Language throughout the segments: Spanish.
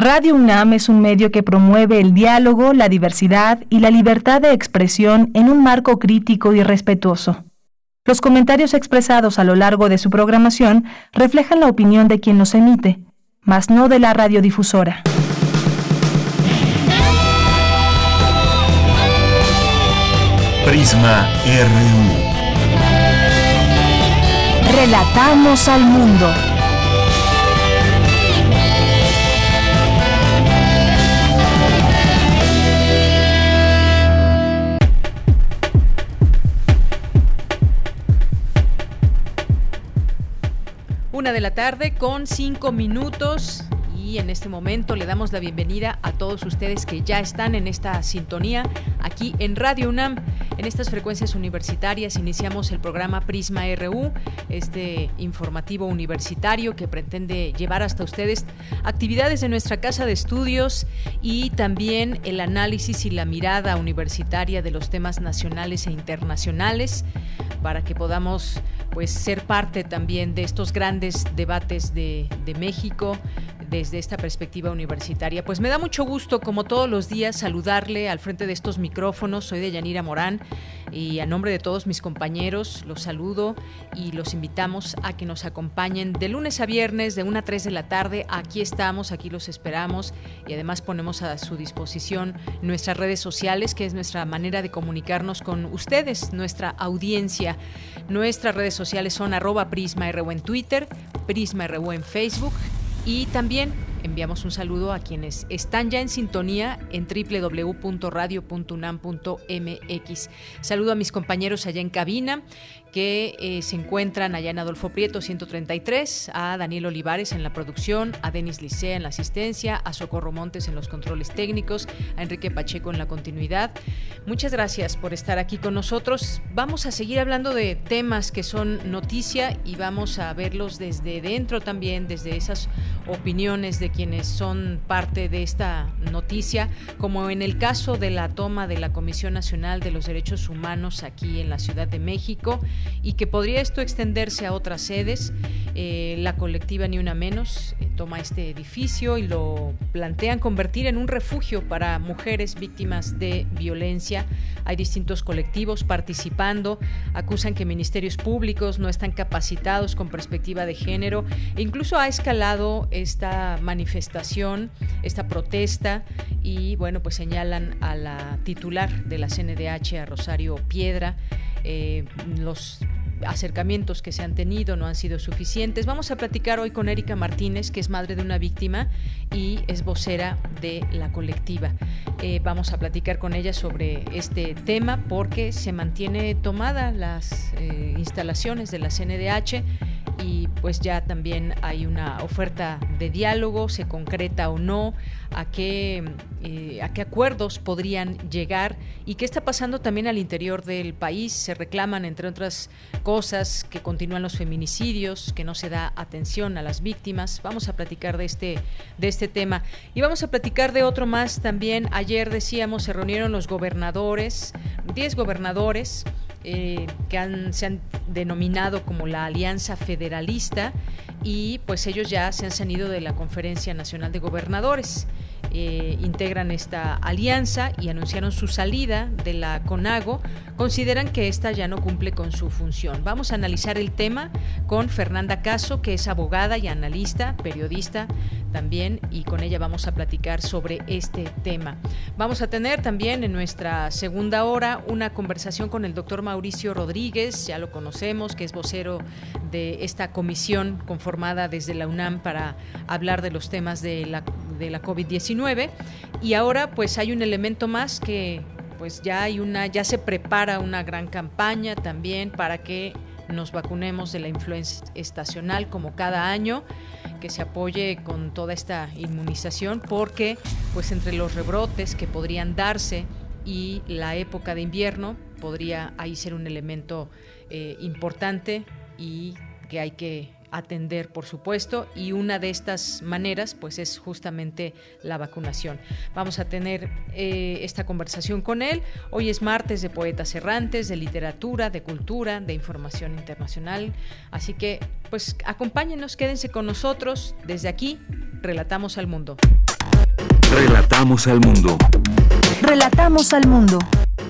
Radio UNAM es un medio que promueve el diálogo, la diversidad y la libertad de expresión en un marco crítico y respetuoso. Los comentarios expresados a lo largo de su programación reflejan la opinión de quien los emite, mas no de la radiodifusora. Prisma RU. Relatamos al mundo. Una de la tarde con 5 minutos y en este momento le damos la bienvenida a todos ustedes que ya están en esta sintonía aquí en Radio UNAM. En estas frecuencias universitarias iniciamos el programa Prisma RU, este informativo universitario que pretende llevar hasta ustedes actividades de nuestra casa de estudios y también el análisis y la mirada universitaria de los temas nacionales e internacionales para que podamos ser parte también de estos grandes debates de México desde esta perspectiva universitaria. Pues me da mucho gusto, como todos los días, saludarle al frente de estos micrófonos. Soy Deyanira Morán y a nombre de todos mis compañeros los saludo y los invitamos a que nos acompañen de lunes a viernes de 1 a 3 de la tarde. Aquí estamos, aquí los esperamos y además ponemos a su disposición nuestras redes sociales, que es nuestra manera de comunicarnos con ustedes, nuestra audiencia. Nuestras redes sociales son @PrismaRU en Twitter, PrismaRU en Facebook y también enviamos un saludo a quienes están ya en sintonía en www.radio.unam.mx. Saludo a mis compañeros allá en cabina que se encuentran allá en Adolfo Prieto 133, a Daniel Olivares en la producción, a Denis Licea en la asistencia, a Socorro Montes en los controles técnicos, a Enrique Pacheco en la continuidad. Muchas gracias por estar aquí con nosotros. Vamos a seguir hablando de temas que son noticia y vamos a verlos desde dentro también, desde esas opiniones de quienes son parte de esta noticia, como en el caso de la toma de la Comisión Nacional de los Derechos Humanos aquí en la Ciudad de México, y que podría esto extenderse a otras sedes. La colectiva Ni Una Menos toma este edificio y lo plantean convertir en un refugio para mujeres víctimas de violencia. Hay distintos colectivos participando, acusan que ministerios públicos no están capacitados con perspectiva de género e incluso ha escalado esta manifestación, esta protesta y bueno, pues señalan a la titular de la CNDH, a Rosario Piedra. Los acercamientos que se han tenido no han sido suficientes. Vamos a platicar hoy con Erika Martínez, que es madre de una víctima y es vocera de la colectiva. Vamos a platicar con ella sobre este tema porque se mantiene tomada las instalaciones de la CNDH y pues ya también hay una oferta de diálogo, se concreta o no, a qué acuerdos podrían llegar y qué está pasando también al interior del país. Se reclaman, entre otras cosas, que continúan los feminicidios, que no se da atención a las víctimas. Vamos a platicar de este tema y vamos a platicar de otro más también. Ayer decíamos, se reunieron los gobernadores, 10 gobernadores que se han denominado como la Alianza Federalista y pues ellos ya se han salido de la Conferencia Nacional de Gobernadores. Integran esta alianza y anunciaron su salida de la CONAGO. Consideran que esta ya no cumple con su función. Vamos a analizar el tema con Fernanda Caso, que es abogada y analista, periodista también, y con ella vamos a platicar sobre este tema. Vamos a tener también en nuestra segunda hora una conversación con el doctor Mauricio Rodríguez, ya lo conocemos, que es vocero de esta comisión conformada desde la UNAM para hablar de los temas de la COVID-19 y ahora pues hay un elemento más que pues ya se prepara una gran campaña también para que nos vacunemos de la influenza estacional como cada año, que se apoye con toda esta inmunización porque pues entre los rebrotes que podrían darse y la época de invierno podría ahí ser un elemento importante y que hay que atender, por supuesto, y una de estas maneras pues es justamente la vacunación. Vamos a tener esta conversación con él. Hoy es martes de Poetas Errantes, de literatura, de cultura, de información internacional, así que pues acompáñenos, quédense con nosotros. Desde aquí, Relatamos al Mundo. Relatamos al mundo. Relatamos al mundo.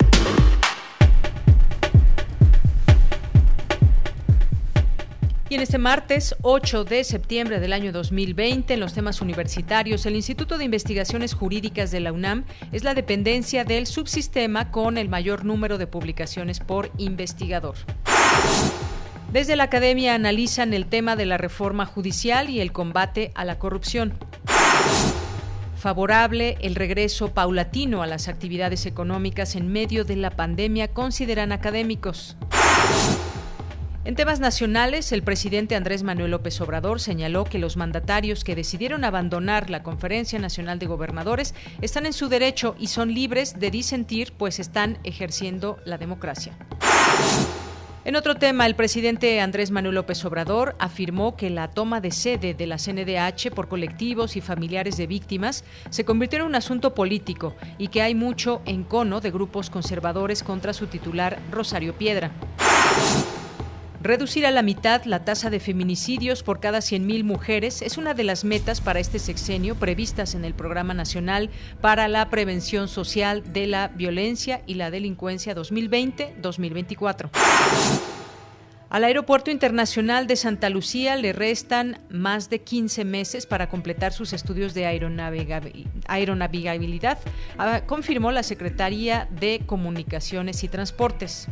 Y en este martes 8 de septiembre del año 2020, en los temas universitarios, el Instituto de Investigaciones Jurídicas de la UNAM es la dependencia del subsistema con el mayor número de publicaciones por investigador. Desde la academia analizan el tema de la reforma judicial y el combate a la corrupción. Favorable el regreso paulatino a las actividades económicas en medio de la pandemia, consideran académicos. En temas nacionales, el presidente Andrés Manuel López Obrador señaló que los mandatarios que decidieron abandonar la Conferencia Nacional de Gobernadores están en su derecho y son libres de disentir, pues están ejerciendo la democracia. En otro tema, el presidente Andrés Manuel López Obrador afirmó que la toma de sede de la CNDH por colectivos y familiares de víctimas se convirtió en un asunto político y que hay mucho encono de grupos conservadores contra su titular, Rosario Piedra. Reducir a la mitad la tasa de feminicidios por cada 100,000 mujeres es una de las metas para este sexenio previstas en el Programa Nacional para la Prevención Social de la Violencia y la Delincuencia 2020-2024. Al Aeropuerto Internacional de Santa Lucía le restan más de 15 meses para completar sus estudios de aeronavegabilidad, confirmó la Secretaría de Comunicaciones y Transportes.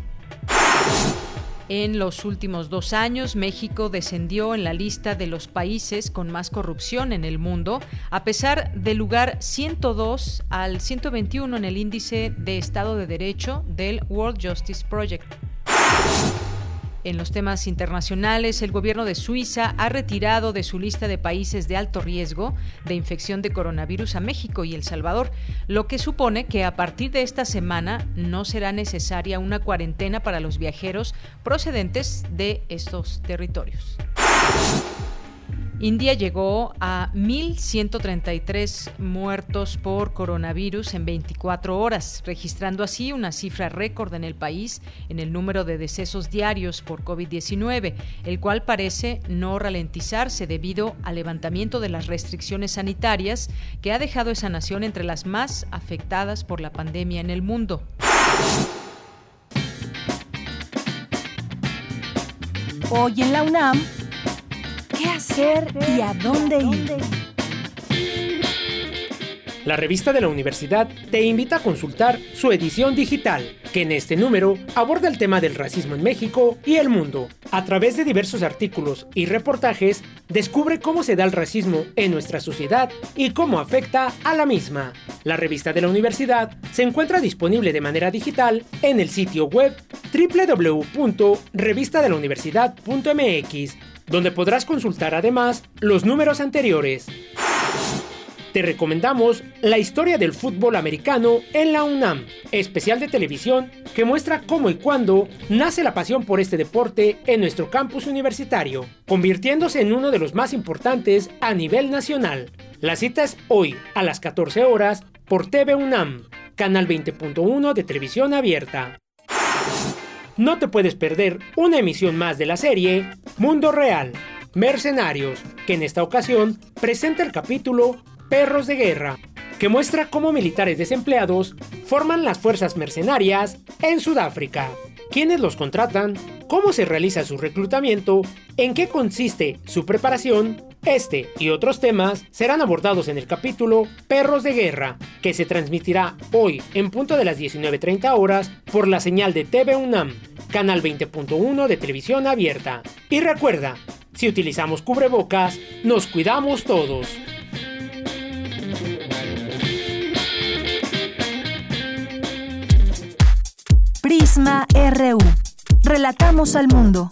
En los últimos 2 años, México descendió en la lista de los países con más corrupción en el mundo, a pesar del lugar 102 al 121 en el índice de Estado de Derecho del World Justice Project. En los temas internacionales, el gobierno de Suiza ha retirado de su lista de países de alto riesgo de infección de coronavirus a México y El Salvador, lo que supone que a partir de esta semana no será necesaria una cuarentena para los viajeros procedentes de estos territorios. India llegó a 1,133 muertos por coronavirus en 24 horas, registrando así una cifra récord en el país en el número de decesos diarios por COVID-19, el cual parece no ralentizarse debido al levantamiento de las restricciones sanitarias que ha dejado esa nación entre las más afectadas por la pandemia en el mundo. Hoy en la UNAM, ¿qué hacer y a dónde ir? La revista de la universidad te invita a consultar su edición digital, que en este número aborda el tema del racismo en México y el mundo. A través de diversos artículos y reportajes, descubre cómo se da el racismo en nuestra sociedad y cómo afecta a la misma. La revista de la universidad se encuentra disponible de manera digital en el sitio web www.revistadelauniversidad.mx, donde podrás consultar además los números anteriores. Te recomendamos La historia del fútbol americano en la UNAM, especial de televisión que muestra cómo y cuándo nace la pasión por este deporte en nuestro campus universitario, convirtiéndose en uno de los más importantes a nivel nacional. La cita es hoy a las 14 horas por TV UNAM, canal 20.1 de televisión abierta. No te puedes perder una emisión más de la serie Mundo Real, Mercenarios, que en esta ocasión presenta el capítulo Perros de Guerra, que muestra cómo militares desempleados forman las fuerzas mercenarias en Sudáfrica, quiénes los contratan, cómo se realiza su reclutamiento, en qué consiste su preparación. Este y otros temas serán abordados en el capítulo Perros de Guerra, que se transmitirá hoy en punto de las 19:30 horas por la señal de TV UNAM, canal 20.1 de televisión abierta. Y recuerda, si utilizamos cubrebocas, nos cuidamos todos. Prisma RU. Relatamos al mundo.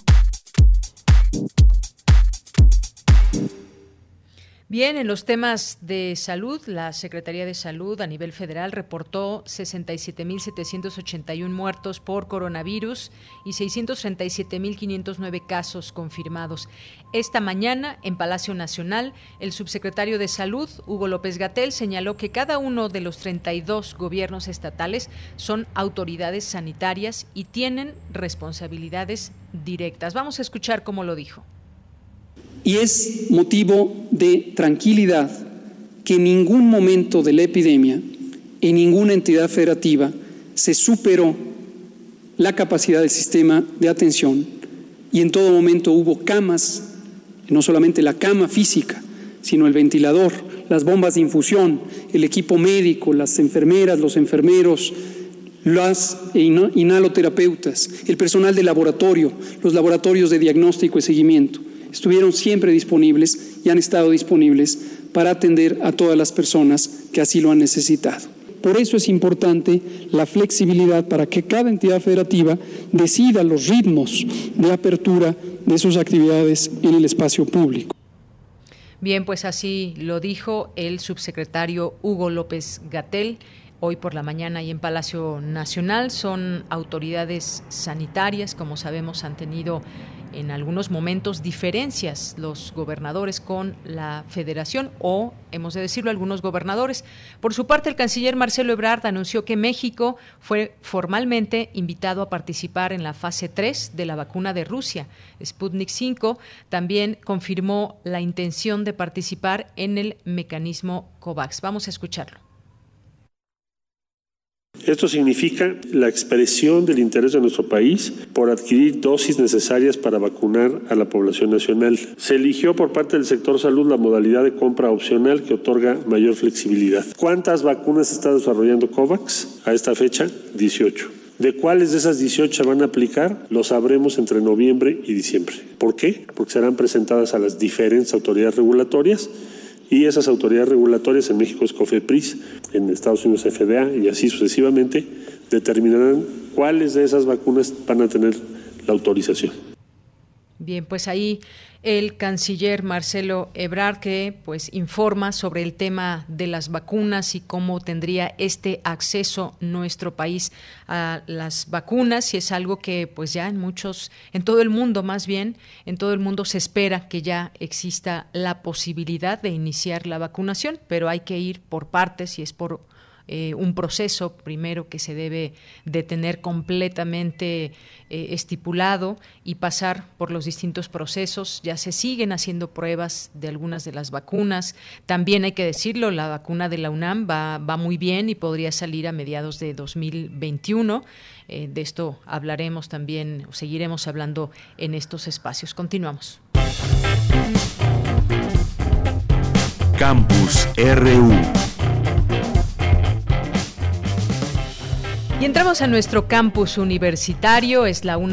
Bien, en los temas de salud, la Secretaría de Salud a nivel federal reportó 67,781 muertos por coronavirus y 637,509 casos confirmados. Esta mañana, en Palacio Nacional, el subsecretario de Salud, Hugo López-Gatell, señaló que cada uno de los 32 gobiernos estatales son autoridades sanitarias y tienen responsabilidades directas. Vamos a escuchar cómo lo dijo. Y es motivo de tranquilidad que en ningún momento de la epidemia, en ninguna entidad federativa, se superó la capacidad del sistema de atención y en todo momento hubo camas, no solamente la cama física, sino el ventilador, las bombas de infusión, el equipo médico, las enfermeras, los enfermeros, las inhaloterapeutas, el personal de laboratorio, los laboratorios de diagnóstico y seguimiento. Estuvieron siempre disponibles y han estado disponibles para atender a todas las personas que así lo han necesitado. Por eso es importante la flexibilidad para que cada entidad federativa decida los ritmos de apertura de sus actividades en el espacio público. Bien, pues así lo dijo el subsecretario Hugo López-Gatell. Hoy por la mañana y en Palacio Nacional son autoridades sanitarias, como sabemos, han tenido en algunos momentos diferencias los gobernadores con la federación, o, hemos de decirlo, algunos gobernadores. Por su parte, el canciller Marcelo Ebrard anunció que México fue formalmente invitado a participar en la fase 3 de la vacuna de Rusia, Sputnik 5. También confirmó la intención de participar en el mecanismo COVAX. Vamos a escucharlo. Esto significa la expresión del interés de nuestro país por adquirir dosis necesarias para vacunar a la población nacional. Se eligió por parte del sector salud la modalidad de compra opcional que otorga mayor flexibilidad. ¿Cuántas vacunas está desarrollando COVAX? A esta fecha, 18. ¿De cuáles de esas 18 se van a aplicar? Lo sabremos entre noviembre y diciembre. ¿Por qué? Porque serán presentadas a las diferentes autoridades regulatorias. Y esas autoridades regulatorias, en México es COFEPRIS, en Estados Unidos FDA y así sucesivamente, determinarán cuáles de esas vacunas van a tener la autorización. Bien, pues ahí el canciller Marcelo Ebrard, que pues informa sobre el tema de las vacunas y cómo tendría este acceso nuestro país a las vacunas, y es algo que pues ya en todo el mundo más bien, en todo el mundo se espera que ya exista la posibilidad de iniciar la vacunación, pero hay que ir por partes y es por un proceso primero que se debe de tener completamente estipulado y pasar por los distintos procesos. Ya se siguen haciendo pruebas de algunas de las vacunas. También hay que decirlo, la vacuna de la UNAM va muy bien y podría salir a mediados de 2021. De esto hablaremos también, o seguiremos hablando en estos espacios. Continuamos. Campus RU. Y entramos a nuestro campus universitario, es la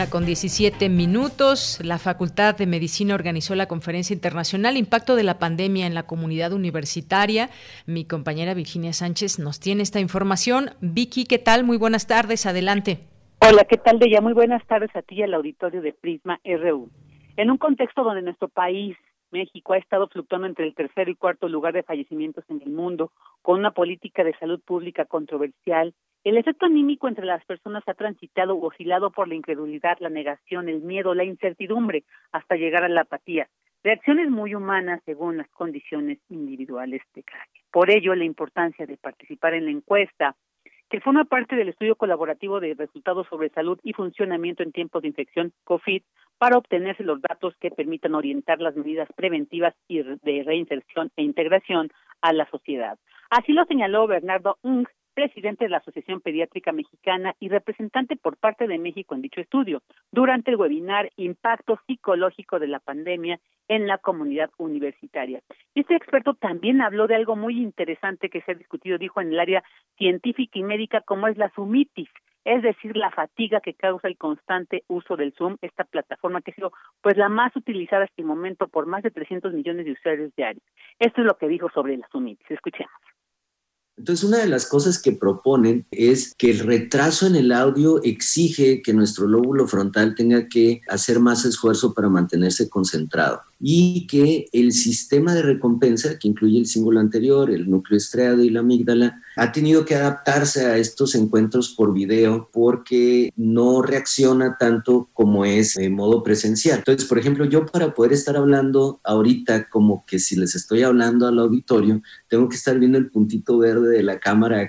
1:17. La Facultad de Medicina organizó la Conferencia Internacional Impacto de la Pandemia en la Comunidad Universitaria. Mi compañera Virginia Sánchez nos tiene esta información. Vicky, ¿qué tal? Muy buenas tardes, adelante. Hola, ¿qué tal, Deya? Muy buenas tardes a ti y al auditorio de Prisma RU. En un contexto donde nuestro país, México, ha estado fluctuando entre el tercer y cuarto lugar de fallecimientos en el mundo, con una política de salud pública controversial, el efecto anímico entre las personas ha transitado o oscilado por la incredulidad, la negación, el miedo, la incertidumbre, hasta llegar a la apatía. Reacciones muy humanas según las condiciones individuales de cada quien. Por ello, la importancia de participar en la encuesta, que forma parte del estudio colaborativo de resultados sobre salud y funcionamiento en tiempos de infección COVID, para obtenerse los datos que permitan orientar las medidas preventivas y de reinserción e integración a la sociedad. Así lo señaló Bernardo Ng, presidente de la Asociación Pediátrica Mexicana y representante por parte de México en dicho estudio, durante el webinar Impacto Psicológico de la Pandemia en la Comunidad Universitaria. Este experto también habló de algo muy interesante que se ha discutido, dijo, en el área científica y médica, como es la Zoomitis, es decir, la fatiga que causa el constante uso del Zoom, esta plataforma que ha sido pues la más utilizada hasta el momento por más de 300 millones de usuarios diarios. Esto es lo que dijo sobre la Zoomitis. Escuchemos. Entonces, una de las cosas que proponen es que el retraso en el audio exige que nuestro lóbulo frontal tenga que hacer más esfuerzo para mantenerse concentrado, y que el sistema de recompensa, que incluye el símbolo anterior, el núcleo estriado y la amígdala, ha tenido que adaptarse a estos encuentros por video porque no reacciona tanto como es en modo presencial. Entonces, por ejemplo, yo para poder estar hablando ahorita como que si les estoy hablando al auditorio, tengo que estar viendo el puntito verde de la cámara acá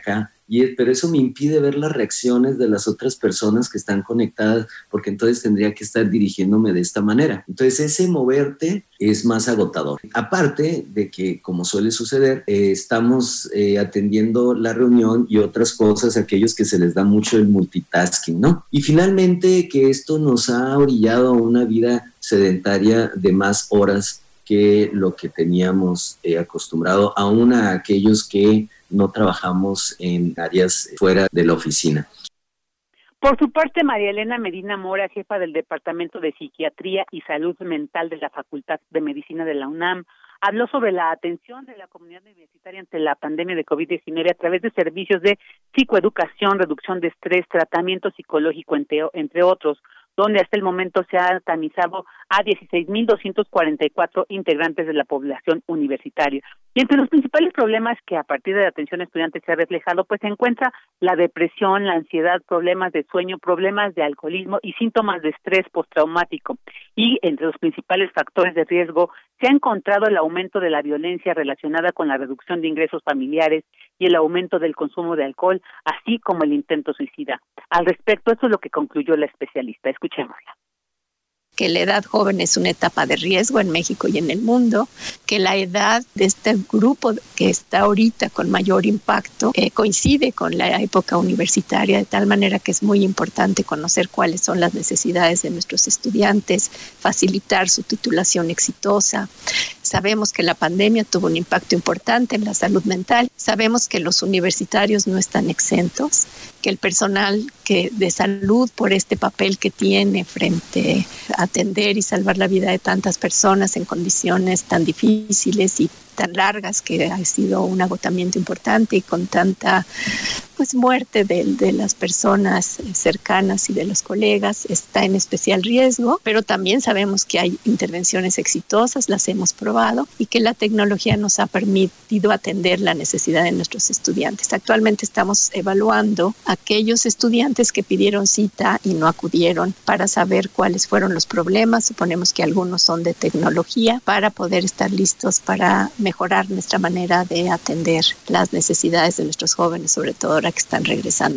pero eso me impide ver las reacciones de las otras personas que están conectadas, porque entonces tendría que estar dirigiéndome de esta manera. Entonces ese moverte es más agotador. Aparte de que, como suele suceder, estamos atendiendo la reunión y otras cosas, aquellos que se les da mucho el multitasking, ¿no? Y finalmente que esto nos ha orillado a una vida sedentaria de más horas que lo que teníamos acostumbrado, aún a aquellos que no trabajamos en áreas fuera de la oficina. Por su parte, María Elena Medina Mora, jefa del Departamento de Psiquiatría y Salud Mental de la Facultad de Medicina de la UNAM, habló sobre la atención de la comunidad universitaria ante la pandemia de COVID-19 a través de servicios de psicoeducación, reducción de estrés, tratamiento psicológico, entre otros, donde hasta el momento se ha tamizado a 16.244 integrantes de la población universitaria. Y entre los principales problemas que a partir de la atención a estudiantes se ha reflejado, pues se encuentra la depresión, la ansiedad, problemas de sueño, problemas de alcoholismo y síntomas de estrés postraumático. Y entre los principales factores de riesgo se ha encontrado el aumento de la violencia relacionada con la reducción de ingresos familiares y el aumento del consumo de alcohol, así como el intento suicida. Al respecto, esto es lo que concluyó la especialista. Escuchémosla. Que la edad joven es una etapa de riesgo en México y en el mundo, que la edad de este grupo que está ahorita con mayor impacto coincide con la época universitaria, de tal manera que es muy importante conocer cuáles son las necesidades de nuestros estudiantes, facilitar su titulación exitosa. Sabemos que la pandemia tuvo un impacto importante en la salud mental, sabemos que los universitarios no están exentos, que el personal de salud, por este papel que tiene frente a atender y salvar la vida de tantas personas en condiciones tan difíciles y tan largas, que ha sido un agotamiento importante, y con tanta muerte de las personas cercanas y de los colegas, está en especial riesgo, pero también sabemos que hay intervenciones exitosas, las hemos probado, y que la tecnología nos ha permitido atender la necesidad de nuestros estudiantes. Actualmente estamos evaluando aquellos estudiantes que pidieron cita y no acudieron para saber cuáles fueron los problemas. Suponemos que algunos son de tecnología, para poder estar listos para mejorar nuestra manera de atender las necesidades de nuestros jóvenes, sobre todo ahora que están regresando.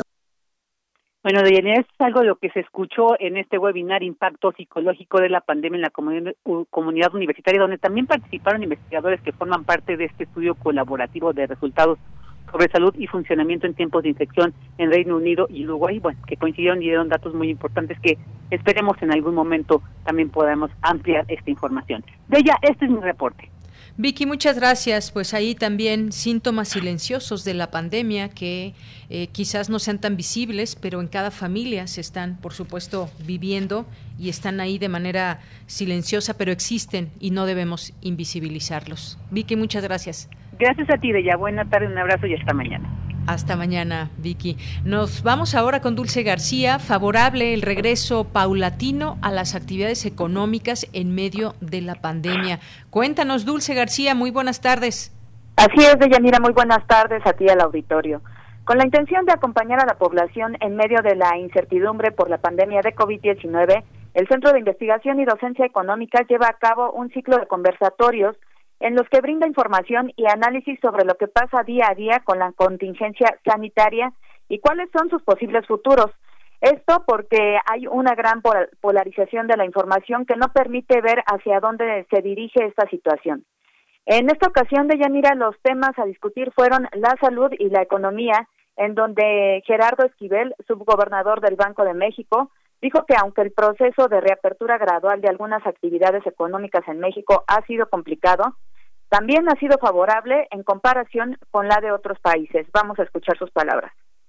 Bueno, Deyanira, es algo de lo que se escuchó en este webinar Impacto Psicológico de la Pandemia en la Comunidad Universitaria, donde también participaron investigadores que forman parte de este estudio colaborativo de resultados sobre salud y funcionamiento en tiempos de infección en Reino Unido y Uruguay, que coincidieron y dieron datos muy importantes que esperemos en algún momento también podamos ampliar esta información. Deya, este es mi reporte. Vicky, muchas gracias. Pues ahí también síntomas silenciosos de la pandemia que quizás no sean tan visibles, pero en cada familia se están, por supuesto, viviendo y están ahí de manera silenciosa, pero existen y no debemos invisibilizarlos. Vicky, muchas gracias. Gracias a ti, Deya. Buena tarde, un abrazo y hasta mañana. Hasta mañana, Vicky. Nos vamos ahora con Dulce García. Favorable el regreso paulatino a las actividades económicas en medio de la pandemia. Cuéntanos, Dulce García, muy buenas tardes. Así es, Deyanira, muy buenas tardes a ti, al auditorio. Con la intención de acompañar a la población en medio de la incertidumbre por la pandemia de COVID-19, el Centro de Investigación y Docencia Económica lleva a cabo un ciclo de conversatorios en los que brinda información y análisis sobre lo que pasa día a día con la contingencia sanitaria y cuáles son sus posibles futuros. Esto porque hay una gran polarización de la información que no permite ver hacia dónde se dirige esta situación. En esta ocasión, Deyanira, los temas a discutir fueron la salud y la economía, en donde Gerardo Esquivel, subgobernador del Banco de México, dijo que aunque el proceso de reapertura gradual de algunas actividades económicas en México ha sido complicado, también ha sido favorable en comparación con la de otros países. Vamos a escuchar sus palabras.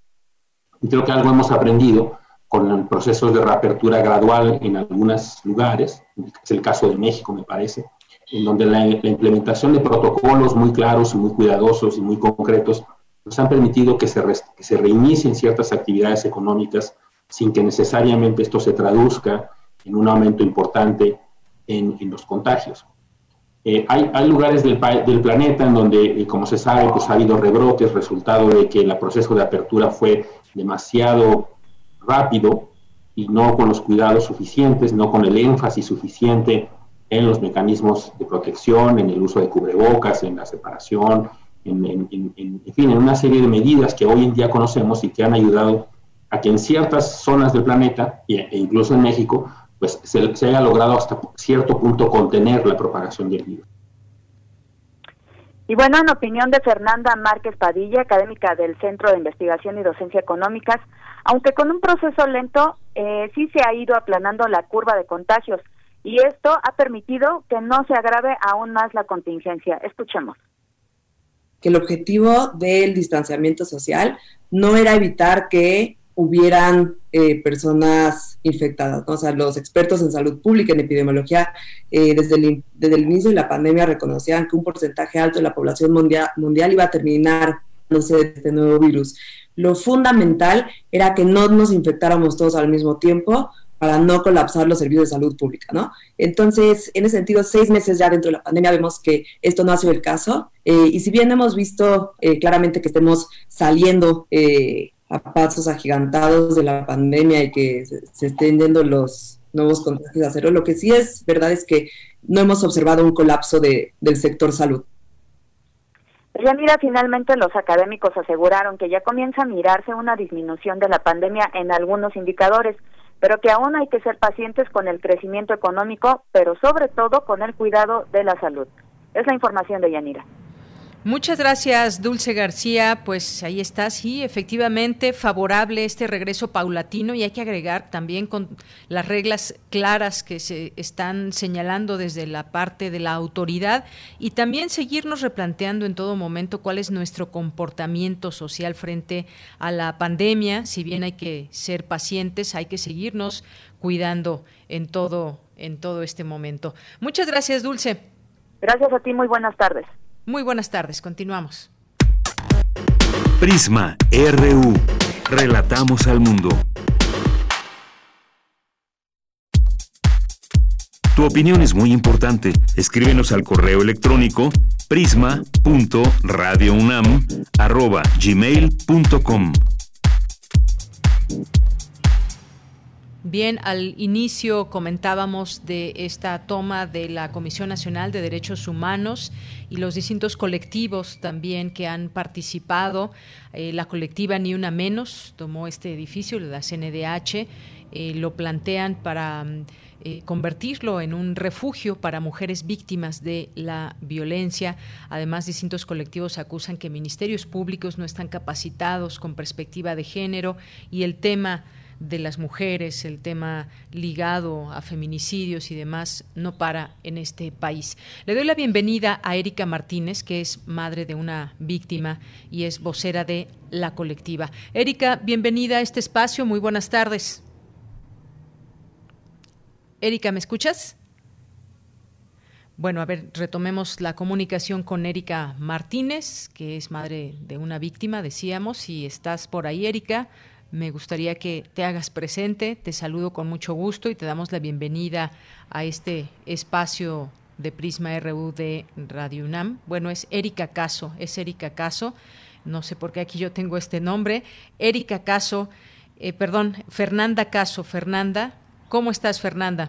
Creo que algo hemos aprendido con el proceso de reapertura gradual en algunos lugares, es el caso de México, me parece, en donde la implementación de protocolos muy claros y muy cuidadosos y muy concretos nos han permitido que se reinicien ciertas actividades económicas sin que necesariamente esto se traduzca en un aumento importante en los contagios. Hay lugares del planeta en donde, como se sabe, pues ha habido rebrotes, resultado de que el proceso de apertura fue demasiado rápido y no con los cuidados suficientes, no con el énfasis suficiente en los mecanismos de protección, en el uso de cubrebocas, en la separación, en una serie de medidas que hoy en día conocemos y que han ayudado a que en ciertas zonas del planeta, e incluso en México, pues se haya logrado hasta cierto punto contener la propagación del virus. Y bueno, en opinión de Fernanda Márquez Padilla, académica del Centro de Investigación y Docencia Económicas, aunque con un proceso lento, sí se ha ido aplanando la curva de contagios, y esto ha permitido que no se agrave aún más la contingencia. Escuchemos. Que el objetivo del distanciamiento social no era evitar que hubieran personas infectadas, ¿no? O sea, los expertos en salud pública, en epidemiología, desde el inicio de la pandemia reconocían que un porcentaje alto de la población mundial iba a terminar de este nuevo virus. Lo fundamental era que no nos infectáramos todos al mismo tiempo para no colapsar los servicios de salud pública, ¿no? Entonces, en ese sentido, 6 meses ya dentro de la pandemia vemos que esto no ha sido el caso, y si bien hemos visto claramente que estemos saliendo a pasos agigantados de la pandemia y que se estén yendo los nuevos contagios a cero, lo que sí es verdad es que no hemos observado un colapso del sector salud. Yanira, finalmente los académicos aseguraron que ya comienza a mirarse una disminución de la pandemia en algunos indicadores, pero que aún hay que ser pacientes con el crecimiento económico, pero sobre todo con el cuidado de la salud. Es la información de Yanira. Muchas gracias, Dulce García. Pues ahí está, sí, efectivamente favorable este regreso paulatino, y hay que agregar también con las reglas claras que se están señalando desde la parte de la autoridad, y también seguirnos replanteando en todo momento cuál es nuestro comportamiento social frente a la pandemia. Si bien hay que ser pacientes, hay que seguirnos cuidando en todo este momento. Muchas gracias, Dulce. Gracias a ti, muy buenas tardes. Muy buenas tardes, continuamos. Prisma RU. Relatamos al mundo. Tu opinión es muy importante. Escríbenos al correo electrónico prisma.radiounam@gmail.com. Bien, al inicio comentábamos de esta toma de la Comisión Nacional de Derechos Humanos y los distintos colectivos también que han participado. La colectiva Ni Una Menos tomó este edificio, la CNDH, lo plantean para convertirlo en un refugio para mujeres víctimas de la violencia. Además, distintos colectivos acusan que ministerios públicos no están capacitados con perspectiva de género, y el tema de las mujeres, el tema ligado a feminicidios y demás, no para en este país. Le doy la bienvenida a Erika Martínez, que es madre de una víctima y es vocera de la colectiva. Erika, bienvenida a este espacio, muy buenas tardes. Erika, ¿me escuchas? Bueno, a ver, retomemos la comunicación con Erika Martínez, que es madre de una víctima, decíamos. Si estás por ahí, Erika, me gustaría que te hagas presente. Te saludo con mucho gusto y te damos la bienvenida a este espacio de Prisma RU de Radio UNAM. Bueno, es Erika Caso, no sé por qué aquí yo tengo este nombre. Erika Caso, Fernanda Caso. Fernanda, ¿cómo estás, Fernanda?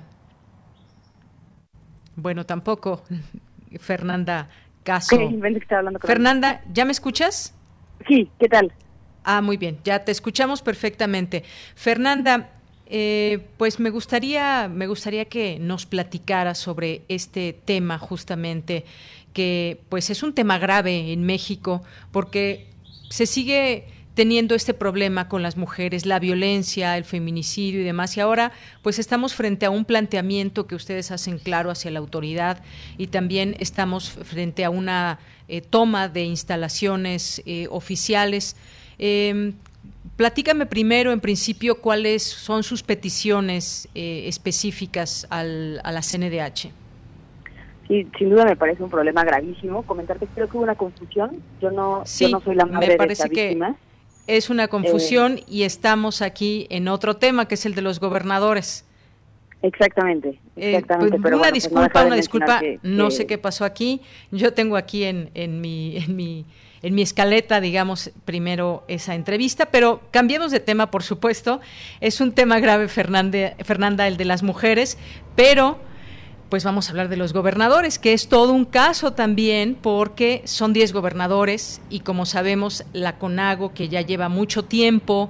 Bueno, tampoco Fernanda Caso. Sí, Fernanda, ¿ya me escuchas? Sí, ¿qué tal? Ah, muy bien, ya te escuchamos perfectamente. Fernanda, pues me gustaría que nos platicaras sobre este tema justamente, que pues es un tema grave en México, porque se sigue teniendo este problema con las mujeres, la violencia, el feminicidio y demás, y ahora pues estamos frente a un planteamiento que ustedes hacen claro hacia la autoridad, y también estamos frente a una toma de instalaciones oficiales. Platícame primero, en principio, cuáles son sus peticiones específicas a la CNDH. Sí, sin duda me parece un problema gravísimo. Comentarte que creo que hubo una confusión. Yo no soy la madre de esta víctima. Es una confusión y estamos aquí en otro tema, que es el de los gobernadores. Exactamente. Pero una disculpa, no sé qué pasó aquí. Yo tengo aquí en mi escaleta, digamos, primero esa entrevista, pero cambiemos de tema, por supuesto. Es un tema grave, Fernanda, el de las mujeres, pero pues vamos a hablar de los gobernadores, que es todo un caso también, porque son 10 gobernadores y como sabemos la CONAGO, que ya lleva mucho tiempo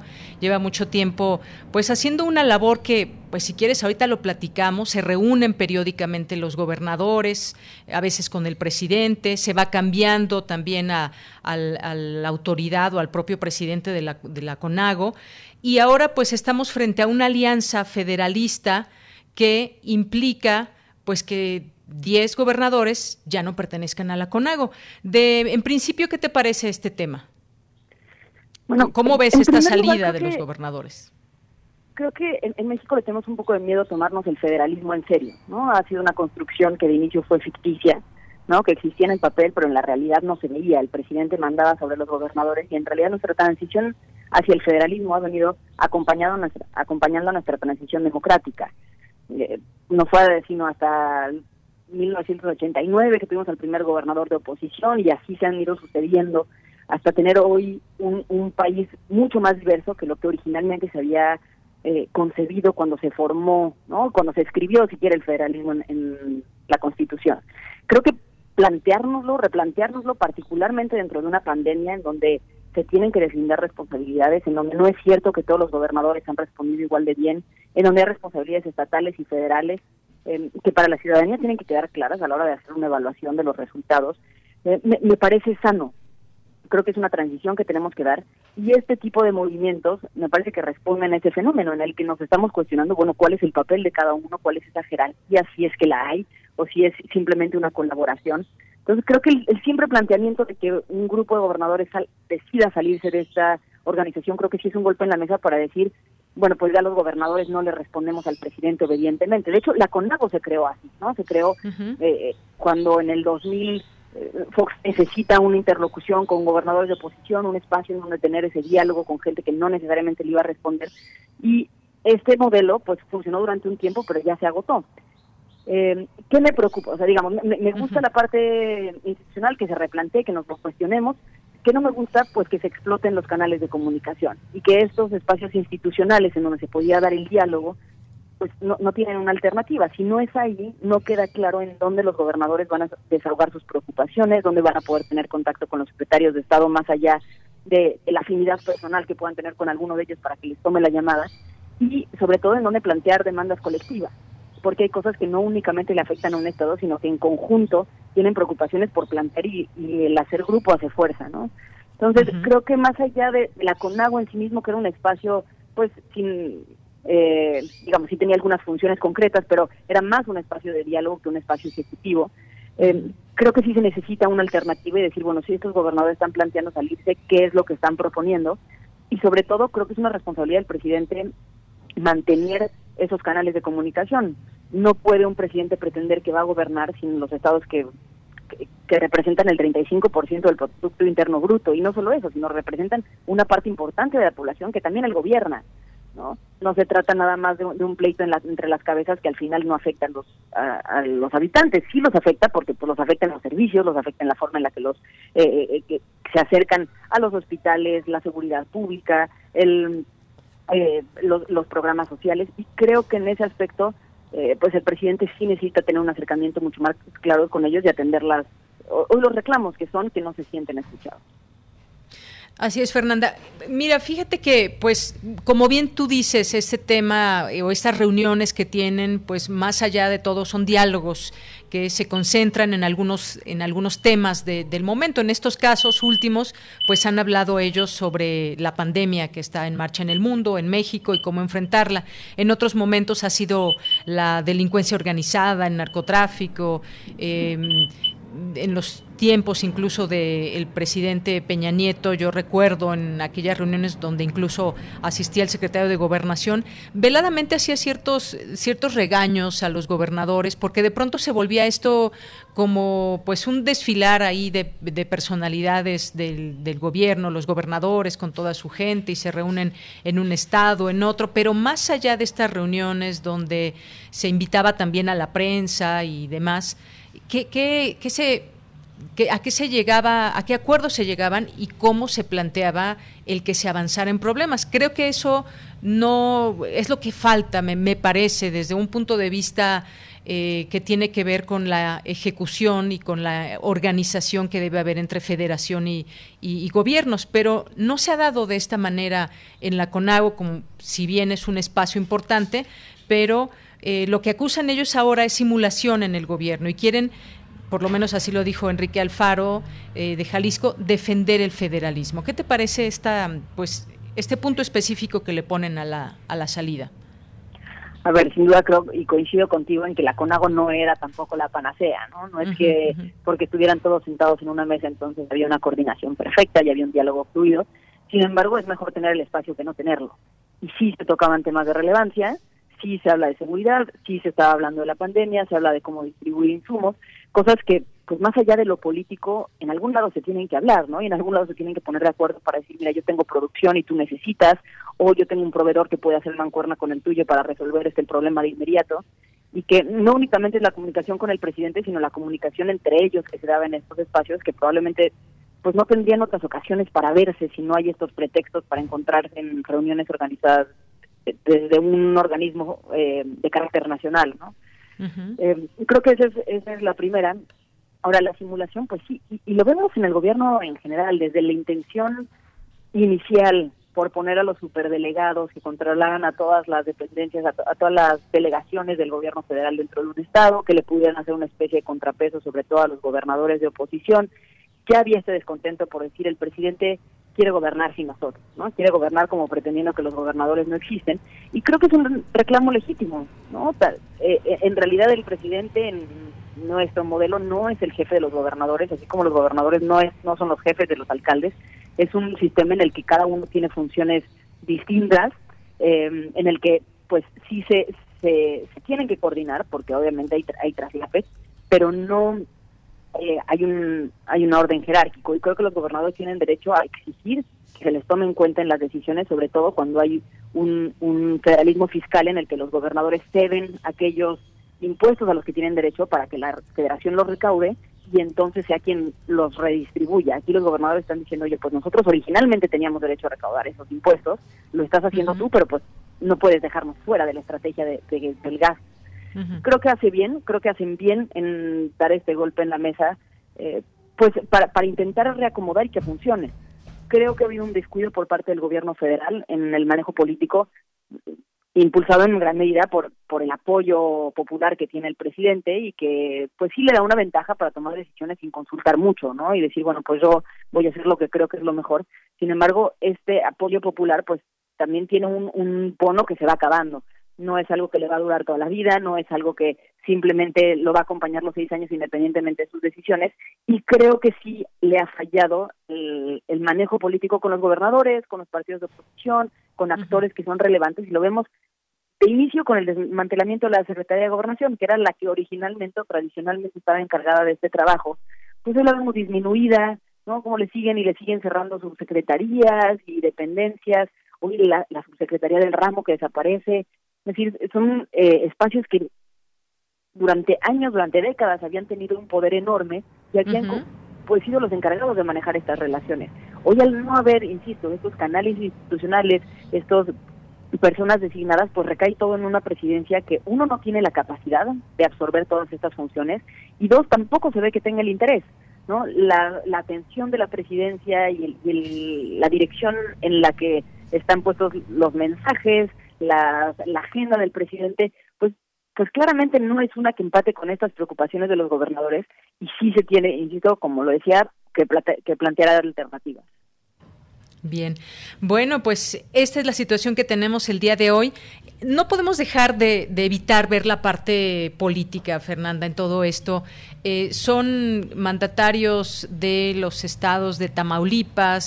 pues haciendo una labor que, pues si quieres ahorita lo platicamos, se reúnen periódicamente los gobernadores, a veces con el presidente, se va cambiando también a la autoridad o al propio presidente de la CONAGO, y ahora pues estamos frente a una alianza federalista que implica pues que 10 gobernadores ya no pertenezcan a la CONAGO. En principio, ¿qué te parece este tema? Bueno, ¿cómo ves esta salida de los gobernadores? Creo que en México le tenemos un poco de miedo a tomarnos el federalismo en serio, ¿no? Ha sido una construcción que de inicio fue ficticia, ¿no? Que existía en el papel, pero en la realidad no se veía. El presidente mandaba sobre los gobernadores y en realidad nuestra transición hacia el federalismo ha venido acompañando a nuestra transición democrática. No fue sino hasta 1989 que tuvimos al primer gobernador de oposición y así se han ido sucediendo hasta tener hoy un país mucho más diverso que lo que originalmente se había concebido cuando se formó, ¿no? Cuando se escribió siquiera el federalismo en la Constitución. Creo que replanteárnoslo particularmente dentro de una pandemia en donde se tienen que deslindar responsabilidades, en donde no es cierto que todos los gobernadores han respondido igual de bien, en donde hay responsabilidades estatales y federales que para la ciudadanía tienen que quedar claras a la hora de hacer una evaluación de los resultados. Me parece sano. Creo que es una transición que tenemos que dar y este tipo de movimientos me parece que responden a ese fenómeno en el que nos estamos cuestionando, bueno, cuál es el papel de cada uno, cuál es esa jerarquía, si es que la hay o si es simplemente una colaboración. Entonces creo que el siempre planteamiento de que un grupo de gobernadores decida salirse de esta organización, creo que sí es un golpe en la mesa para decir, bueno, pues ya los gobernadores no le respondemos al presidente obedientemente. De hecho, la CONAGO se creó así, ¿no? Se creó cuando en el 2000 Fox necesita una interlocución con gobernadores de oposición, un espacio en donde tener ese diálogo con gente que no necesariamente le iba a responder. Y este modelo, pues, funcionó durante un tiempo, pero ya se agotó. ¿Qué me preocupa? O sea, digamos, me gusta la parte institucional, que se replantee, que nos lo cuestionemos. ¿Qué no me gusta? Pues que se exploten los canales de comunicación y que estos espacios institucionales en donde se podía dar el diálogo, pues no tienen una alternativa. Si no es ahí, no queda claro en dónde los gobernadores van a desahogar sus preocupaciones, dónde van a poder tener contacto con los secretarios de Estado, más allá de la afinidad personal que puedan tener con alguno de ellos para que les tome la llamada, y sobre todo en dónde plantear demandas colectivas, porque hay cosas que no únicamente le afectan a un Estado, sino que en conjunto tienen preocupaciones por plantear y el hacer grupo hace fuerza, ¿no? Entonces, creo que más allá de la CONAGO en sí mismo, que era un espacio, pues, digamos, sí tenía algunas funciones concretas, pero era más un espacio de diálogo que un espacio ejecutivo, creo que sí se necesita una alternativa y decir, bueno, si estos gobernadores están planteando salirse, ¿qué es lo que están proponiendo? Y sobre todo, creo que es una responsabilidad del presidente mantener esos canales de comunicación. No puede un presidente pretender que va a gobernar sin los estados que representan el 35% del Producto Interno Bruto, y no solo eso, sino representan una parte importante de la población que también él gobierna, ¿no? No se trata nada más de un pleito entre las cabezas que al final no afectan a los habitantes. Sí los afecta porque pues los afectan los servicios, los afectan la forma en la que que se acercan a los hospitales, la seguridad pública, los programas sociales, y creo que en ese aspecto pues el presidente sí necesita tener un acercamiento mucho más claro con ellos y atender los reclamos que no se sienten escuchados. Así es, Fernanda. Mira, fíjate que, pues, como bien tú dices, este tema o estas reuniones que tienen, pues, más allá de todo, son diálogos que se concentran en algunos temas del momento. En estos casos últimos, pues, han hablado ellos sobre la pandemia que está en marcha en el mundo, en México, y cómo enfrentarla. En otros momentos ha sido la delincuencia organizada, el narcotráfico, en los tiempos incluso del presidente Peña Nieto, yo recuerdo en aquellas reuniones donde incluso asistía el secretario de Gobernación, veladamente hacía ciertos regaños a los gobernadores, porque de pronto se volvía esto como pues un desfilar ahí de personalidades del gobierno, los gobernadores con toda su gente, y se reúnen en un estado, en otro, pero más allá de estas reuniones donde se invitaba también a la prensa y demás, ¿Qué ¿a qué se llegaba, a qué acuerdos se llegaban y cómo se planteaba el que se avanzara en problemas? Creo que eso no es lo que falta, me parece, desde un punto de vista que tiene que ver con la ejecución y con la organización que debe haber entre federación y gobiernos, pero no se ha dado de esta manera en la CONAGO, como si bien es un espacio importante, pero lo que acusan ellos ahora es simulación en el gobierno y quieren, por lo menos así lo dijo Enrique Alfaro de Jalisco, defender el federalismo. ¿Qué te parece este punto específico que le ponen a la salida? A ver, sin duda creo y coincido contigo en que la CONAGO no era tampoco la panacea, ¿no? No es que porque estuvieran todos sentados en una mesa entonces había una coordinación perfecta y había un diálogo fluido. Sin embargo, es mejor tener el espacio que no tenerlo. Y sí se tocaban temas de relevancia, sí se habla de seguridad, sí se estaba hablando de la pandemia, se habla de cómo distribuir insumos, cosas que, pues más allá de lo político, en algún lado se tienen que hablar, ¿no? Y en algún lado se tienen que poner de acuerdo para decir, mira, yo tengo producción y tú necesitas, o yo tengo un proveedor que puede hacer mancuerna con el tuyo para resolver el problema de inmediato, y que no únicamente es la comunicación con el presidente, sino la comunicación entre ellos que se daba en estos espacios, que probablemente pues no tendrían otras ocasiones para verse si no hay estos pretextos para encontrarse en reuniones organizadas desde un organismo de carácter nacional, ¿no? Creo que esa es la primera. Ahora, la simulación, pues sí, y lo vemos en el gobierno en general, desde la intención inicial por poner a los superdelegados que controlaran a todas las dependencias, a todas las delegaciones del gobierno federal dentro de un estado, que le pudieran hacer una especie de contrapeso sobre todo a los gobernadores de oposición. Ya había este descontento por decir el presidente quiere gobernar sin nosotros, ¿no? Quiere gobernar como pretendiendo que los gobernadores no existen, y creo que es un reclamo legítimo, ¿no? En realidad el presidente en nuestro modelo no es el jefe de los gobernadores, así como los gobernadores no son los jefes de los alcaldes. Es un sistema en el que cada uno tiene funciones distintas, en el que pues sí se tienen que coordinar, porque obviamente hay traslapes, pero no hay un orden jerárquico, y creo que los gobernadores tienen derecho a exigir que se les tome en cuenta en las decisiones, sobre todo cuando hay un federalismo fiscal en el que los gobernadores ceden aquellos impuestos a los que tienen derecho para que la federación los recaude y entonces sea quien los redistribuya. Aquí los gobernadores están diciendo, oye, pues nosotros originalmente teníamos derecho a recaudar esos impuestos, lo estás haciendo tú, pero pues no puedes dejarnos fuera de la estrategia del gasto. Creo que hacen bien en dar este golpe en la mesa, pues para intentar reacomodar y que funcione. Creo que ha habido un descuido por parte del gobierno federal en el manejo político, impulsado en gran medida por el apoyo popular que tiene el presidente, y que pues sí le da una ventaja para tomar decisiones sin consultar mucho, ¿no? Y decir, bueno, pues yo voy a hacer lo que creo que es lo mejor. Sin embargo, este apoyo popular pues también tiene un bono que se va acabando. No es algo que le va a durar toda la vida, no es algo que simplemente lo va a acompañar los 6 años independientemente de sus decisiones, y creo que sí le ha fallado el manejo político con los gobernadores, con los partidos de oposición, con actores que son relevantes, y lo vemos de inicio con el desmantelamiento de la Secretaría de Gobernación, que era la que originalmente o tradicionalmente estaba encargada de este trabajo. Pues hoy la vemos disminuida, ¿no? Como le siguen cerrando sus secretarías y dependencias, hoy la subsecretaría del ramo que desaparece. Es decir, son espacios que durante años, durante décadas habían tenido un poder enorme y habían pues sido los encargados de manejar estas relaciones. Hoy, al no haber, insisto, estos canales institucionales, estos personas designadas, pues recae todo en una presidencia que, uno, no tiene la capacidad de absorber todas estas funciones, y dos, tampoco se ve que tenga el interés, ¿no? La atención de la presidencia y la dirección en la que están puestos los mensajes, la agenda del presidente, pues claramente no es una que empate con estas preocupaciones de los gobernadores, y sí se tiene, insisto, como lo decía, que plantear alternativas. Bien, bueno, pues esta es la situación que tenemos el día de hoy. No podemos dejar de evitar ver la parte política, Fernanda, en todo esto. Son mandatarios de los estados de Tamaulipas,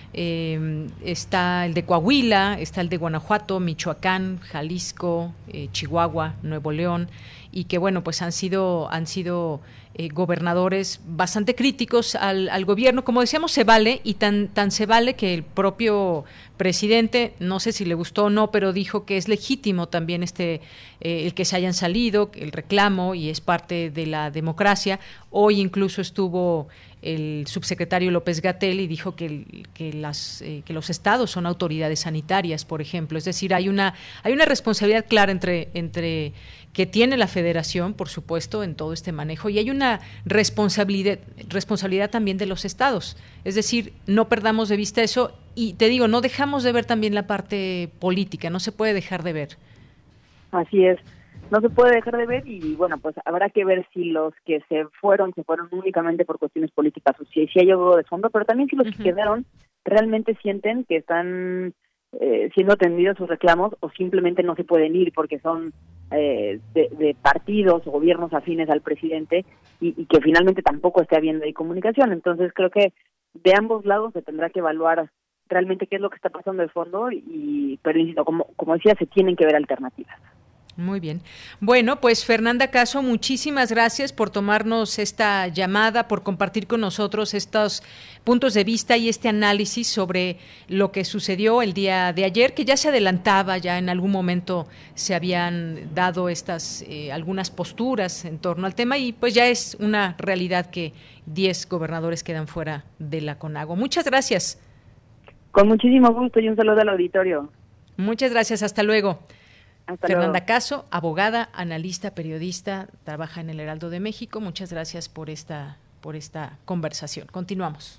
está el de Coahuila, está el de Guanajuato, Michoacán, Jalisco, Chihuahua, Nuevo León, y que bueno, pues han sido gobernadores bastante críticos al gobierno. Como decíamos, se vale, y tan se vale que el propio presidente, no sé si le gustó o no, pero dijo que es legítimo también el que se hayan salido, el reclamo, y es parte de la democracia. Hoy incluso estuvo el subsecretario López-Gatell y dijo que los estados son autoridades sanitarias, por ejemplo. Es decir, hay una responsabilidad clara entre que tiene la Federación, por supuesto, en todo este manejo, y hay una responsabilidad también de los estados. Es decir, no perdamos de vista eso, y te digo, no dejamos de ver también la parte política, no se puede dejar de ver. Así es, no se puede dejar de ver, y bueno, pues habrá que ver si los que se fueron únicamente por cuestiones políticas, o si hay algo de fondo, pero también si los que quedaron realmente sienten que están siendo atendidos sus reclamos, o simplemente no se pueden ir porque son de partidos o gobiernos afines al presidente, y que finalmente tampoco esté habiendo ahí comunicación. Entonces creo que de ambos lados se tendrá que evaluar realmente qué es lo que está pasando de fondo, pero insisto, como decía, se tienen que ver alternativas. Muy bien. Bueno, pues Fernanda Caso, muchísimas gracias por tomarnos esta llamada, por compartir con nosotros estos puntos de vista y este análisis sobre lo que sucedió el día de ayer, que ya se adelantaba, ya en algún momento se habían dado algunas posturas en torno al tema, y pues ya es una realidad que 10 gobernadores quedan fuera de la CONAGO. Muchas gracias. Con muchísimo gusto, y un saludo al auditorio. Muchas gracias, hasta luego. Fernanda Caso, abogada, analista, periodista, trabaja en el Heraldo de México. Muchas gracias por esta conversación. Continuamos.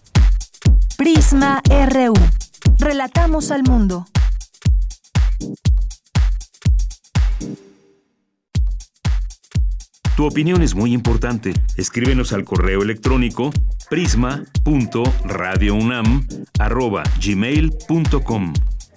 Prisma RU. Relatamos al mundo. Tu opinión es muy importante. Escríbenos al correo electrónico prisma.radiounam@gmail.com.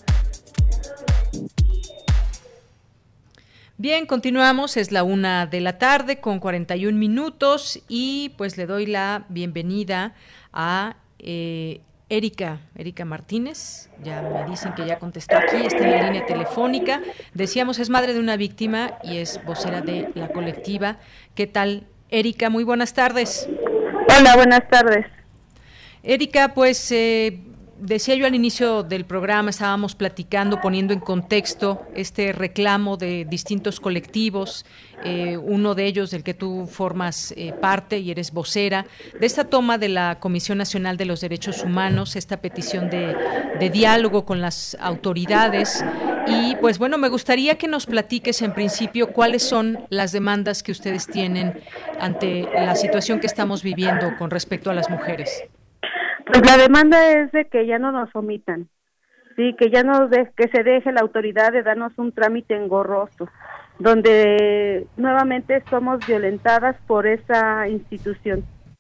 Bien, continuamos, es la 1:00 p.m. con 41 minutos, y pues le doy la bienvenida a Erika Martínez. Ya me dicen que ya contestó aquí, está en la línea telefónica. Decíamos, es madre de una víctima y es vocera de la colectiva. ¿Qué tal, Erika? Muy buenas tardes. Hola, buenas tardes. Erika, pues decía yo al inicio del programa, estábamos platicando, poniendo en contexto este reclamo de distintos colectivos, uno de ellos del que tú formas parte y eres vocera, de esta toma de la Comisión Nacional de los Derechos Humanos, esta petición de diálogo con las autoridades. Y pues bueno, me gustaría que nos platiques en principio cuáles son las demandas que ustedes tienen ante la situación que estamos viviendo con respecto a las mujeres. Pues la demanda es de que ya no nos omitan, sí, que ya que se deje la autoridad de darnos un trámite engorroso, donde nuevamente somos violentadas por esa institución.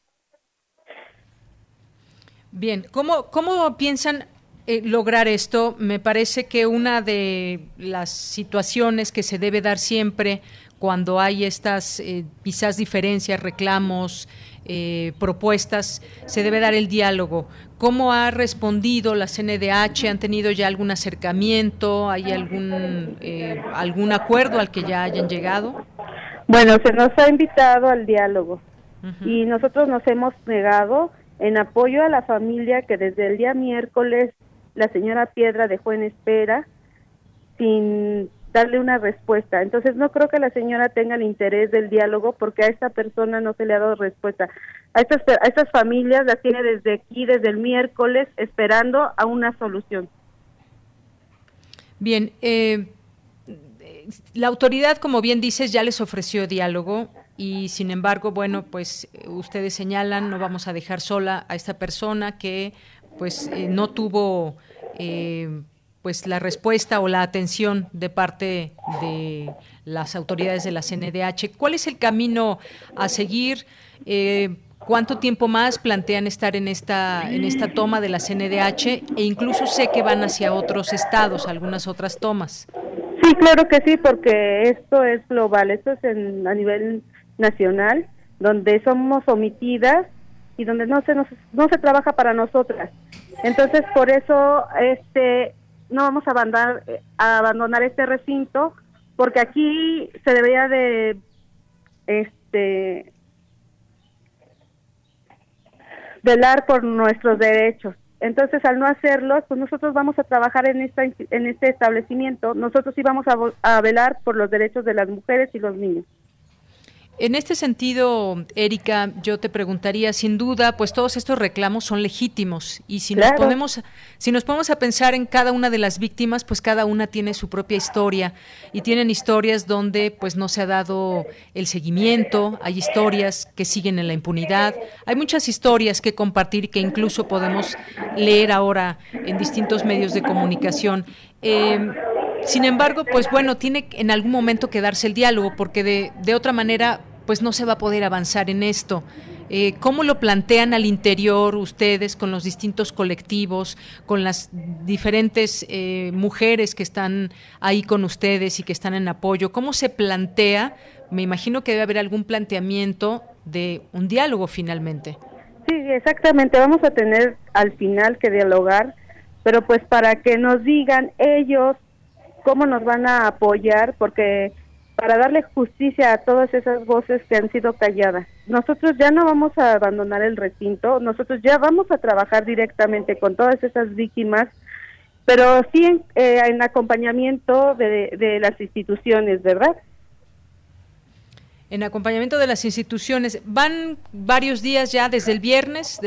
Bien, ¿cómo piensan lograr esto? Me parece que una de las situaciones que se debe dar siempre cuando hay estas quizás diferencias, reclamos, propuestas, se debe dar el diálogo. ¿Cómo ha respondido la CNDH? ¿Han tenido ya algún acercamiento? ¿Hay algún acuerdo al que ya hayan llegado? Bueno, se nos ha invitado al diálogo, y nosotros nos hemos negado en apoyo a la familia que desde el día miércoles la señora Piedra dejó en espera sin darle una respuesta. Entonces no creo que la señora tenga el interés del diálogo, porque a esta persona no se le ha dado respuesta. A estas familias las tiene desde el miércoles, esperando a una solución. Bien, la autoridad, como bien dices, ya les ofreció diálogo, y sin embargo, bueno, pues ustedes señalan, no vamos a dejar sola a esta persona que pues no tuvo pues la respuesta o la atención de parte de las autoridades de la CNDH. ¿Cuál es el camino a seguir? ¿Cuánto tiempo más plantean estar en esta toma de la CNDH? E incluso sé que van hacia otros estados, algunas otras tomas. Sí, claro que sí, porque esto es global, esto es a nivel nacional, donde somos omitidas y donde no se trabaja para nosotras. Entonces, por eso no vamos a abandonar este recinto, porque aquí se debería de velar por nuestros derechos. Entonces, al no hacerlo, pues nosotros vamos a trabajar en este establecimiento. Nosotros sí vamos a velar por los derechos de las mujeres y los niños. En este sentido, Erika, yo te preguntaría, sin duda, pues todos estos reclamos son legítimos, y si nos ponemos a pensar en cada una de las víctimas, pues cada una tiene su propia historia, y tienen historias donde pues no se ha dado el seguimiento, hay historias que siguen en la impunidad, hay muchas historias que compartir y que incluso podemos leer ahora en distintos medios de comunicación. Sin embargo, pues bueno, tiene en algún momento que darse el diálogo, porque de otra manera pues no se va a poder avanzar en esto. ¿Cómo lo plantean al interior ustedes con los distintos colectivos, con las diferentes mujeres que están ahí con ustedes y que están en apoyo? ¿Cómo se plantea? Me imagino que debe haber algún planteamiento de un diálogo finalmente. Sí, exactamente. Vamos a tener al final que dialogar, pero pues para que nos digan ellos cómo nos van a apoyar, porque para darle justicia a todas esas voces que han sido calladas. Nosotros ya no vamos a abandonar el recinto, nosotros ya vamos a trabajar directamente con todas esas víctimas, pero sí en acompañamiento de las instituciones, ¿verdad? En acompañamiento de las instituciones. Van varios días ya desde el viernes,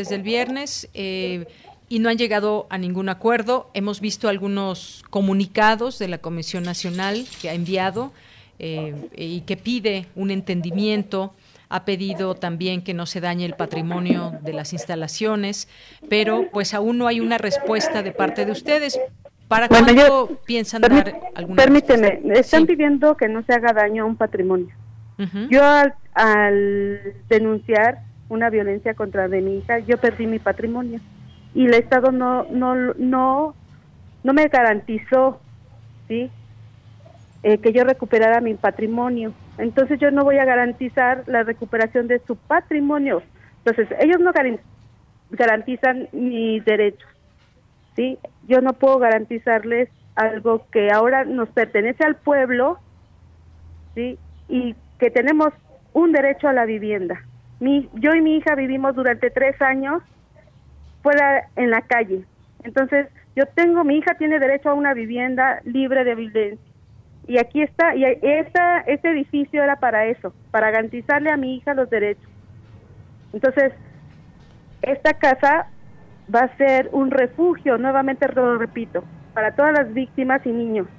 y no han llegado a ningún acuerdo. Hemos visto algunos comunicados de la Comisión Nacional que ha enviado y que pide un entendimiento. Ha pedido también que no se dañe el patrimonio de las instalaciones, pero pues aún no hay una respuesta de parte de ustedes. ¿Para cuándo piensan dar alguna Permíteme, respuesta? están pidiendo que no se haga daño a un patrimonio. Uh-huh. Yo al denunciar una violencia contra de mi hija, yo perdí mi patrimonio. Y el Estado no me garantizó, ¿sí? Que yo recuperara mi patrimonio. Entonces yo no voy a garantizar la recuperación de su patrimonio. Entonces ellos no garantizan mis derechos, ¿sí? Yo no puedo garantizarles algo que ahora nos pertenece al pueblo, ¿sí? Y que tenemos un derecho a la vivienda. Yo y mi hija vivimos durante 3 años fuera en la calle. Entonces, mi hija tiene derecho a una vivienda libre de violencia. Y aquí está, y este edificio era para eso, para garantizarle a mi hija los derechos. Entonces, esta casa va a ser un refugio, nuevamente lo repito, para todas las víctimas y niños.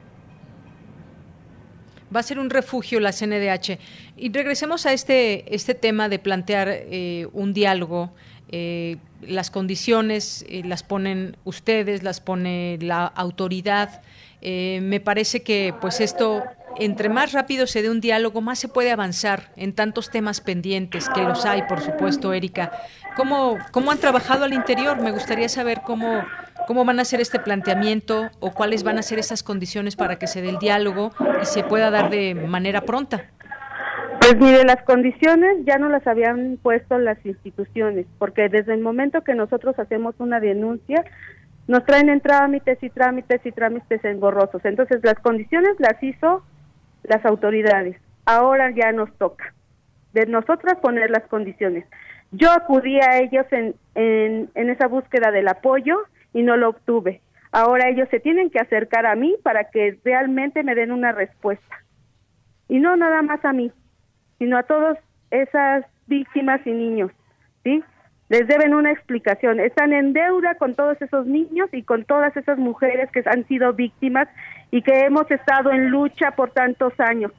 Va a ser un refugio la CNDH. Y regresemos a este tema de plantear un diálogo. Las condiciones las ponen ustedes, las pone la autoridad. Me parece que pues esto, entre más rápido se dé un diálogo, más se puede avanzar en tantos temas pendientes, que los hay, por supuesto, Erika. ¿Cómo han trabajado al interior? Me gustaría saber cómo van a hacer este planteamiento o cuáles van a ser esas condiciones para que se dé el diálogo y se pueda dar de manera pronta. Pues mire, las condiciones ya no las habían puesto las instituciones, porque desde el momento que nosotros hacemos una denuncia, nos traen en trámites engorrosos. Entonces las condiciones las hizo las autoridades. Ahora ya nos toca de nosotras poner las condiciones. Yo acudí a ellos en esa búsqueda del apoyo y no lo obtuve. Ahora ellos se tienen que acercar a mí para que realmente me den una respuesta. Y no nada más a mí, sino a todas esas víctimas y niños, ¿sí? Les deben una explicación. Están en deuda con todos esos niños y con todas esas mujeres que han sido víctimas y que hemos estado en lucha por tantos años.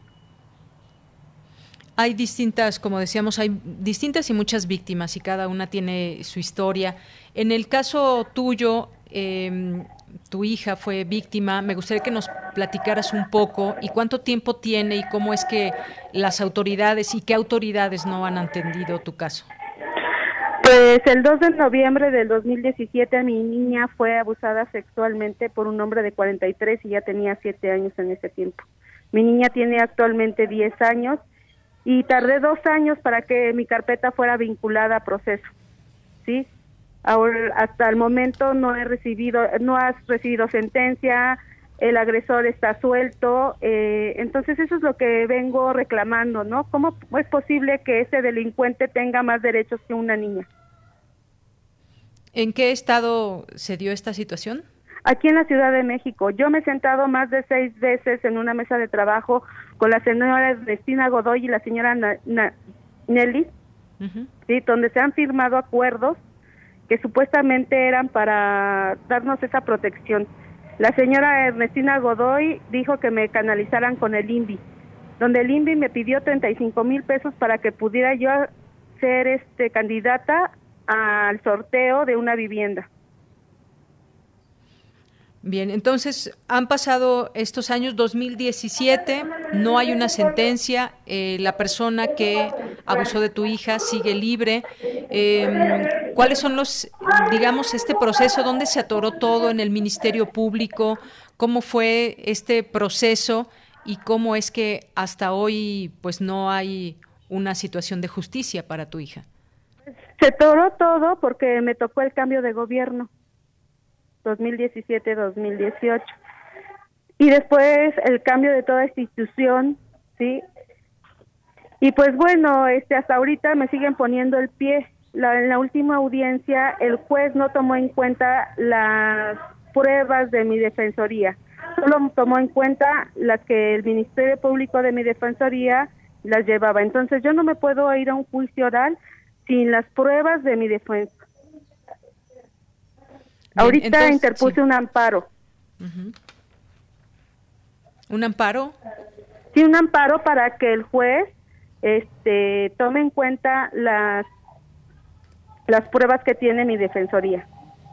Hay distintas, como decíamos, hay distintas y muchas víctimas y cada una tiene su historia. En el caso tuyo, tu hija fue víctima. Me gustaría que nos platicaras un poco y cuánto tiempo tiene y cómo es que las autoridades y qué autoridades no han atendido tu caso. Pues el 2 de noviembre del 2017 mi niña fue abusada sexualmente por un hombre de 43 y ya tenía 7 años en ese tiempo. Mi niña tiene actualmente 10 años y tardé 2 años para que mi carpeta fuera vinculada a proceso, ¿sí? Ahora, hasta el momento no has recibido sentencia, el agresor está suelto, entonces eso es lo que vengo reclamando, ¿no? ¿Cómo es posible que ese delincuente tenga más derechos que una niña? ¿En qué estado se dio esta situación? Aquí en la Ciudad de México. Yo me he sentado más de 6 veces en una mesa de trabajo con la señora Ernestina Godoy y la señora Nelly, ¿sí? Donde se han firmado acuerdos que supuestamente eran para darnos esa protección. La señora Ernestina Godoy dijo que me canalizaran con el INVI, donde el INVI me pidió 35,000 pesos para que pudiera yo ser candidata al sorteo de una vivienda. Bien, entonces han pasado estos años, 2017, no hay una sentencia, la persona que abusó de tu hija sigue libre. ¿Cuáles son este proceso? ¿Dónde se atoró todo en el Ministerio Público? ¿Cómo fue este proceso? ¿Y cómo es que hasta hoy pues no hay una situación de justicia para tu hija? Se atoró todo porque me tocó el cambio de gobierno. 2017-2018 y después el cambio de toda esta institución, ¿sí? Y pues bueno, hasta ahorita me siguen poniendo el pie. En la última audiencia el juez no tomó en cuenta las pruebas de mi defensoría, solo tomó en cuenta las que el Ministerio Público de mi defensoría las llevaba. Entonces yo no me puedo ir a un juicio oral sin las pruebas de mi defensa. Bien, ahorita entonces, interpuse un amparo. ¿Un amparo? Sí, un amparo para que el juez tome en cuenta las pruebas que tiene mi defensoría.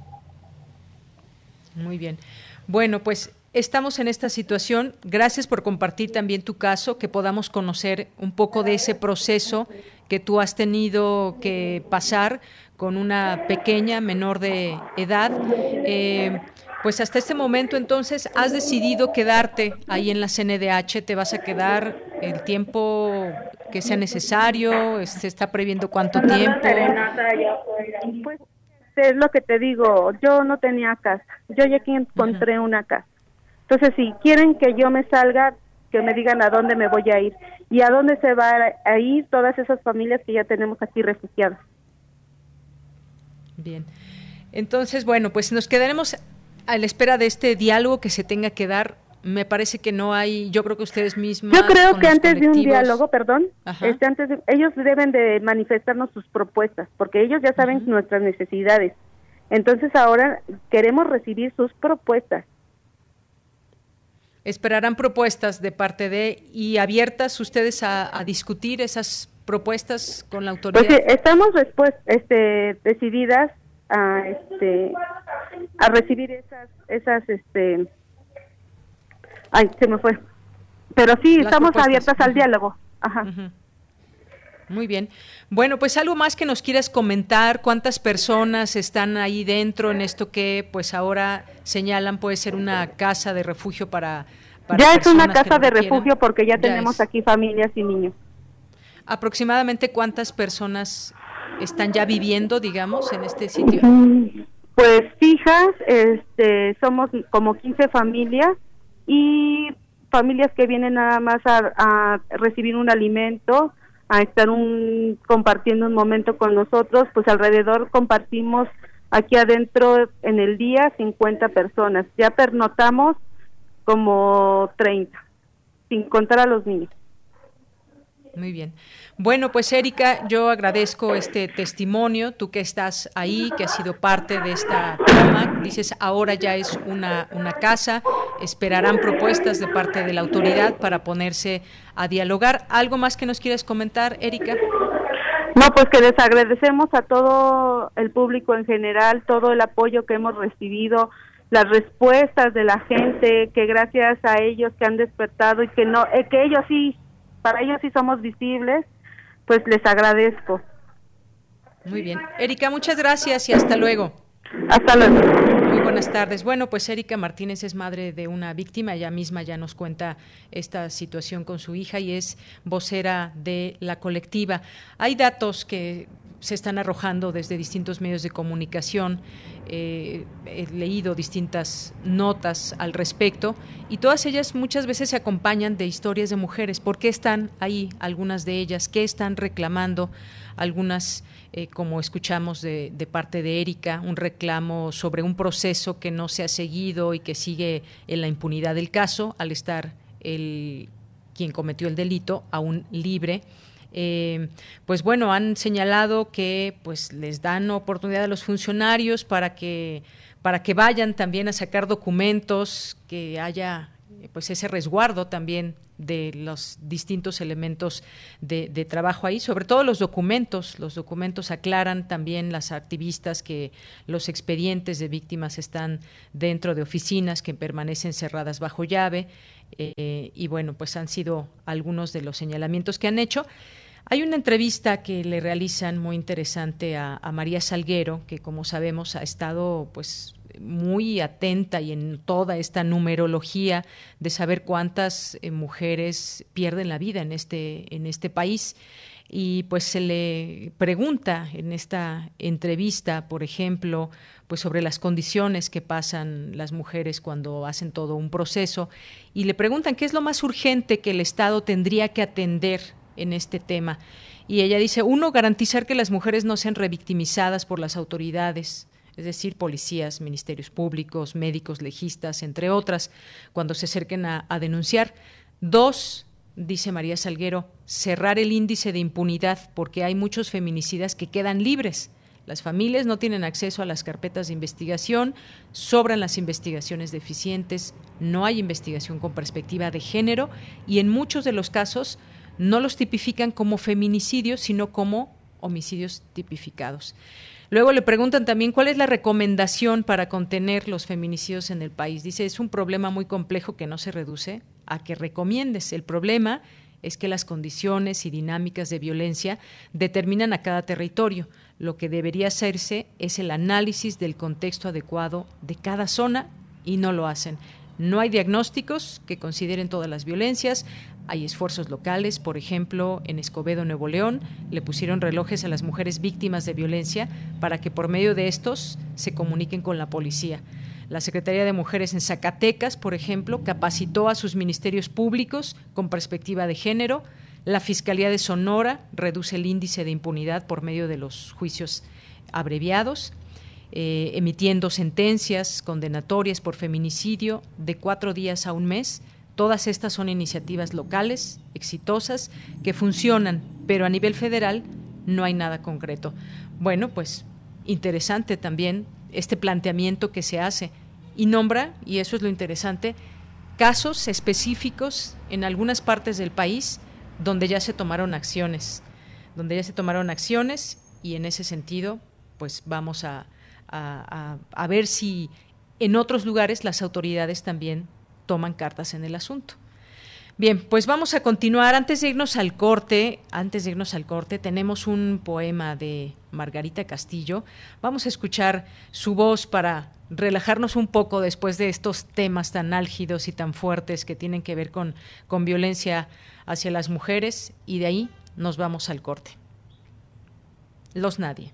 Muy bien. Bueno, pues estamos en esta situación. Gracias por compartir también tu caso, que podamos conocer un poco de ese proceso que tú has tenido que pasar con una pequeña menor de edad. Pues hasta este momento entonces has decidido quedarte ahí en la CNDH, te vas a quedar el tiempo que sea necesario, se está previendo cuánto tiempo. Pues es lo que te digo, yo no tenía casa, yo ya aquí encontré una casa. Entonces si quieren que yo me salga, que me digan a dónde me voy a ir y a dónde se va a ir todas esas familias que ya tenemos aquí refugiadas. Bien, entonces bueno, pues nos quedaremos a la espera de este diálogo que se tenga que dar. Me parece que no hay, yo creo que ustedes mismos. Yo creo que antes de un diálogo, ellos deben de manifestarnos sus propuestas, porque ellos ya saben nuestras necesidades. Entonces ahora queremos recibir sus propuestas. Esperarán propuestas de parte y abiertas ustedes a discutir esas propuestas con la autoridad. Pues estamos decididas a recibir esas ay, se me fue. Pero sí, estamos abiertas al diálogo. Ajá. Muy bien. Bueno, pues algo más que nos quieras comentar, ¿cuántas personas están ahí dentro en esto que pues ahora señalan puede ser una casa de refugio para ya es una casa de refugio porque ya tenemos aquí familias y niños. ¿Aproximadamente cuántas personas están ya viviendo, digamos, en este sitio? Pues fijas, somos como 15 familias y familias que vienen nada más a recibir un alimento, a estar compartiendo un momento con nosotros, pues alrededor compartimos aquí adentro en el día 50 personas. Ya pernotamos como 30, sin contar a los niños. Muy bien. Bueno, pues Erika, yo agradezco este testimonio, tú que estás ahí, que has sido parte de esta toma, dices ahora ya es una casa, esperarán propuestas de parte de la autoridad para ponerse a dialogar. ¿Algo más que nos quieras comentar, Erika? No, pues que les agradecemos a todo el público en general, todo el apoyo que hemos recibido, las respuestas de la gente, que gracias a ellos que han despertado y que ellos sí, para ellos sí somos visibles, pues les agradezco. Muy bien. Erika, muchas gracias y hasta luego. Hasta luego. Muy buenas tardes. Bueno, pues Erika Martínez es madre de una víctima, ella misma ya nos cuenta esta situación con su hija y es vocera de la colectiva. Hay datos que se están arrojando desde distintos medios de comunicación. He leído distintas notas al respecto y todas ellas muchas veces se acompañan de historias de mujeres. ¿Por qué están ahí algunas de ellas? ¿Qué están reclamando? Algunas, como escuchamos de parte de Erika, un reclamo sobre un proceso que no se ha seguido y que sigue en la impunidad del caso, al estar quien cometió el delito aún libre. Pues bueno, han señalado que pues les dan oportunidad a los funcionarios para que vayan también a sacar documentos, que haya pues ese resguardo también de los distintos elementos de trabajo ahí, sobre todo los documentos aclaran también las activistas que los expedientes de víctimas están dentro de oficinas que permanecen cerradas bajo llave, y bueno, pues han sido algunos de los señalamientos que han hecho. Hay una entrevista que le realizan muy interesante a María Salguero, que como sabemos ha estado pues muy atenta y en toda esta numerología de saber cuántas mujeres pierden la vida en este país. Y pues se le pregunta en esta entrevista, por ejemplo, pues sobre las condiciones que pasan las mujeres cuando hacen todo un proceso, y le preguntan qué es lo más urgente que el Estado tendría que atender en este tema. Y ella dice, 1, garantizar que las mujeres no sean revictimizadas por las autoridades, es decir, policías, ministerios públicos, médicos, legistas, entre otras, cuando se acerquen a denunciar. 2, dice María Salguero, cerrar el índice de impunidad, porque hay muchos feminicidas que quedan libres. Las familias no tienen acceso a las carpetas de investigación, sobran las investigaciones deficientes, no hay investigación con perspectiva de género y en muchos de los casos no los tipifican como feminicidios, sino como homicidios tipificados. Luego le preguntan también cuál es la recomendación para contener los feminicidios en el país. Dice, es un problema muy complejo que no se reduce a que recomiendes. El problema es que las condiciones y dinámicas de violencia determinan a cada territorio. Lo que debería hacerse es el análisis del contexto adecuado de cada zona y no lo hacen. No hay diagnósticos que consideren todas las violencias. Hay esfuerzos locales, por ejemplo, en Escobedo, Nuevo León, le pusieron relojes a las mujeres víctimas de violencia para que por medio de estos se comuniquen con la policía. La Secretaría de Mujeres en Zacatecas, por ejemplo, capacitó a sus ministerios públicos con perspectiva de género. La Fiscalía de Sonora reduce el índice de impunidad por medio de los juicios abreviados, emitiendo sentencias condenatorias por feminicidio de 4 días a 1 mes. Todas estas son iniciativas locales, exitosas, que funcionan, pero a nivel federal no hay nada concreto. Bueno, pues interesante también este planteamiento que se hace y nombra, y eso es lo interesante, casos específicos en algunas partes del país donde ya se tomaron acciones, y en ese sentido, pues vamos a ver si en otros lugares las autoridades también toman cartas en el asunto. Bien, pues vamos a continuar. Antes de irnos al corte, tenemos un poema de Margarita Castillo. Vamos a escuchar su voz para relajarnos un poco después de estos temas tan álgidos y tan fuertes que tienen que ver con violencia hacia las mujeres, y de ahí nos vamos al corte. Los Nadie.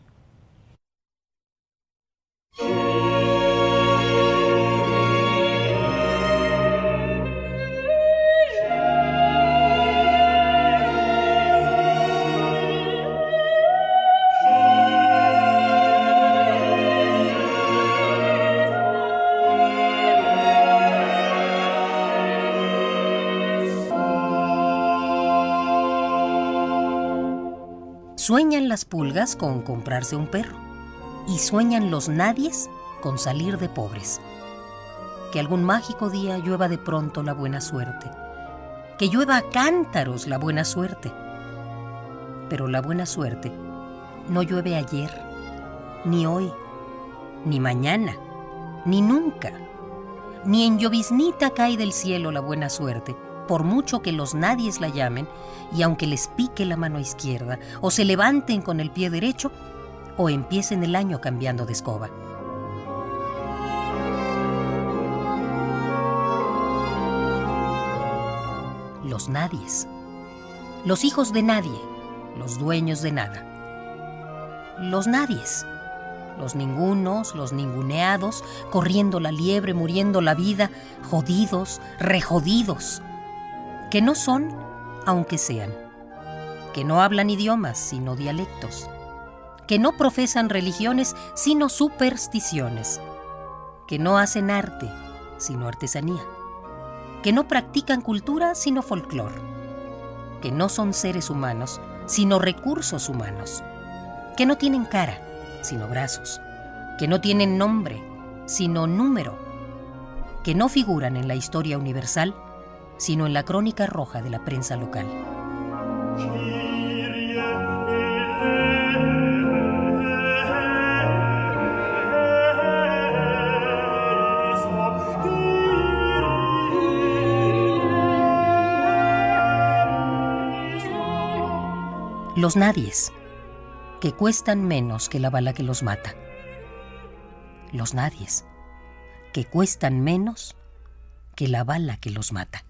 Sueñan las pulgas con comprarse un perro y sueñan los nadies con salir de pobres. Que algún mágico día llueva de pronto la buena suerte, que llueva a cántaros la buena suerte. Pero la buena suerte no llueve ayer, ni hoy, ni mañana, ni nunca. Ni en lloviznita cae del cielo la buena suerte, por mucho que los nadies la llamen, y aunque les pique la mano izquierda, o se levanten con el pie derecho, o empiecen el año cambiando de escoba. Los nadies, los hijos de nadie, los dueños de nada. Los nadies. Los ningunos, los ninguneados, corriendo la liebre, muriendo la vida, jodidos, rejodidos. Que no son, aunque sean. Que no hablan idiomas, sino dialectos. Que no profesan religiones, sino supersticiones. Que no hacen arte, sino artesanía. Que no practican cultura, sino folclore. Que no son seres humanos, sino recursos humanos. Que no tienen cara, sino brazos. Que no tienen nombre, sino número. Que no figuran en la historia universal, sino en la crónica roja de la prensa local. Los nadies, que cuestan menos que la bala que los mata. Los nadies, que cuestan menos que la bala que los mata.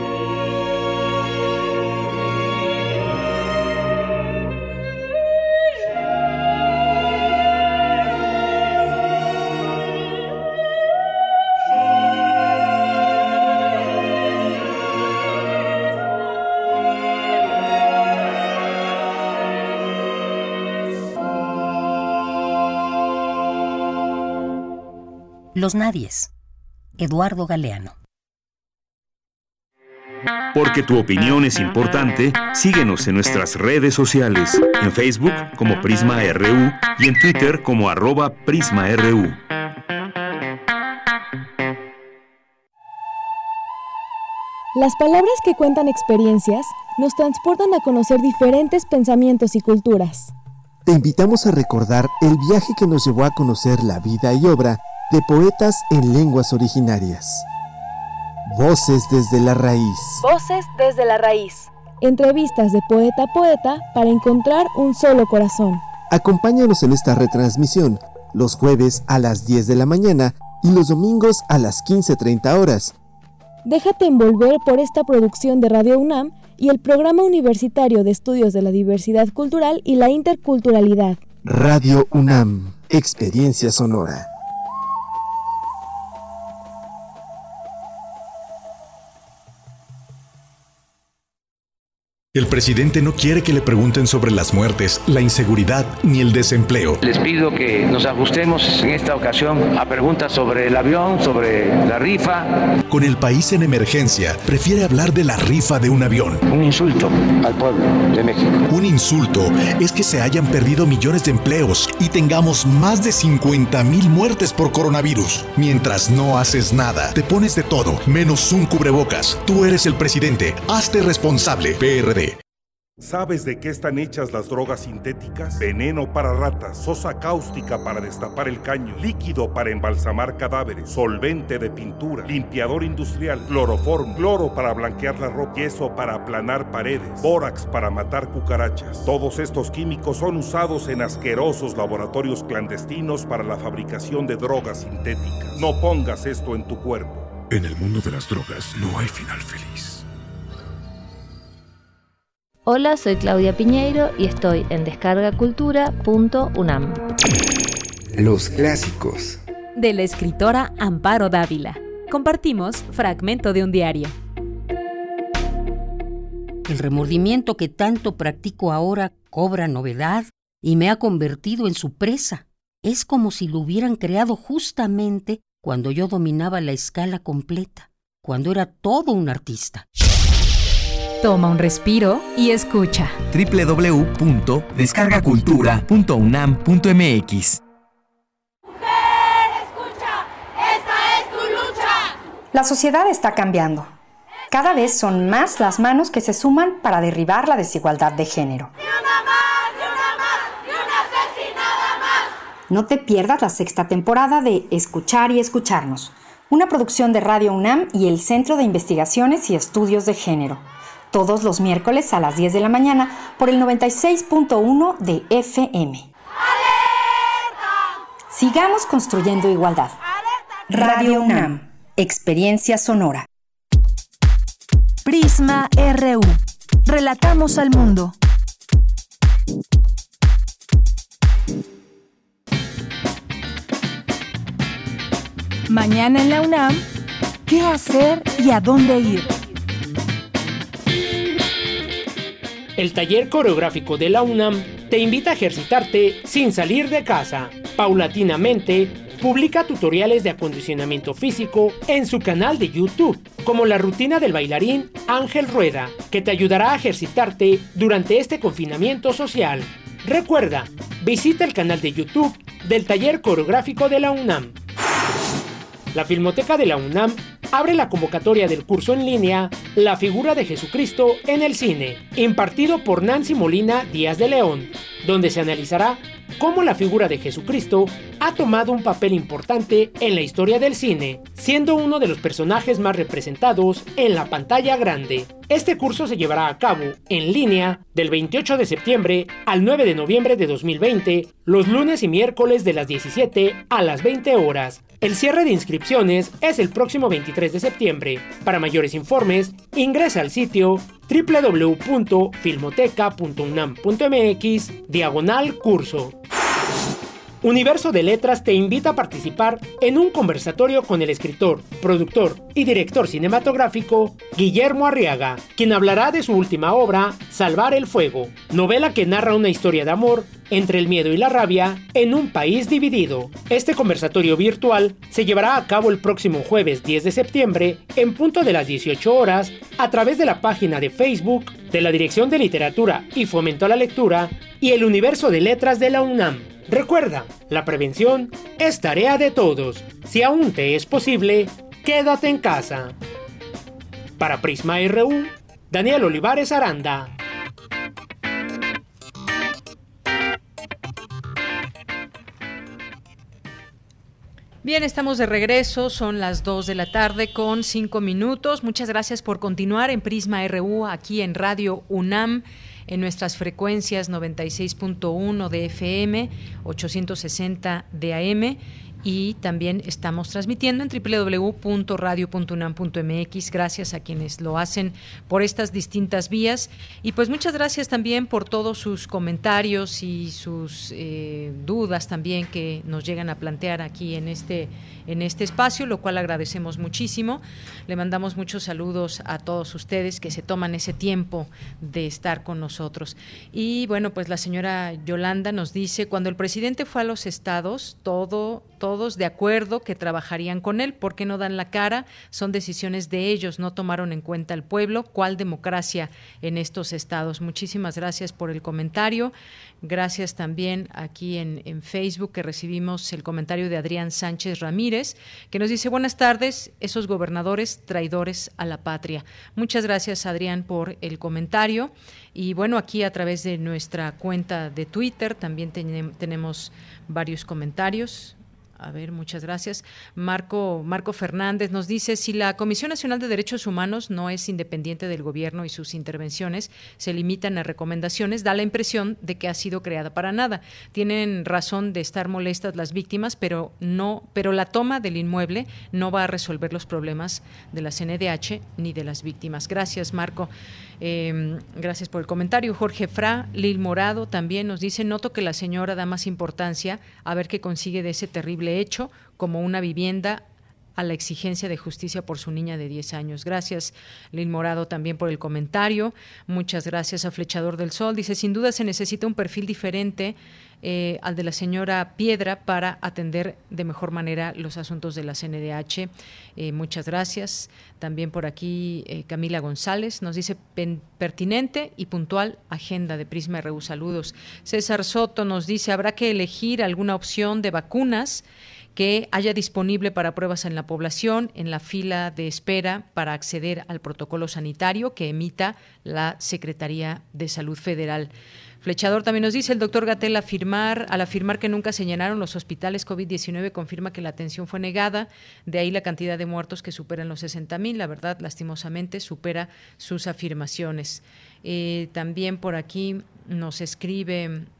Los nadies. Eduardo Galeano. Porque tu opinión es importante, síguenos en nuestras redes sociales, en Facebook como Prisma RU y en Twitter como @PrismaRU. Las palabras que cuentan experiencias nos transportan a conocer diferentes pensamientos y culturas. Te invitamos a recordar el viaje que nos llevó a conocer la vida y obra de poetas en lenguas originarias. Voces desde la raíz. Voces desde la raíz. Entrevistas de poeta a poeta para encontrar un solo corazón. Acompáñanos en esta retransmisión los jueves a las 10 de la mañana y los domingos a las 15:30 horas. Déjate envolver por esta producción de Radio UNAM y el Programa Universitario de Estudios de la Diversidad Cultural y la Interculturalidad. Radio UNAM, Experiencia Sonora. El presidente no quiere que le pregunten sobre las muertes, la inseguridad ni el desempleo. Les pido que nos ajustemos en esta ocasión a preguntas sobre el avión, sobre la rifa. Con el país en emergencia, prefiere hablar de la rifa de un avión. Un insulto al pueblo de México. Un insulto es que se hayan perdido millones de empleos y tengamos más de 50,000 muertes por coronavirus. Mientras no haces nada, te pones de todo, menos un cubrebocas. Tú eres el presidente, hazte responsable. PRD. ¿Sabes de qué están hechas las drogas sintéticas? Veneno para ratas, sosa cáustica para destapar el caño, líquido para embalsamar cadáveres, solvente de pintura, limpiador industrial, cloroformo, cloro para blanquear la ropa, yeso para aplanar paredes, bórax para matar cucarachas. Todos estos químicos son usados en asquerosos laboratorios clandestinos para la fabricación de drogas sintéticas. No pongas esto en tu cuerpo. En el mundo de las drogas no hay final feliz. Hola, soy Claudia Piñeiro y estoy en descargacultura.unam. Los clásicos. De la escritora Amparo Dávila. Compartimos fragmento de un diario. El remordimiento que tanto practico ahora cobra novedad y me ha convertido en su presa. Es como si lo hubieran creado justamente cuando yo dominaba la escala completa, cuando era todo un artista. Toma un respiro y escucha. www.descargacultura.unam.mx. La sociedad está cambiando. Cada vez son más las manos que se suman para derribar la desigualdad de género. ¡Y una más! ¡Y una más! ¡Y una asesinada más! No te pierdas la 6ª temporada de Escuchar y Escucharnos, una producción de Radio UNAM y el Centro de Investigaciones y Estudios de Género. Todos los miércoles a las 10 de la mañana por el 96.1 de FM. ¡Alerta! Sigamos construyendo igualdad. Radio UNAM, Experiencia Sonora. Prisma RU. Relatamos al mundo. Mañana en la UNAM, ¿qué hacer y a dónde ir? El taller coreográfico de la UNAM te invita a ejercitarte sin salir de casa. Paulatinamente, publica tutoriales de acondicionamiento físico en su canal de YouTube, como la rutina del bailarín Ángel Rueda, que te ayudará a ejercitarte durante este confinamiento social. Recuerda, visita el canal de YouTube del taller coreográfico de la UNAM. La Filmoteca de la UNAM abre la convocatoria del curso en línea La figura de Jesucristo en el cine, impartido por Nancy Molina Díaz de León, donde se analizará cómo la figura de Jesucristo ha tomado un papel importante en la historia del cine, siendo uno de los personajes más representados en la pantalla grande. Este curso se llevará a cabo en línea del 28 de septiembre al 9 de noviembre de 2020, los lunes y miércoles de las 17 a las 20 horas. El cierre de inscripciones es el próximo 23 de septiembre. Para mayores informes, ingresa al sitio www.filmoteca.unam.mx/curso. Universo de Letras te invita a participar en un conversatorio con el escritor, productor y director cinematográfico Guillermo Arriaga, quien hablará de su última obra, Salvar el Fuego, novela que narra una historia de amor entre el miedo y la rabia en un país dividido. Este conversatorio virtual se llevará a cabo el próximo jueves 10 de septiembre en punto de las 18 horas a través de la página de Facebook de la Dirección de Literatura y Fomento a la Lectura y el Universo de Letras de la UNAM. Recuerda, la prevención es tarea de todos. Si aún te es posible, quédate en casa. Para Prisma RU, Daniel Olivares Aranda. Bien, estamos de regreso, son las 2 de la tarde con 5 minutos. Muchas gracias por continuar en Prisma RU aquí en Radio UNAM, en nuestras frecuencias 96.1 de FM, 860 de AM, y también estamos transmitiendo en www.radio.unam.mx. Gracias a quienes lo hacen por estas distintas vías, y pues muchas gracias también por todos sus comentarios y sus dudas también que nos llegan a plantear aquí en este espacio, lo cual agradecemos muchísimo. Le mandamos muchos saludos a todos ustedes que se toman ese tiempo de estar con nosotros. Y bueno, pues la señora Yolanda nos dice: cuando el presidente fue a los estados, todos de acuerdo que trabajarían con él. ¿Por qué no dan la cara? Son decisiones de ellos, no tomaron en cuenta al pueblo. ¿Cuál democracia en estos estados? Muchísimas gracias por el comentario. Gracias también aquí en Facebook, que recibimos el comentario de Adrián Sánchez Ramírez, que nos dice: buenas tardes, esos gobernadores traidores a la patria. Muchas gracias, Adrián, por el comentario. Y bueno, aquí a través de nuestra cuenta de Twitter también tenemos varios comentarios. A ver, muchas gracias. Marco Fernández nos dice: si la Comisión Nacional de Derechos Humanos no es independiente del gobierno y sus intervenciones se limitan a recomendaciones, da la impresión de que ha sido creada para nada. Tienen razón de estar molestas las víctimas, pero la toma del inmueble no va a resolver los problemas de la CNDH ni de las víctimas. Gracias, Marco. Gracias por el comentario. Jorge Fra, Lil Morado también nos dice: noto que la señora da más importancia a ver qué consigue de ese terrible hecho, como una vivienda, a la exigencia de justicia por su niña de 10 años. Gracias, Lil Morado, también por el comentario. Muchas gracias a Flechador del Sol. Dice: sin duda se necesita un perfil diferente al de la señora Piedra para atender de mejor manera los asuntos de la CNDH. Muchas gracias. También por aquí Camila González nos dice: pertinente y puntual agenda de Prisma RU. Saludos. César Soto nos dice: habrá que elegir alguna opción de vacunas que haya disponible para pruebas en la población, en la fila de espera para acceder al protocolo sanitario que emita la Secretaría de Salud Federal. Flechador también nos dice: el doctor Gatell al afirmar que nunca se llenaron los hospitales COVID-19, confirma que la atención fue negada, de ahí la cantidad de muertos que superan los 60,000. La verdad, lastimosamente, supera sus afirmaciones. También por aquí nos escribe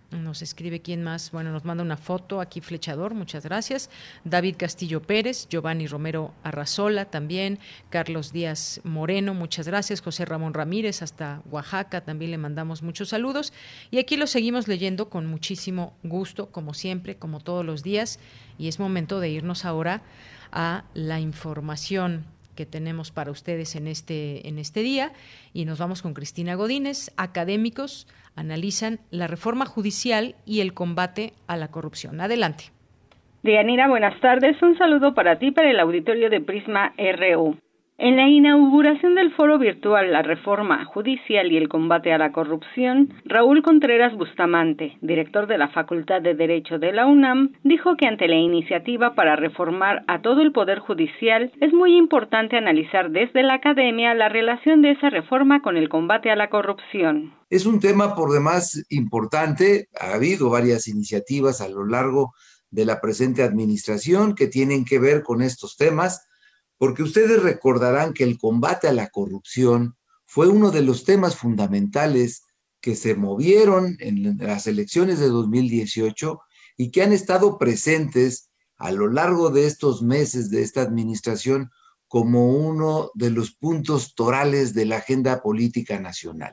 Nos escribe quién más, bueno, nos manda una foto aquí Flechador, muchas gracias. David Castillo Pérez, Giovanni Romero Arrazola también, Carlos Díaz Moreno, muchas gracias. José Ramón Ramírez hasta Oaxaca, también le mandamos muchos saludos. Y aquí lo seguimos leyendo con muchísimo gusto, como siempre, como todos los días. Y es momento de irnos ahora a la información que tenemos para ustedes en este día, y nos vamos con Cristina Godínez. Académicos analizan la reforma judicial y el combate a la corrupción. Adelante. Deyanira, buenas tardes. Un saludo para ti, para el auditorio de Prisma RU. En la inauguración del foro virtual La Reforma Judicial y el Combate a la Corrupción, Raúl Contreras Bustamante, director de la Facultad de Derecho de la UNAM, dijo que ante la iniciativa para reformar a todo el Poder Judicial, es muy importante analizar desde la academia la relación de esa reforma con el combate a la corrupción. Es un tema por demás importante. Ha habido varias iniciativas a lo largo de la presente administración que tienen que ver con estos temas, porque ustedes recordarán que el combate a la corrupción fue uno de los temas fundamentales que se movieron en las elecciones de 2018 y que han estado presentes a lo largo de estos meses de esta administración como uno de los puntos torales de la agenda política nacional.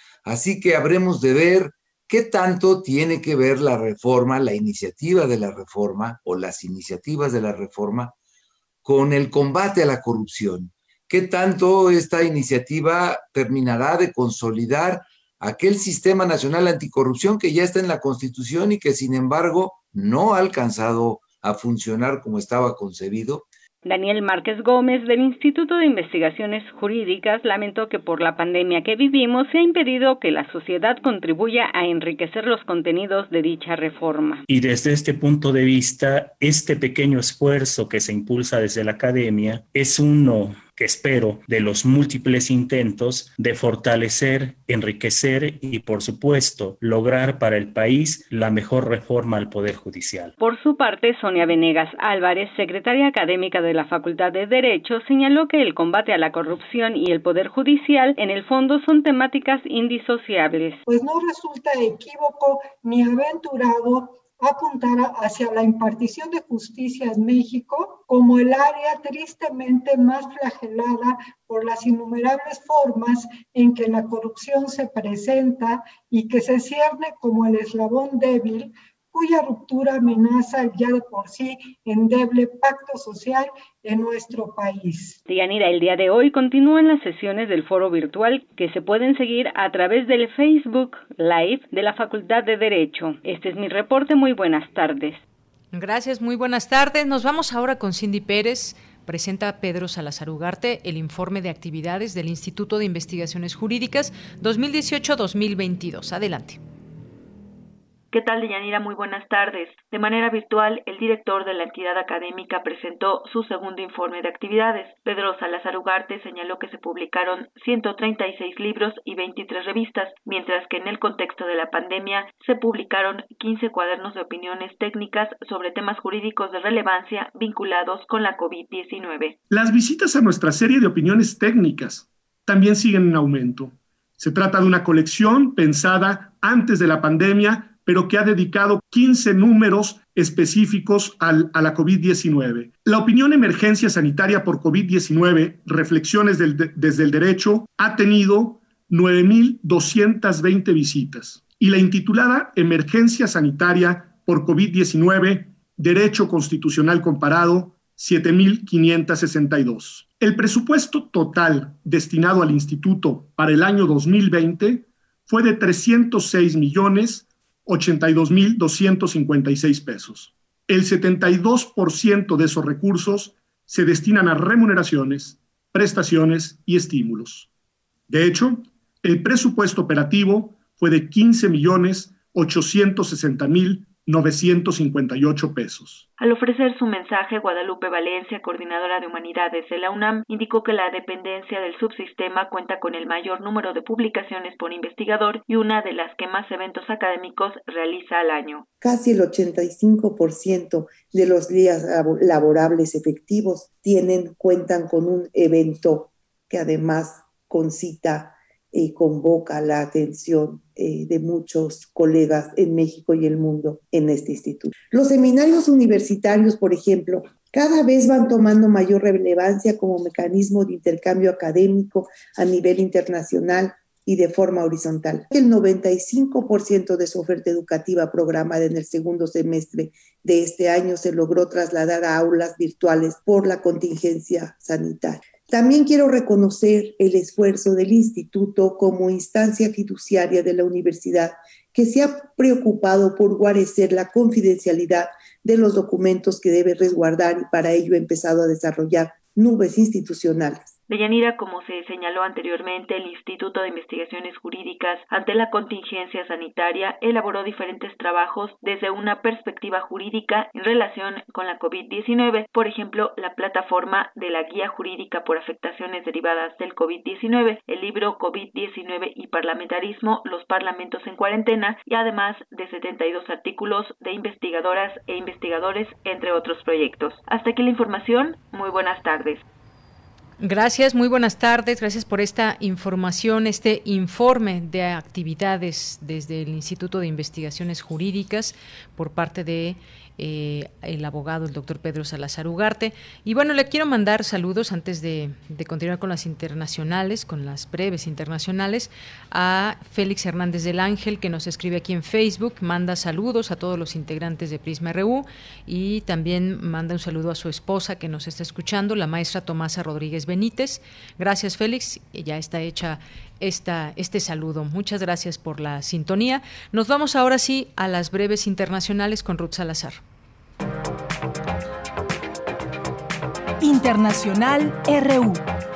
Así que habremos de ver qué tanto tiene que ver la reforma, la iniciativa de la reforma o las iniciativas de la reforma con el combate a la corrupción. ¿Qué tanto esta iniciativa terminará de consolidar aquel sistema nacional anticorrupción que ya está en la Constitución y que, sin embargo, no ha alcanzado a funcionar como estaba concebido? Daniel Márquez Gómez, del Instituto de Investigaciones Jurídicas, lamentó que por la pandemia que vivimos se ha impedido que la sociedad contribuya a enriquecer los contenidos de dicha reforma. Y desde este punto de vista, este pequeño esfuerzo que se impulsa desde la academia es uno que espero de los múltiples intentos de fortalecer, enriquecer y, por supuesto, lograr para el país la mejor reforma al Poder Judicial. Por su parte, Sonia Venegas Álvarez, secretaria académica de la Facultad de Derecho, señaló que el combate a la corrupción y el Poder Judicial, en el fondo, son temáticas indisociables. Pues no resulta equívoco ni aventurado apuntar hacia la impartición de justicia en México como el área tristemente más flagelada por las innumerables formas en que la corrupción se presenta y que se cierne como el eslabón débil cuya ruptura amenaza ya de por sí endeble pacto social en nuestro país. Deyanira, el día de hoy continúan las sesiones del foro virtual que se pueden seguir a través del Facebook Live de la Facultad de Derecho. Este es mi reporte, muy buenas tardes. Gracias, muy buenas tardes. Nos vamos ahora con Cindy Pérez. Presenta Pedro Salazar Ugarte el informe de actividades del Instituto de Investigaciones Jurídicas 2018-2022. Adelante. ¿Qué tal, Deyanira? Muy buenas tardes. De manera virtual, el director de la entidad académica presentó su segundo informe de actividades. Pedro Salazar Ugarte señaló que se publicaron 136 libros y 23 revistas, mientras que en el contexto de la pandemia se publicaron 15 cuadernos de opiniones técnicas sobre temas jurídicos de relevancia vinculados con la COVID-19. Las visitas a nuestra serie de opiniones técnicas también siguen en aumento. Se trata de una colección pensada antes de la pandemia, pero que ha dedicado 15 números específicos a la COVID-19. La opinión Emergencia Sanitaria por COVID-19, Reflexiones desde el Derecho, ha tenido 9,220 visitas. Y la intitulada Emergencia Sanitaria por COVID-19, Derecho Constitucional Comparado, 7,562. El presupuesto total destinado al Instituto para el año 2020 fue de 306,82,256 pesos. El 72% de esos recursos se destinan a remuneraciones, prestaciones y estímulos. De hecho, el presupuesto operativo fue de 15,860,958 pesos. Al ofrecer su mensaje, Guadalupe Valencia, coordinadora de Humanidades de la UNAM, indicó que la dependencia del subsistema cuenta con el mayor número de publicaciones por investigador y una de las que más eventos académicos realiza al año. Casi el 85% de los días laborables efectivos cuentan con un evento que además concita convoca la atención de muchos colegas en México y el mundo en este instituto. Los seminarios universitarios, por ejemplo, cada vez van tomando mayor relevancia como mecanismo de intercambio académico a nivel internacional y de forma horizontal. El 95% de su oferta educativa programada en el segundo semestre de este año se logró trasladar a aulas virtuales por la contingencia sanitaria. También quiero reconocer el esfuerzo del instituto como instancia fiduciaria de la universidad, que se ha preocupado por guarecer la confidencialidad de los documentos que debe resguardar y para ello ha empezado a desarrollar nubes institucionales. Deyanira, como se señaló anteriormente, el Instituto de Investigaciones Jurídicas, ante la contingencia sanitaria, elaboró diferentes trabajos desde una perspectiva jurídica en relación con la COVID-19. Por ejemplo, la plataforma de la Guía Jurídica por Afectaciones Derivadas del COVID-19, el libro COVID-19 y Parlamentarismo, los parlamentos en cuarentena, y además de 72 artículos de investigadoras e investigadores, entre otros proyectos. Hasta aquí la información. Muy buenas tardes. Gracias, muy buenas tardes. Gracias por esta información, este informe de actividades desde el Instituto de Investigaciones Jurídicas por parte de el abogado, el doctor Pedro Salazar Ugarte. Y bueno, le quiero mandar saludos antes de continuar con las internacionales, con las breves internacionales, a Félix Hernández del Ángel, que nos escribe aquí en Facebook, manda saludos a todos los integrantes de Prisma RU y también manda un saludo a su esposa que nos está escuchando, la maestra Tomasa Rodríguez Benítez. Gracias, Félix, ya está hecha este saludo. Muchas gracias por la sintonía. Nos vamos ahora sí a las breves internacionales con Ruth Salazar. Internacional RU.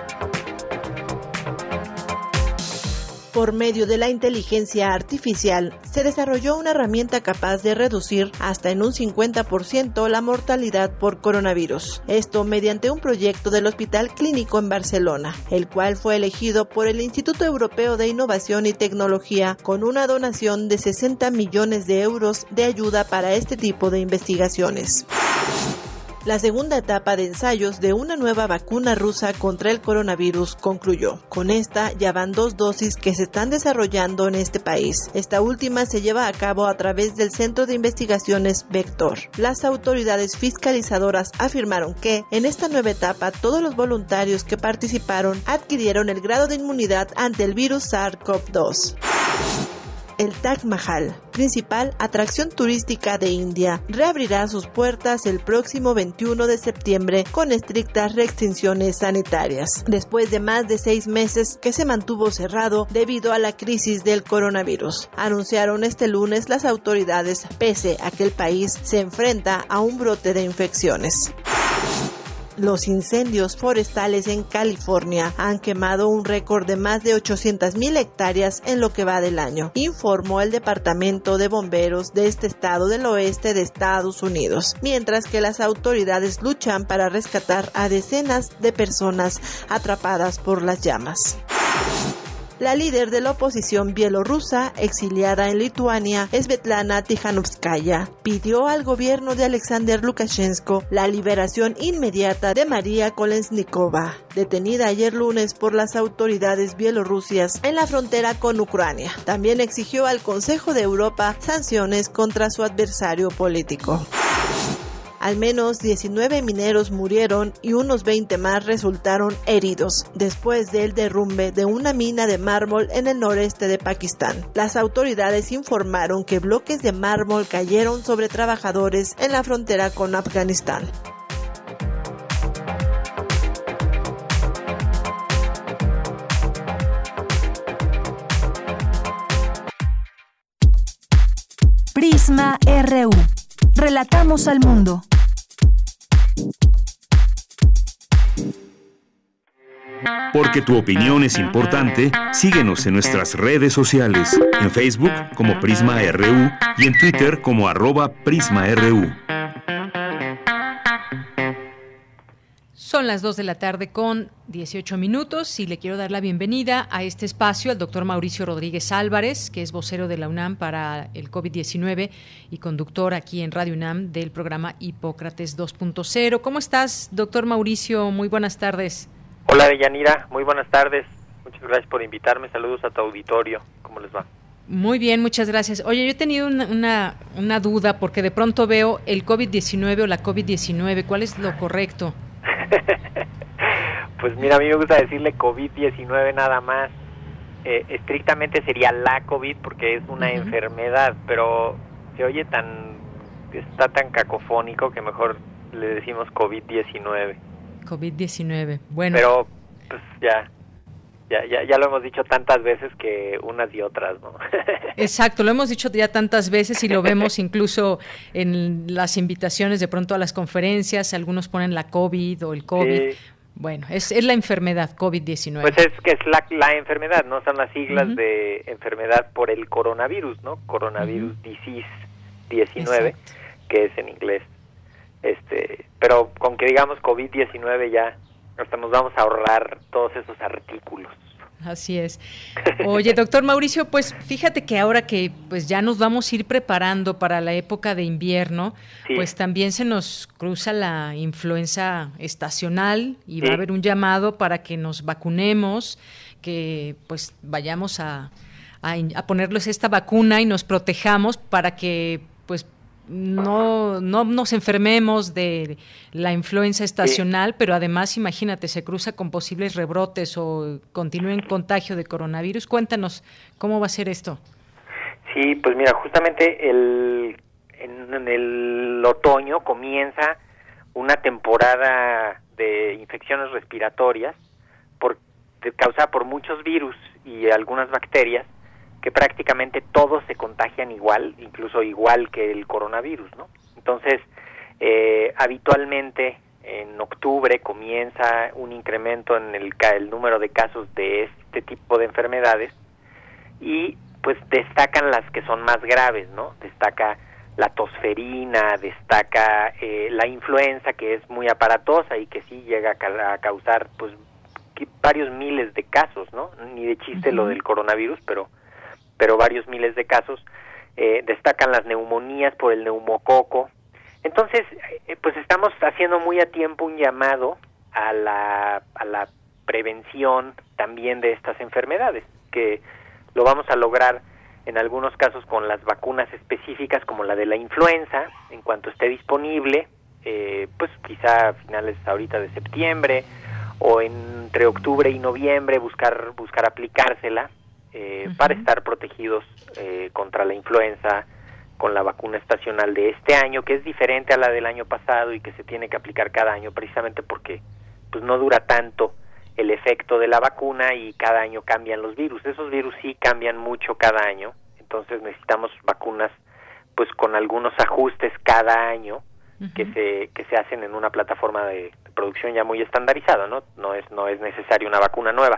Por medio de la inteligencia artificial, se desarrolló una herramienta capaz de reducir hasta en un 50% la mortalidad por coronavirus. Esto mediante un proyecto del Hospital Clínico en Barcelona, el cual fue elegido por el Instituto Europeo de Innovación y Tecnología con una donación de 60 millones de euros de ayuda para este tipo de investigaciones. La segunda etapa de ensayos de una nueva vacuna rusa contra el coronavirus concluyó. Con esta ya van 2 dosis que se están desarrollando en este país. Esta última se lleva a cabo a través del Centro de Investigaciones Vector. Las autoridades fiscalizadoras afirmaron que en esta nueva etapa todos los voluntarios que participaron adquirieron el grado de inmunidad ante el virus SARS-CoV-2. El Taj Mahal, principal atracción turística de India, reabrirá sus puertas el próximo 21 de septiembre con estrictas restricciones sanitarias, después de más de 6 meses que se mantuvo cerrado debido a la crisis del coronavirus. Anunciaron este lunes las autoridades, pese a que el país se enfrenta a un brote de infecciones. Los incendios forestales en California han quemado un récord de más de 800,000 hectáreas en lo que va del año, informó el Departamento de Bomberos de este estado del oeste de Estados Unidos, mientras que las autoridades luchan para rescatar a decenas de personas atrapadas por las llamas. La líder de la oposición bielorrusa, exiliada en Lituania, Svetlana Tikhanovskaya, pidió al gobierno de Alexander Lukashenko la liberación inmediata de María Kolesnikova, detenida ayer lunes por las autoridades bielorrusias en la frontera con Ucrania. También exigió al Consejo de Europa sanciones contra su adversario político. Al menos 19 mineros murieron y unos 20 más resultaron heridos después del derrumbe de una mina de mármol en el noreste de Pakistán. Las autoridades informaron que bloques de mármol cayeron sobre trabajadores en la frontera con Afganistán. Prisma RU. Relatamos al mundo. Porque tu opinión es importante, síguenos en nuestras redes sociales, en Facebook como Prisma RU y en Twitter como @PrismaRU. Son las 2 de la tarde con 18 minutos y le quiero dar la bienvenida a este espacio al doctor Mauricio Rodríguez Álvarez, que es vocero de la UNAM para el COVID-19 y conductor aquí en Radio UNAM del programa Hipócrates 2.0. ¿Cómo estás, doctor Mauricio? Muy buenas tardes. Hola, Deyanira. Muy buenas tardes. Muchas gracias por invitarme. Saludos a tu auditorio. ¿Cómo les va? Muy bien, muchas gracias. Oye, yo he tenido una duda porque de pronto veo el COVID-19 o la COVID-19. ¿Cuál es lo correcto? Pues mira, a mí me gusta decirle COVID-19 nada más. Estrictamente sería la COVID porque es una enfermedad, pero se oye está tan cacofónico que mejor le decimos COVID-19. COVID-19, bueno. Pero pues ya lo hemos dicho tantas veces que unas y otras, ¿no? Exacto, lo hemos dicho ya tantas veces y lo vemos incluso en las invitaciones de pronto a las conferencias, algunos ponen la COVID o el COVID. Sí. Bueno, es la enfermedad COVID-19. Pues es que es la enfermedad, ¿no? Son las siglas de enfermedad por el coronavirus, ¿no? Coronavirus disease 19, exacto, que es en inglés. Pero con que digamos COVID-19 ya hasta nos vamos a ahorrar todos esos artículos. Así es. Oye, doctor Mauricio, pues fíjate que ahora que pues ya nos vamos a ir preparando para la época de invierno, sí, pues también se nos cruza la influenza estacional y va a haber un llamado para que nos vacunemos, que pues vayamos a ponerles esta vacuna y nos protejamos para que pues no nos enfermemos de la influenza estacional, pero además, imagínate, se cruza con posibles rebrotes o continúe en contagio de coronavirus. Cuéntanos, ¿cómo va a ser esto? Sí, pues mira, justamente en el otoño comienza una temporada de infecciones respiratorias causada por muchos virus y algunas bacterias, que prácticamente todos se contagian igual, incluso igual que el coronavirus, ¿no? Entonces, habitualmente en octubre comienza un incremento en el número de casos de este tipo de enfermedades y pues destacan las que son más graves, ¿no? Destaca la tosferina, destaca la influenza, que es muy aparatosa y que sí llega a causar pues varios miles de casos, ¿no? Ni de chiste lo del coronavirus, pero varios miles de casos. Destacan las neumonías por el neumococo. Entonces, pues estamos haciendo muy a tiempo un llamado a la prevención también de estas enfermedades, que lo vamos a lograr en algunos casos con las vacunas específicas como la de la influenza, en cuanto esté disponible, pues quizá a finales ahorita de septiembre o entre octubre y noviembre buscar aplicársela, para estar protegidos contra la influenza con la vacuna estacional de este año, que es diferente a la del año pasado y que se tiene que aplicar cada año precisamente porque pues no dura tanto el efecto de la vacuna y cada año cambian los virus. Esos virus sí cambian mucho cada año, entonces necesitamos vacunas pues con algunos ajustes cada año que se hacen en una plataforma de producción ya muy estandarizada, ¿no? No es necesario una vacuna nueva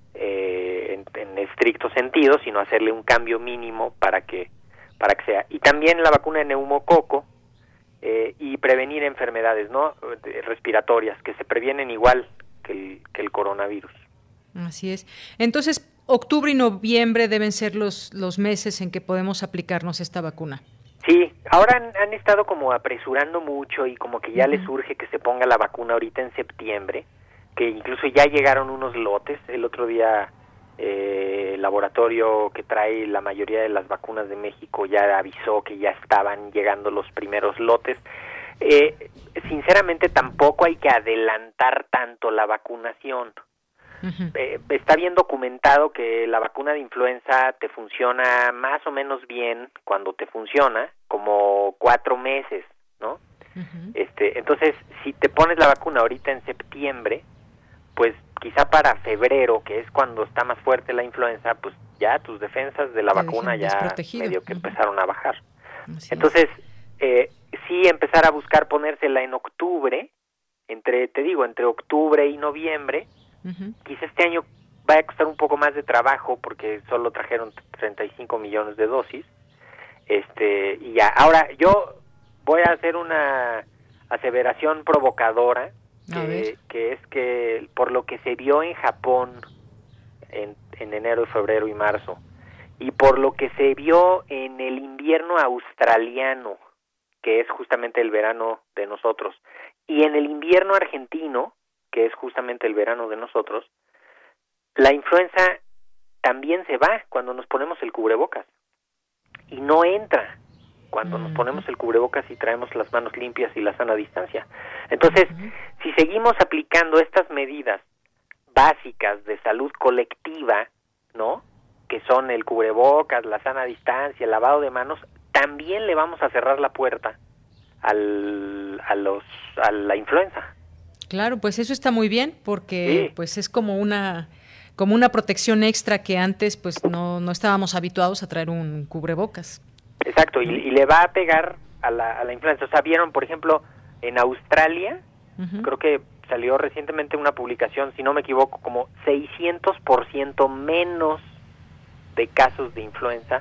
en estricto sentido, sino hacerle un cambio mínimo para que sea. Y también la vacuna de neumococo y prevenir enfermedades, ¿no? Respiratorias, que se previenen igual que el coronavirus. Así es. Entonces, octubre y noviembre deben ser los meses en que podemos aplicarnos esta vacuna. Sí, ahora han estado como apresurando mucho y como que ya les urge que se ponga la vacuna ahorita en septiembre, que incluso ya llegaron unos lotes. El otro día el laboratorio que trae la mayoría de las vacunas de México ya avisó que ya estaban llegando los primeros lotes. Sinceramente tampoco hay que adelantar tanto la vacunación. Está bien documentado que la vacuna de influenza te funciona más o menos bien cuando te funciona, como 4 meses, ¿no? Entonces, si te pones la vacuna ahorita en septiembre, pues quizá para febrero, que es cuando está más fuerte la influenza, pues ya tus defensas de la vacuna ya medio que empezaron a bajar. Entonces, sí empezar a buscar ponérsela en octubre, entre octubre y noviembre. Quizá este año vaya a costar un poco más de trabajo porque solo trajeron 35 millones de dosis. Y ya, ahora yo voy a hacer una aseveración provocadora, que es que por lo que se vio en Japón en enero, febrero y marzo, y por lo que se vio en el invierno australiano, que es justamente el verano de nosotros, y en el invierno argentino, que es justamente el verano de nosotros, la influenza también se va cuando nos ponemos el cubrebocas y no entra cuando nos ponemos el cubrebocas y traemos las manos limpias y la sana distancia. Entonces, si seguimos aplicando estas medidas básicas de salud colectiva, ¿no?, que son el cubrebocas, la sana distancia, el lavado de manos, también le vamos a cerrar la puerta a la influenza. Claro, pues eso está muy bien, porque sí, pues es como una protección extra que antes pues no estábamos habituados a traer un cubrebocas. Exacto, y le va a pegar a la influenza. O sea, vieron, por ejemplo, en Australia, creo que salió recientemente una publicación, si no me equivoco, como 600% menos de casos de influenza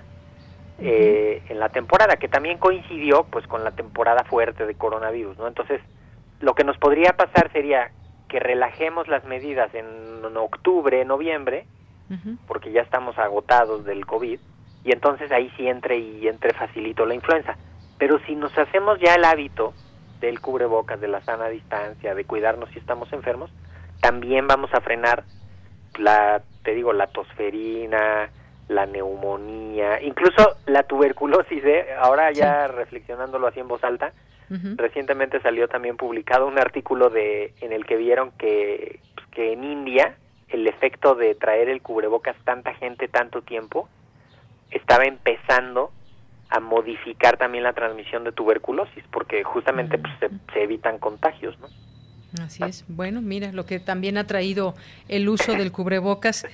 en la temporada, que también coincidió pues con la temporada fuerte de coronavirus, ¿no? Entonces, lo que nos podría pasar sería que relajemos las medidas en octubre, noviembre, porque ya estamos agotados del COVID, y entonces ahí sí entre facilito la influenza. Pero si nos hacemos ya el hábito del cubrebocas, de la sana distancia, de cuidarnos si estamos enfermos, también vamos a frenar la tosferina, la neumonía, incluso la tuberculosis, ahora ya reflexionándolo así en voz alta, recientemente salió también publicado un artículo en el que vieron que en India el efecto de traer el cubrebocas tanta gente tanto tiempo estaba empezando a modificar también la transmisión de tuberculosis, porque justamente pues, se evitan contagios, ¿no? Así es. Bueno, mira, lo que también ha traído el uso del cubrebocas.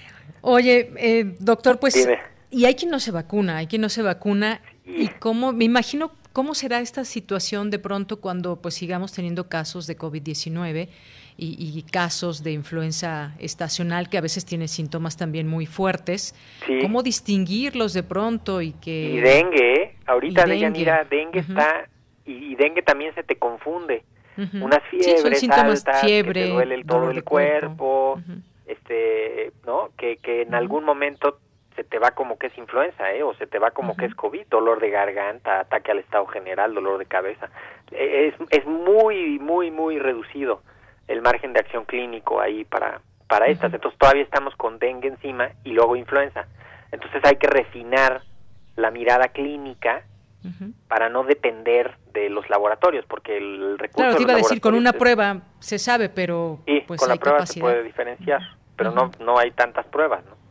Oye, doctor, pues, dime. Y hay quien no se vacuna, y cómo, me imagino, ¿cómo será esta situación de pronto cuando pues sigamos teniendo casos de COVID-19 y casos de influenza estacional que a veces tiene síntomas también muy fuertes? Sí. ¿Cómo distinguirlos de pronto? Y dengue, ahorita Deyanira, dengue está, y dengue también se te confunde. Unas fiebres altas, fiebre, que te duele todo el cuerpo, ¿no? Que en algún momento se te va como que es influenza, o se te va como que es COVID, dolor de garganta, ataque al estado general, dolor de cabeza. Es muy, muy, muy reducido el margen de acción clínico ahí para estas. Entonces todavía estamos con dengue encima y luego influenza. Entonces hay que refinar la mirada clínica para no depender de los laboratorios, porque el recurso... Claro, te iba a decir, con una prueba se sabe, pero pues con hay la prueba capacidad. Se puede diferenciar, pero no hay tantas pruebas, ¿no?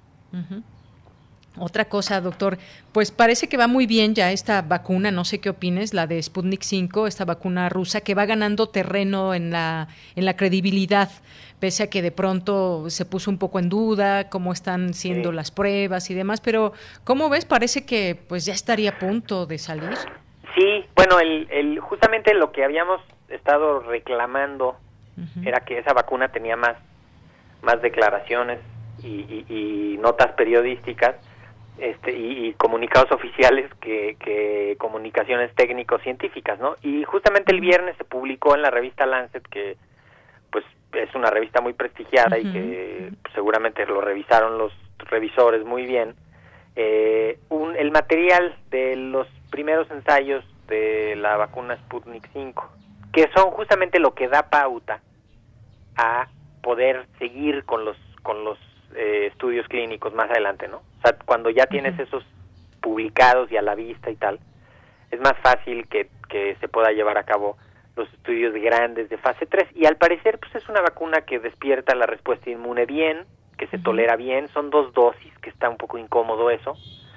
Otra cosa, doctor, pues parece que va muy bien ya esta vacuna, no sé qué opines, la de Sputnik 5, esta vacuna rusa, que va ganando terreno en la credibilidad, pese a que de pronto se puso un poco en duda cómo están siendo las pruebas y demás, pero ¿cómo ves? Parece que pues ya estaría a punto de salir. Sí, bueno, justamente lo que habíamos estado reclamando era que esa vacuna tenía más declaraciones y notas periodísticas, y comunicados oficiales que comunicaciones técnico-científicas, ¿no? Y justamente el viernes se publicó en la revista Lancet, que pues es una revista muy prestigiada y que pues, seguramente lo revisaron los revisores muy bien, el material de los primeros ensayos de la vacuna Sputnik 5, que son justamente lo que da pauta a poder seguir con los estudios clínicos más adelante, ¿no? O sea, cuando ya tienes esos publicados y a la vista y tal, es más fácil que se pueda llevar a cabo los estudios grandes de fase 3, y al parecer pues es una vacuna que despierta la respuesta inmune bien, que se tolera bien, son 2 dosis, que está un poco incómodo eso,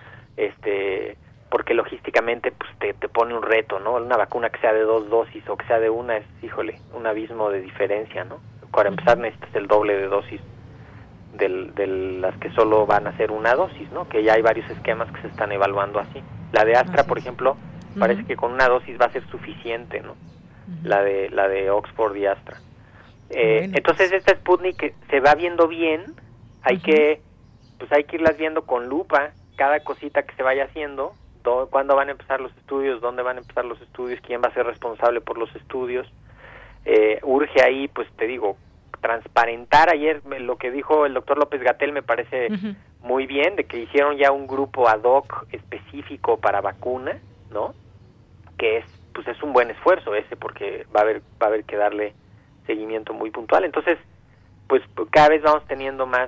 porque logísticamente pues te pone un reto, ¿no? Una vacuna que sea de 2 dosis o que sea de una es, un abismo de diferencia, ¿no? Para empezar necesitas el doble de dosis de las que solo van a ser una dosis, ¿no? Que ya hay varios esquemas que se están evaluando así. La de Astra, por ejemplo, parece que con una dosis va a ser suficiente, ¿no? La de Oxford y Astra. Entonces esta Sputnik se va viendo bien, hay que irlas viendo con lupa, cada cosita que se vaya haciendo, cuándo van a empezar los estudios, dónde van a empezar los estudios, quién va a ser responsable por los estudios. Urge ahí, pues te digo, transparentar. Ayer lo que dijo el doctor López-Gatell me parece muy bien, de que hicieron ya un grupo ad hoc específico para vacuna, ¿no? Que es un buen esfuerzo ese, porque va a haber que darle seguimiento muy puntual. Entonces, pues cada vez vamos teniendo más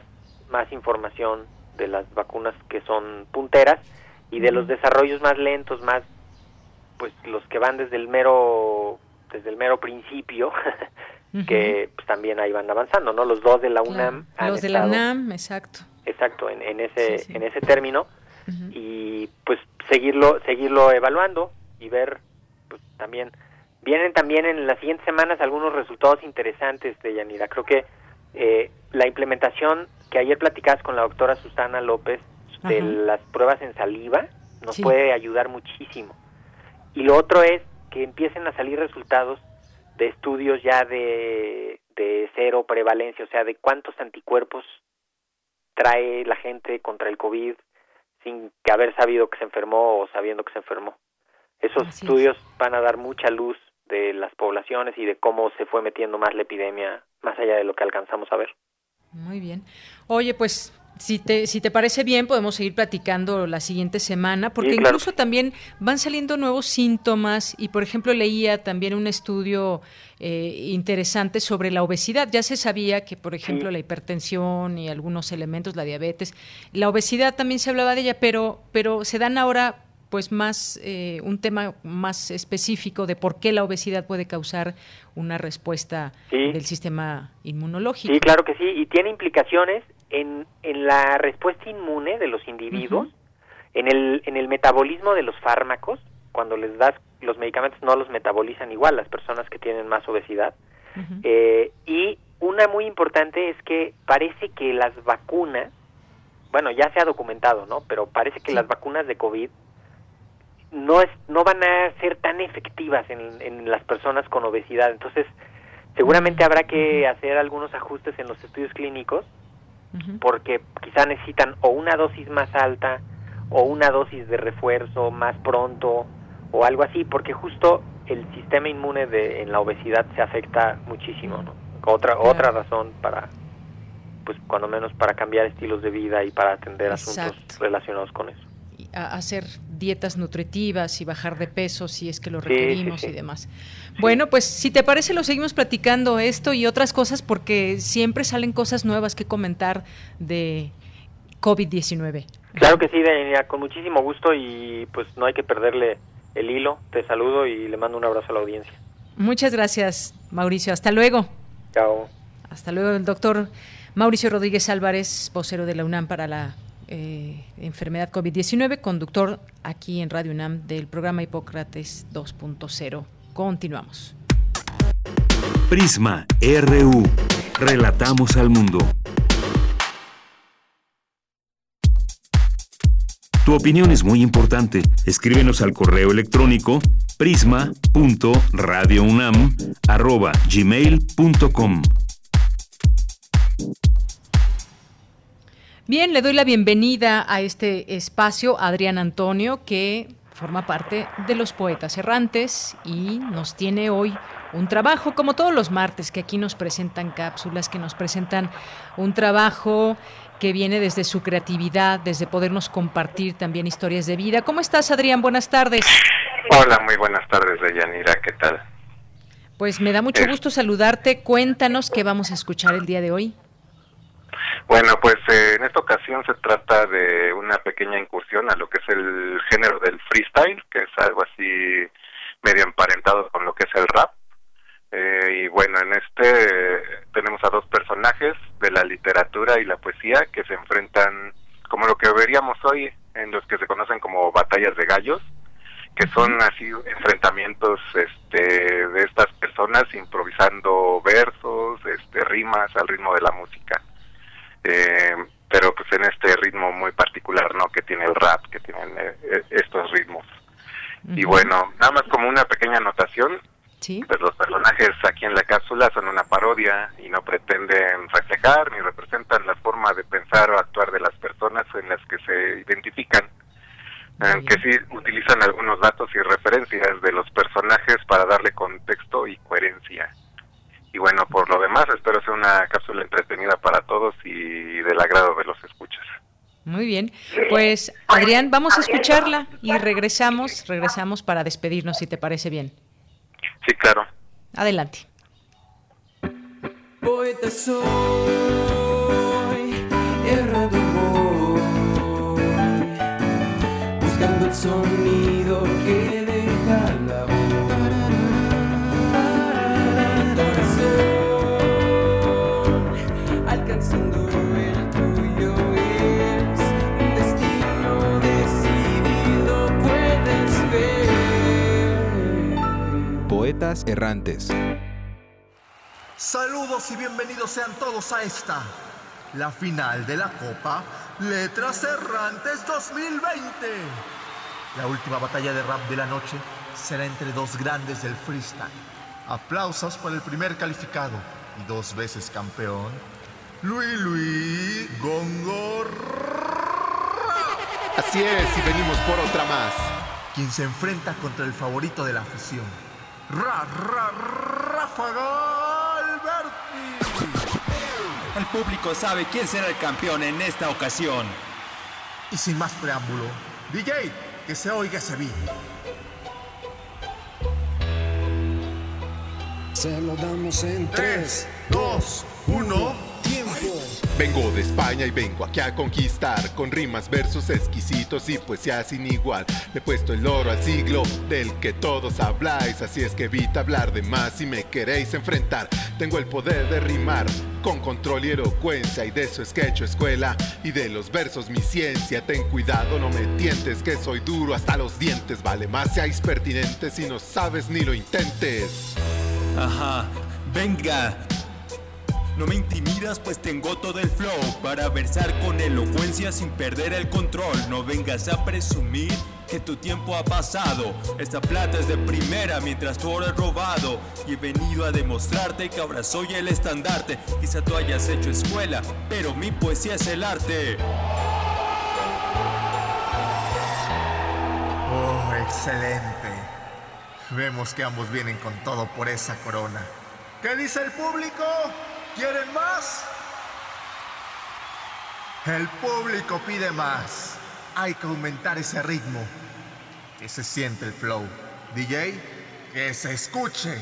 más información de las vacunas que son punteras y de los desarrollos más lentos, más pues los que van desde el mero principio, que pues también ahí van avanzando, ¿no? Los dos de la UNAM los de la UNAM, exacto, en ese término, y pues seguirlo evaluando y ver, pues vienen también en las siguientes semanas algunos resultados interesantes de Yanira. Creo que la implementación que ayer platicabas con la doctora Susana López de las pruebas en saliva nos puede ayudar muchísimo. Y lo otro es que empiecen a salir resultados de estudios ya de cero prevalencia, o sea, de cuántos anticuerpos trae la gente contra el COVID sin que haber sabido que se enfermó o sabiendo que se enfermó. Esos estudios van a dar mucha luz de las poblaciones y de cómo se fue metiendo más la epidemia, más allá de lo que alcanzamos a ver. Muy bien. Oye, pues si te parece bien, podemos seguir platicando la siguiente semana, porque incluso también van saliendo nuevos síntomas y, por ejemplo, leía también un estudio interesante sobre la obesidad. Ya se sabía que, por ejemplo, la hipertensión y algunos elementos, la diabetes, la obesidad también se hablaba de ella, pero se dan ahora pues más un tema más específico de por qué la obesidad puede causar una respuesta del sistema inmunológico. Sí, claro que sí, y tiene implicaciones en la respuesta inmune de los individuos, en el metabolismo de los fármacos. Cuando les das los medicamentos no los metabolizan igual las personas que tienen más obesidad. Y una muy importante es que parece que las vacunas, bueno, ya se ha documentado, ¿no? Pero parece que las vacunas de COVID no van a ser tan efectivas en las personas con obesidad. Entonces, seguramente habrá que hacer algunos ajustes en los estudios clínicos, porque quizá necesitan o una dosis más alta o una dosis de refuerzo más pronto o algo así, porque justo el sistema inmune en la obesidad se afecta muchísimo, ¿no? Otra razón para, pues cuando menos para cambiar estilos de vida y para atender asuntos relacionados con eso. Hacer dietas nutritivas y bajar de peso si es que lo requerimos y demás. Bueno, pues si te parece lo seguimos platicando esto y otras cosas, porque siempre salen cosas nuevas que comentar de COVID-19. Claro que sí, Daniela, con muchísimo gusto, y pues no hay que perderle el hilo. Te saludo y le mando un abrazo a la audiencia. Muchas gracias, Mauricio. Hasta luego. Chao. Hasta luego, el doctor Mauricio Rodríguez Álvarez, vocero de la UNAM para la enfermedad COVID-19, conductor aquí en Radio UNAM del programa Hipócrates 2.0. Continuamos. Prisma RU. Relatamos al mundo. Tu opinión es muy importante. Escríbenos al correo electrónico prisma.radiounam@gmail.com. Bien, le doy la bienvenida a este espacio a Adrián Antonio, que forma parte de Los Poetas Errantes y nos tiene hoy un trabajo, como todos los martes, que aquí nos presentan cápsulas, que nos presentan un trabajo que viene desde su creatividad, desde podernos compartir también historias de vida. ¿Cómo estás, Adrián? Buenas tardes. Hola, muy buenas tardes, Deyanira. ¿Qué tal? Pues me da mucho gusto saludarte. Cuéntanos qué vamos a escuchar el día de hoy. Bueno, pues en esta ocasión se trata de una pequeña incursión a lo que es el género del freestyle, que es algo así medio emparentado con lo que es el rap. Y bueno, en tenemos a dos personajes de la literatura y la poesía que se enfrentan, como lo que veríamos hoy, en los que se conocen como batallas de gallos, que son así enfrentamientos de estas personas improvisando versos, rimas al ritmo de la música. Pero pues en este ritmo muy particular, ¿no?, que tiene el rap, que tienen estos ritmos. Y bueno, nada más como una pequeña anotación, pues los personajes aquí en la cápsula son una parodia y no pretenden reflejar ni representan la forma de pensar o actuar de las personas en las que se identifican, aunque sí utilizan algunos datos y referencias de los personajes para darle contexto y coherencia. Y bueno, por lo demás, espero sea una cápsula entretenida para todos y del agrado de los escuchas. Muy bien, pues Adrián, vamos a escucharla y regresamos para despedirnos, si te parece bien. Sí, claro. Adelante. Poeta soy, he poetas errantes. Saludos y bienvenidos sean todos a esta, la final de la Copa Letras Errantes 2020. La última batalla de rap de la noche será entre dos grandes del freestyle. Aplausos por el primer calificado y 2 veces campeón, Luis Gongo. Así es, y venimos por otra más. Quien se enfrenta contra el favorito de la afición, Ráfaga Alberti. El público sabe quién será el campeón en esta ocasión. Y sin más preámbulo, DJ, que se oiga ese beat. Se lo damos en 3, 2, 1, tiempo. Vengo de España y vengo aquí a conquistar, con rimas, versos exquisitos y poesía sin igual. Le he puesto el oro al siglo del que todos habláis, así es que evita hablar de más si me queréis enfrentar. Tengo el poder de rimar con control y elocuencia, y de eso es que he hecho escuela, y de los versos mi ciencia. Ten cuidado, no me tientes, que soy duro hasta los dientes. Vale más seáis pertinentes si no sabes ni lo intentes. Ajá, venga. No me intimidas, pues tengo todo el flow para versar con elocuencia sin perder el control. No vengas a presumir que tu tiempo ha pasado. Esta plata es de primera mientras tú oro has robado. Y he venido a demostrarte que ahora soy el estandarte. Quizá tú hayas hecho escuela, pero mi poesía es el arte. Oh, excelente. Vemos que ambos vienen con todo por esa corona. ¿Qué dice el público? ¿Quieren más? El público pide más. Hay que aumentar ese ritmo. Que se siente el flow. DJ, que se escuche.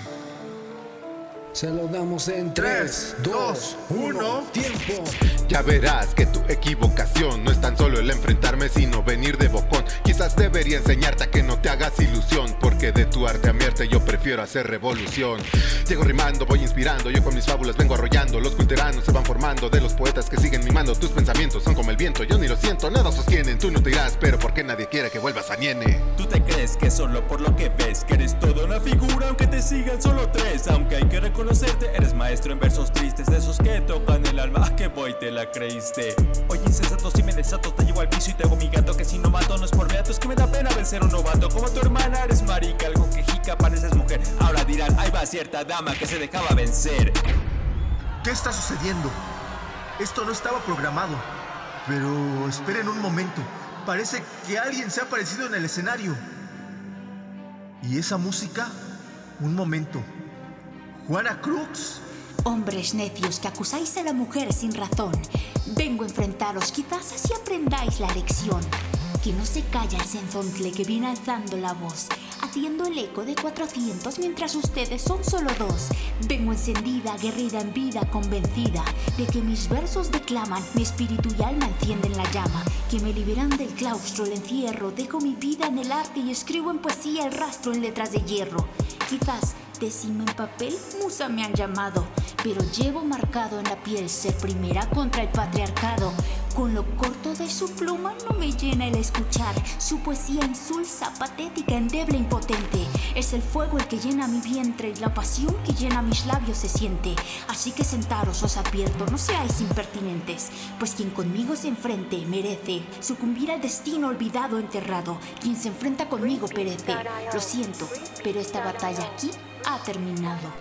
Se lo damos en 3, 2, 1, tiempo. Ya verás que tu equivocación no es tan solo el enfrentarme, sino venir de bocón. Quizás debería enseñarte a que no te hagas ilusión, porque de tu arte a mi arte yo prefiero hacer revolución. Llego rimando, voy inspirando, yo con mis fábulas vengo arrollando. Los culteranos se van formando de los poetas que siguen mimando. Tus pensamientos son como el viento, yo ni lo siento, nada sostienen. Tú no te irás, pero porque nadie quiere que vuelvas a Niene. Tú te crees que solo por lo que ves, que eres toda una figura, aunque te sigan solo 3. Aunque hay que reconocerte, eres maestro en versos tristes, de esos que tocan el alma. ¿A qué voy? Te la creíste. Oye, insensato, si me desato, te llevo al piso y te hago mi gato. Que si no mato, no es por beato, es que me da pena vencer un novato. Como tu hermana, eres marica, algo quejica, pareces mujer. Ahora dirán, ahí va cierta dama que se dejaba vencer. ¿Qué está sucediendo? Esto no estaba programado. Pero esperen un momento. Parece que alguien se ha aparecido en el escenario. ¿Y esa música? Un momento. ¿Juana Cruz? Hombres necios que acusáis a la mujer sin razón, vengo a enfrentaros, quizás así aprendáis la lección. Que no se calla el senzontle que viene alzando la voz, haciendo el eco de 400 mientras ustedes son solo 2. Vengo encendida, aguerrida en vida, convencida de que mis versos declaman, mi espíritu y alma encienden la llama, que me liberan del claustro, el encierro. Dejo mi vida en el arte y escribo en poesía el rastro en letras de hierro. Quizás décima en papel, musa me han llamado, pero llevo marcado en la piel ser primera contra el patriarcado. Con lo corto de su pluma no me llena el escuchar su poesía insulsa, patética, endeble, impotente. Es el fuego el que llena mi vientre y la pasión que llena mis labios se siente. Así que sentaros, os advierto, no seáis impertinentes, pues quien conmigo se enfrente merece sucumbir al destino olvidado, enterrado. Quien se enfrenta conmigo perece. Lo siento, pero esta batalla aquí ha terminado.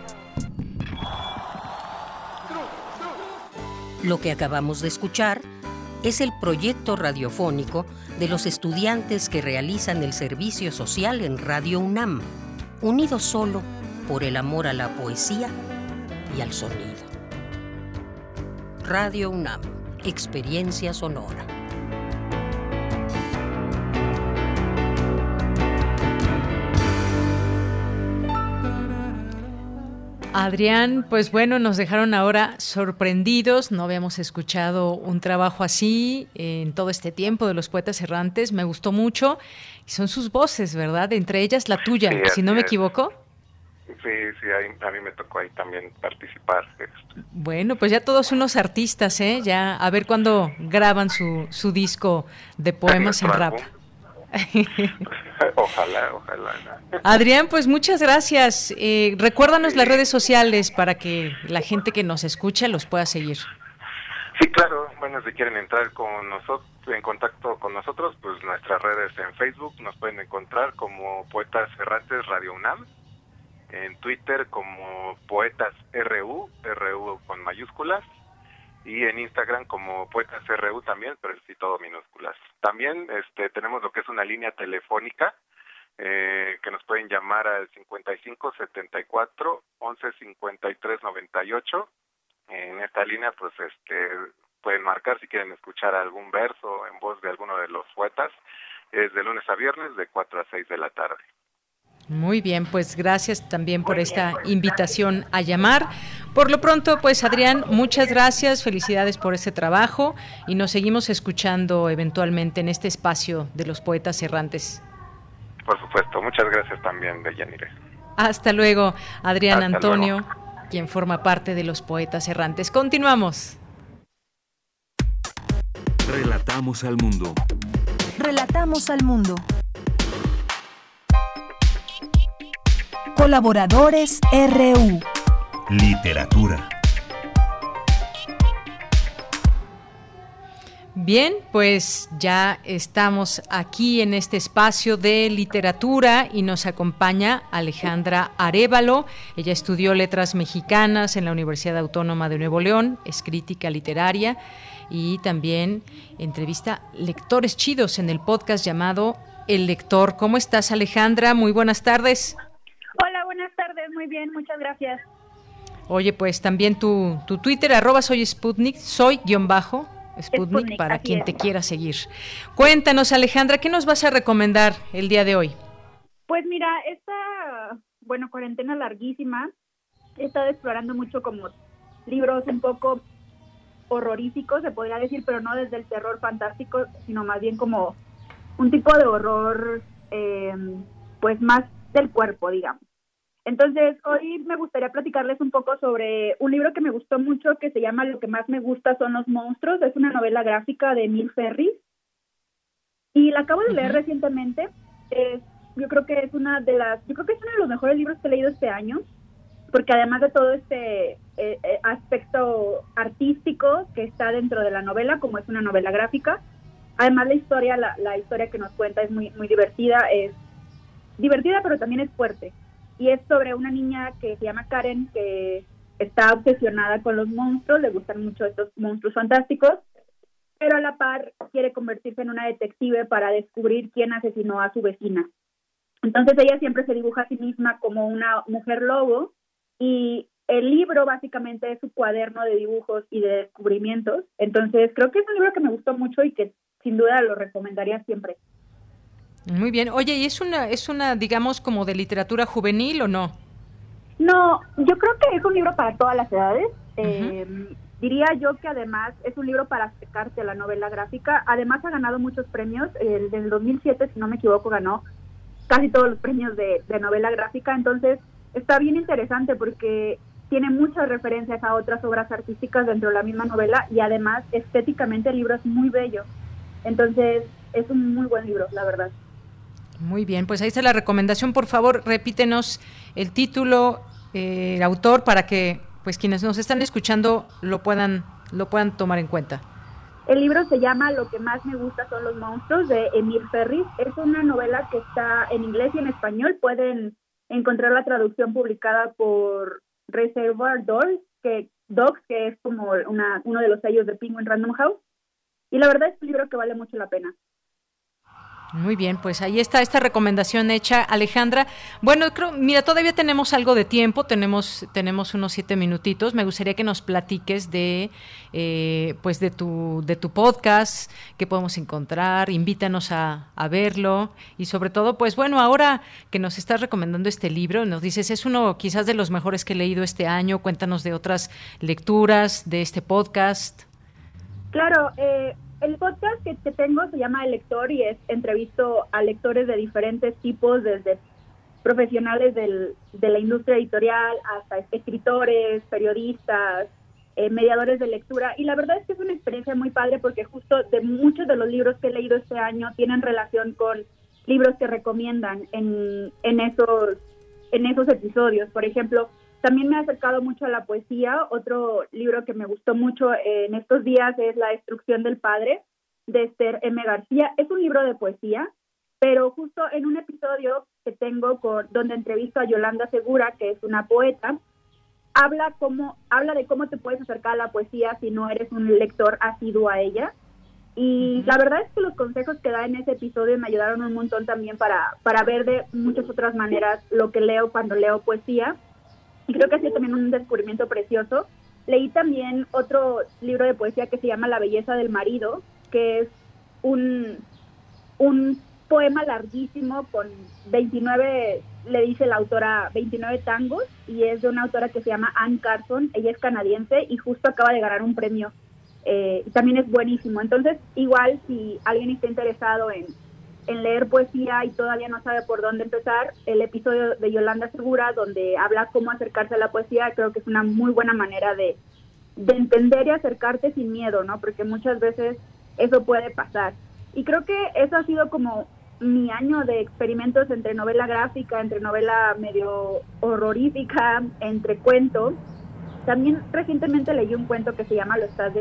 Lo que acabamos de escuchar es el proyecto radiofónico de los estudiantes que realizan el servicio social en Radio UNAM, unidos solo por el amor a la poesía y al sonido. Radio UNAM, experiencia sonora. Adrián, pues bueno, nos dejaron ahora sorprendidos. No habíamos escuchado un trabajo así en todo este tiempo de los poetas errantes. Me gustó mucho. Y son sus voces, ¿verdad? Entre ellas la tuya, sí, si no me equivoco. Sí, a mí me tocó ahí también participar. Bueno, pues ya todos unos artistas, ¿eh? Ya a ver cuándo graban su disco de poemas en rap. Ojalá. Adrián, pues muchas gracias. Recuérdanos las redes sociales para que la gente que nos escucha los pueda seguir. Sí, claro. Bueno, si quieren entrar con nosotros, en contacto con nosotros, pues nuestras redes en Facebook nos pueden encontrar como Poetas Errantes Radio UNAM, en Twitter como Poetas RU con mayúsculas, y en Instagram como Poetas RU también, pero sí todo minúsculas. También tenemos lo que es una línea telefónica que nos pueden llamar al 55 74 11 53 98. En esta línea pues pueden marcar si quieren escuchar algún verso en voz de alguno de los poetas. Es de lunes a viernes de 4 a 6 de la tarde. Muy bien, pues gracias también por esta invitación a llamar. Por lo pronto, pues Adrián, muchas gracias, felicidades por este trabajo y nos seguimos escuchando eventualmente en este espacio de los poetas errantes. Por supuesto, muchas gracias también, Deyanire. Hasta luego, Adrián Hasta Antonio, luego. Quien forma parte de los poetas errantes. Continuamos. Relatamos al mundo. Relatamos al mundo. Colaboradores RU. Literatura. Bien, pues ya estamos aquí en este espacio de literatura y nos acompaña Alejandra Arévalo. Ella estudió Letras Mexicanas en la Universidad Autónoma de Nuevo León, es crítica literaria y también entrevista lectores chidos en el podcast llamado El Lector. ¿Cómo estás, Alejandra? Muy buenas tardes. Hola, buenas tardes, muy bien, muchas gracias. Oye, pues también tu Twitter, @soy Sputnik, Sputnik, para quien te quiera seguir. Cuéntanos, Alejandra, ¿qué nos vas a recomendar el día de hoy? Pues mira, esta, cuarentena larguísima, he estado explorando mucho como libros un poco horroríficos, se podría decir, pero no desde el terror fantástico, sino más bien como un tipo de horror, pues más del cuerpo, digamos. Entonces, hoy me gustaría platicarles un poco sobre un libro que me gustó mucho, que se llama Lo que más me gusta son los monstruos. Es una novela gráfica de Emil Ferris. Y la acabo de leer recientemente. Yo creo que es uno de los mejores libros que he leído este año, porque además de todo este aspecto artístico que está dentro de la novela, como es una novela gráfica, además la historia que nos cuenta es muy, muy divertida. Es divertida, pero también es fuerte. Y es sobre una niña que se llama Karen, que está obsesionada con los monstruos, le gustan mucho estos monstruos fantásticos, pero a la par quiere convertirse en una detective para descubrir quién asesinó a su vecina. Entonces ella siempre se dibuja a sí misma como una mujer lobo, y el libro básicamente es su cuaderno de dibujos y de descubrimientos. Entonces creo que es un libro que me gustó mucho y que sin duda lo recomendaría siempre. Muy bien. Oye, ¿y es una digamos como de literatura juvenil o no? No, yo creo que es un libro para todas las edades. Diría yo que además es un libro para acercarte a la novela gráfica. Además ha ganado muchos premios. El del 2007, si no me equivoco, ganó casi todos los premios de novela gráfica. Entonces está bien interesante porque tiene muchas referencias a otras obras artísticas dentro de la misma novela, y además estéticamente el libro es muy bello. Entonces es un muy buen libro, la verdad. Muy bien, pues ahí está la recomendación. Por favor, repítenos el título, el autor, para que pues quienes nos están escuchando lo puedan tomar en cuenta. El libro se llama Lo que más me gusta son los monstruos, de Emil Ferris. Es una novela que está en inglés y en español. Pueden encontrar la traducción publicada por Reservoir Dogs, que es como uno de los sellos de Penguin Random House. Y la verdad es un libro que vale mucho la pena. Muy bien, pues ahí está esta recomendación hecha, Alejandra. Bueno, mira, todavía tenemos algo de tiempo, tenemos unos 7 minutitos. Me gustaría que nos platiques de tu podcast, qué podemos encontrar, invítanos a verlo, y sobre todo, pues bueno, ahora que nos estás recomendando este libro, nos dices, es uno quizás de los mejores que he leído este año. Cuéntanos de otras lecturas de este podcast. Claro, el podcast que tengo se llama El Lector y entrevisto a lectores de diferentes tipos, desde profesionales de la industria editorial hasta escritores, periodistas, mediadores de lectura. Y la verdad es que es una experiencia muy padre porque justo de muchos de los libros que he leído este año tienen relación con libros que recomiendan en esos episodios. Por ejemplo, también me ha acercado mucho a la poesía. Otro libro que me gustó mucho en estos días es La destrucción del padre, de Esther M. García. Es un libro de poesía, pero justo en un episodio que tengo donde entrevisto a Yolanda Segura, que es una poeta, habla de cómo te puedes acercar a la poesía si no eres un lector asiduo a ella. Y la verdad es que los consejos que da en ese episodio me ayudaron un montón también para ver de muchas otras maneras lo que leo cuando leo poesía. Y creo que ha sido también un descubrimiento precioso. Leí también otro libro de poesía que se llama La belleza del marido, que es un poema larguísimo con 29, le dice la autora, 29 tangos, y es de una autora que se llama Anne Carson. Ella es canadiense y justo acaba de ganar un premio. Y también es buenísimo. Entonces, igual si alguien está interesado en leer poesía y todavía no sabe por dónde empezar, el episodio de Yolanda Segura, donde habla cómo acercarse a la poesía, creo que es una muy buena manera de entender y acercarte sin miedo, ¿no? Porque muchas veces eso puede pasar. Y creo que eso ha sido como mi año de experimentos entre novela gráfica, entre novela medio horrorífica, entre cuento. También recientemente leí un cuento que se llama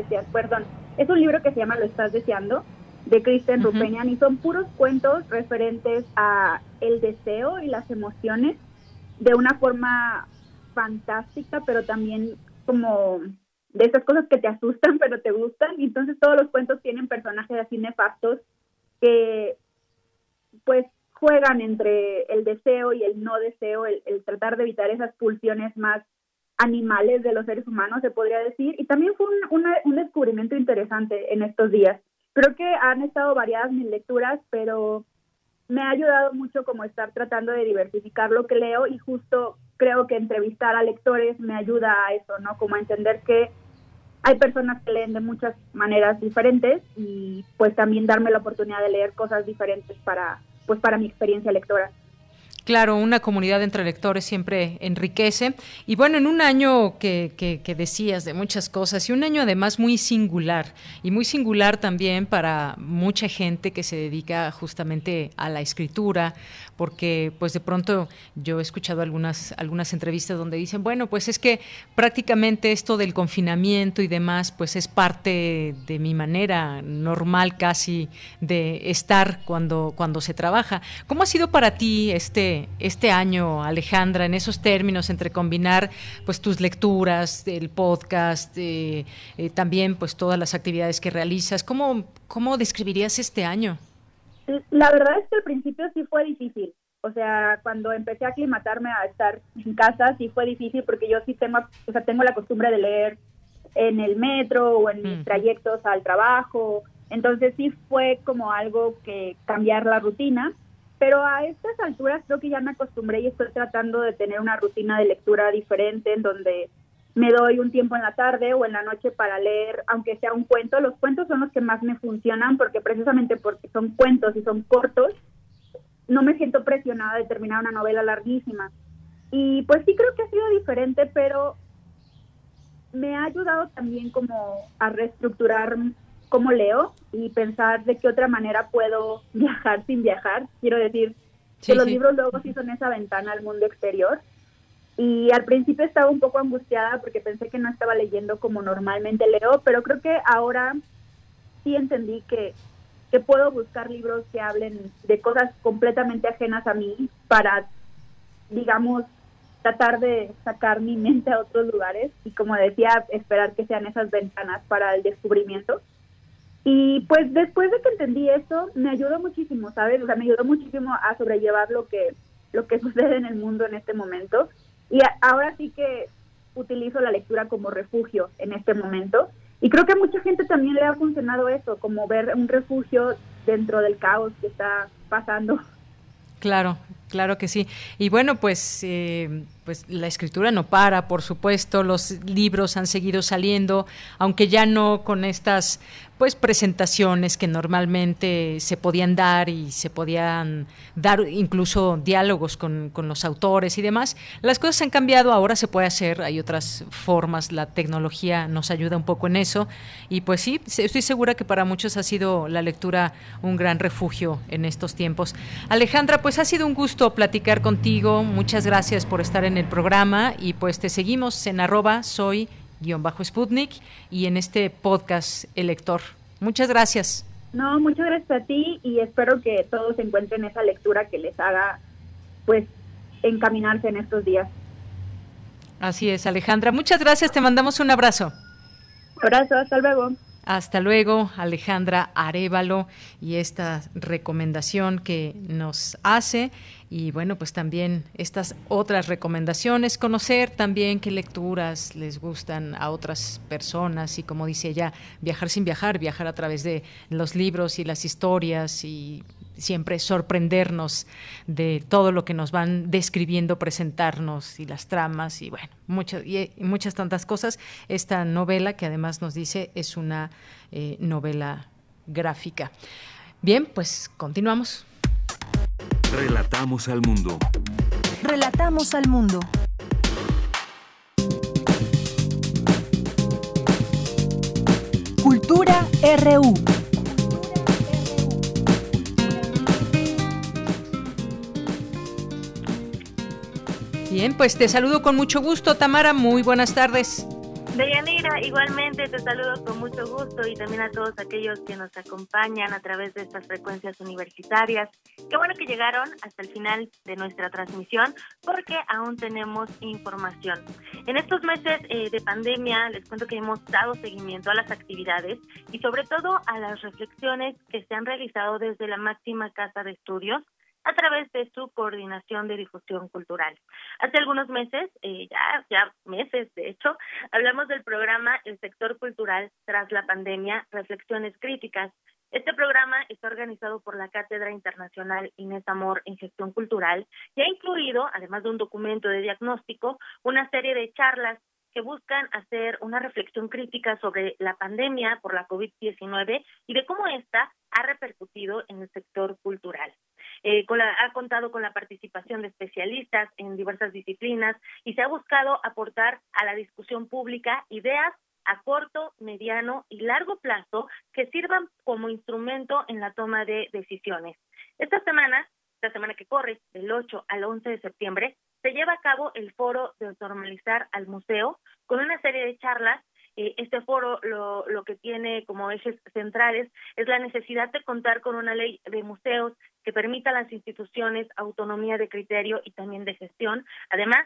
es un libro que se llama Lo estás deseando, de Kristen Rupenian, y son puros cuentos referentes a el deseo y las emociones de una forma fantástica, pero también como de esas cosas que te asustan pero te gustan. Y entonces todos los cuentos tienen personajes así nefastos que pues juegan entre el deseo y el no deseo, el tratar de evitar esas pulsiones más animales de los seres humanos, se podría decir. Y también fue un descubrimiento interesante en estos días. Creo que han estado variadas mis lecturas, pero me ha ayudado mucho como estar tratando de diversificar lo que leo, y justo creo que entrevistar a lectores me ayuda a eso, ¿no? Como a entender que hay personas que leen de muchas maneras diferentes, y pues también darme la oportunidad de leer cosas diferentes para mi experiencia lectora. Claro, una comunidad entre lectores siempre enriquece. Y bueno, en un año que decías de muchas cosas, y un año además muy singular también para mucha gente que se dedica justamente a la escritura, porque pues de pronto yo he escuchado algunas entrevistas donde dicen, bueno, pues es que prácticamente esto del confinamiento y demás, pues es parte de mi manera normal casi de estar cuando se trabaja. ¿Cómo ha sido para ti este año, Alejandra, en esos términos, entre combinar pues tus lecturas, el podcast, también pues todas las actividades que realizas? ¿Cómo describirías este año? La verdad es que al principio sí fue difícil. O sea, cuando empecé a aclimatarme a estar en casa, sí fue difícil, porque yo sí tengo la costumbre de leer en el metro o en mis trayectos al trabajo. Entonces sí fue como algo que cambiar la rutina. Pero a estas alturas creo que ya me acostumbré y estoy tratando de tener una rutina de lectura diferente, en donde me doy un tiempo en la tarde o en la noche para leer, aunque sea un cuento. Los cuentos son los que más me funcionan, porque precisamente porque son cuentos y son cortos, no me siento presionada de terminar una novela larguísima. Y pues sí creo que ha sido diferente, pero me ha ayudado también como a reestructurar cómo leo y pensar de qué otra manera puedo viajar sin viajar. Quiero decir que los libros luego sí son esa ventana al mundo exterior. Y al principio estaba un poco angustiada porque pensé que no estaba leyendo como normalmente leo, pero creo que ahora sí entendí que puedo buscar libros que hablen de cosas completamente ajenas a mí para, digamos, tratar de sacar mi mente a otros lugares y, como decía, esperar que sean esas ventanas para el descubrimiento. Y pues después de que entendí eso, me ayudó muchísimo, ¿sabes? O sea, me ayudó muchísimo a sobrellevar lo que sucede en el mundo en este momento. Y ahora sí que utilizo la lectura como refugio en este momento. Y creo que a mucha gente también le ha funcionado eso, como ver un refugio dentro del caos que está pasando. Claro que sí. Y bueno, pues pues la escritura no para, por supuesto, los libros han seguido saliendo, aunque ya no con estas pues presentaciones que normalmente se podían dar y se podían dar incluso diálogos con los autores y demás. Las cosas han cambiado, ahora se puede hacer, hay otras formas, la tecnología nos ayuda un poco en eso y pues sí, estoy segura que para muchos ha sido la lectura un gran refugio en estos tiempos. Alejandra, pues ha sido un gusto platicar contigo, muchas gracias por estar en el programa y pues te seguimos en @soy_Sputnik y en este podcast El Lector. Muchas gracias. No, muchas gracias a ti y espero que todos encuentren esa lectura que les haga pues encaminarse en estos días. Así es, Alejandra. Muchas gracias, te mandamos un abrazo. Abrazo, hasta luego. Hasta luego, Alejandra Arévalo, y esta recomendación que nos hace. Y bueno, pues también estas otras recomendaciones, conocer también qué lecturas les gustan a otras personas y, como dice ella, viajar sin viajar, viajar a través de los libros y las historias y siempre sorprendernos de todo lo que nos van describiendo, presentarnos y las tramas y bueno, muchas tantas cosas. Esta novela, que además nos dice es una novela gráfica. Bien, pues continuamos. Relatamos al mundo. Relatamos al mundo. Cultura RU. Bien, pues te saludo con mucho gusto, Tamara. Muy buenas tardes. Deyanira, igualmente te saludo con mucho gusto y también a todos aquellos que nos acompañan a través de estas frecuencias universitarias. Qué bueno que llegaron hasta el final de nuestra transmisión porque aún tenemos información. En estos meses de pandemia les cuento que hemos dado seguimiento a las actividades y sobre todo a las reflexiones que se han realizado desde la máxima casa de estudios a través de su coordinación de difusión cultural. Hace algunos meses, ya meses de hecho, hablamos del programa El Sector Cultural tras la Pandemia, Reflexiones Críticas. Este programa está organizado por la Cátedra Internacional Inés Amor en Gestión Cultural y ha incluido, además de un documento de diagnóstico, una serie de charlas que buscan hacer una reflexión crítica sobre la pandemia por la COVID-19 y de cómo esta ha repercutido en el sector cultural. Ha contado con la participación de especialistas en diversas disciplinas y se ha buscado aportar a la discusión pública ideas a corto, mediano y largo plazo que sirvan como instrumento en la toma de decisiones. Esta semana que corre, del 8 al 11 de septiembre, se lleva a cabo el foro de Normalizar al Museo con una serie de charlas. Este foro lo que tiene como ejes centrales es la necesidad de contar con una ley de museos que permita a las instituciones autonomía de criterio y también de gestión, además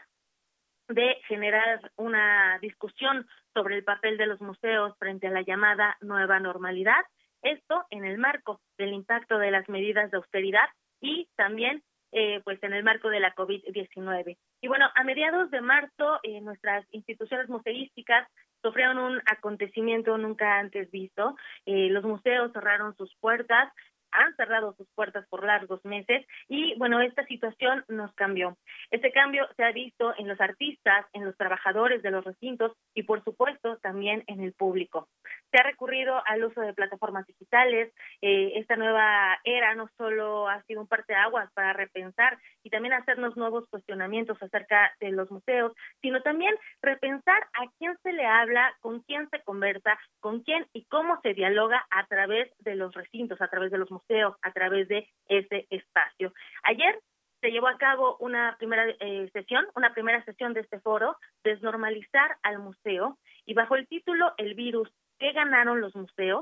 de generar una discusión sobre el papel de los museos frente a la llamada nueva normalidad, esto en el marco del impacto de las medidas de austeridad y también pues en el marco de la COVID-19. Y bueno, a mediados de marzo nuestras instituciones museísticas sufrieron un acontecimiento nunca antes visto. Los museos cerraron sus puertas, han cerrado sus puertas por largos meses y bueno, esta situación nos cambió. Este cambio se ha visto en los artistas, en los trabajadores de los recintos y por supuesto también en el público. Se ha recurrido al uso de plataformas digitales. Esta nueva era no solo ha sido un parteaguas para repensar y también hacernos nuevos cuestionamientos acerca de los museos, sino también repensar a quién se le habla, con quién se conversa, con quién y cómo se dialoga a través de los recintos, a través de los museos, a través de ese espacio. Ayer se llevó a cabo una primera sesión de este foro, Desnormalizar al Museo, y bajo el título El virus, ¿qué ganaron los museos?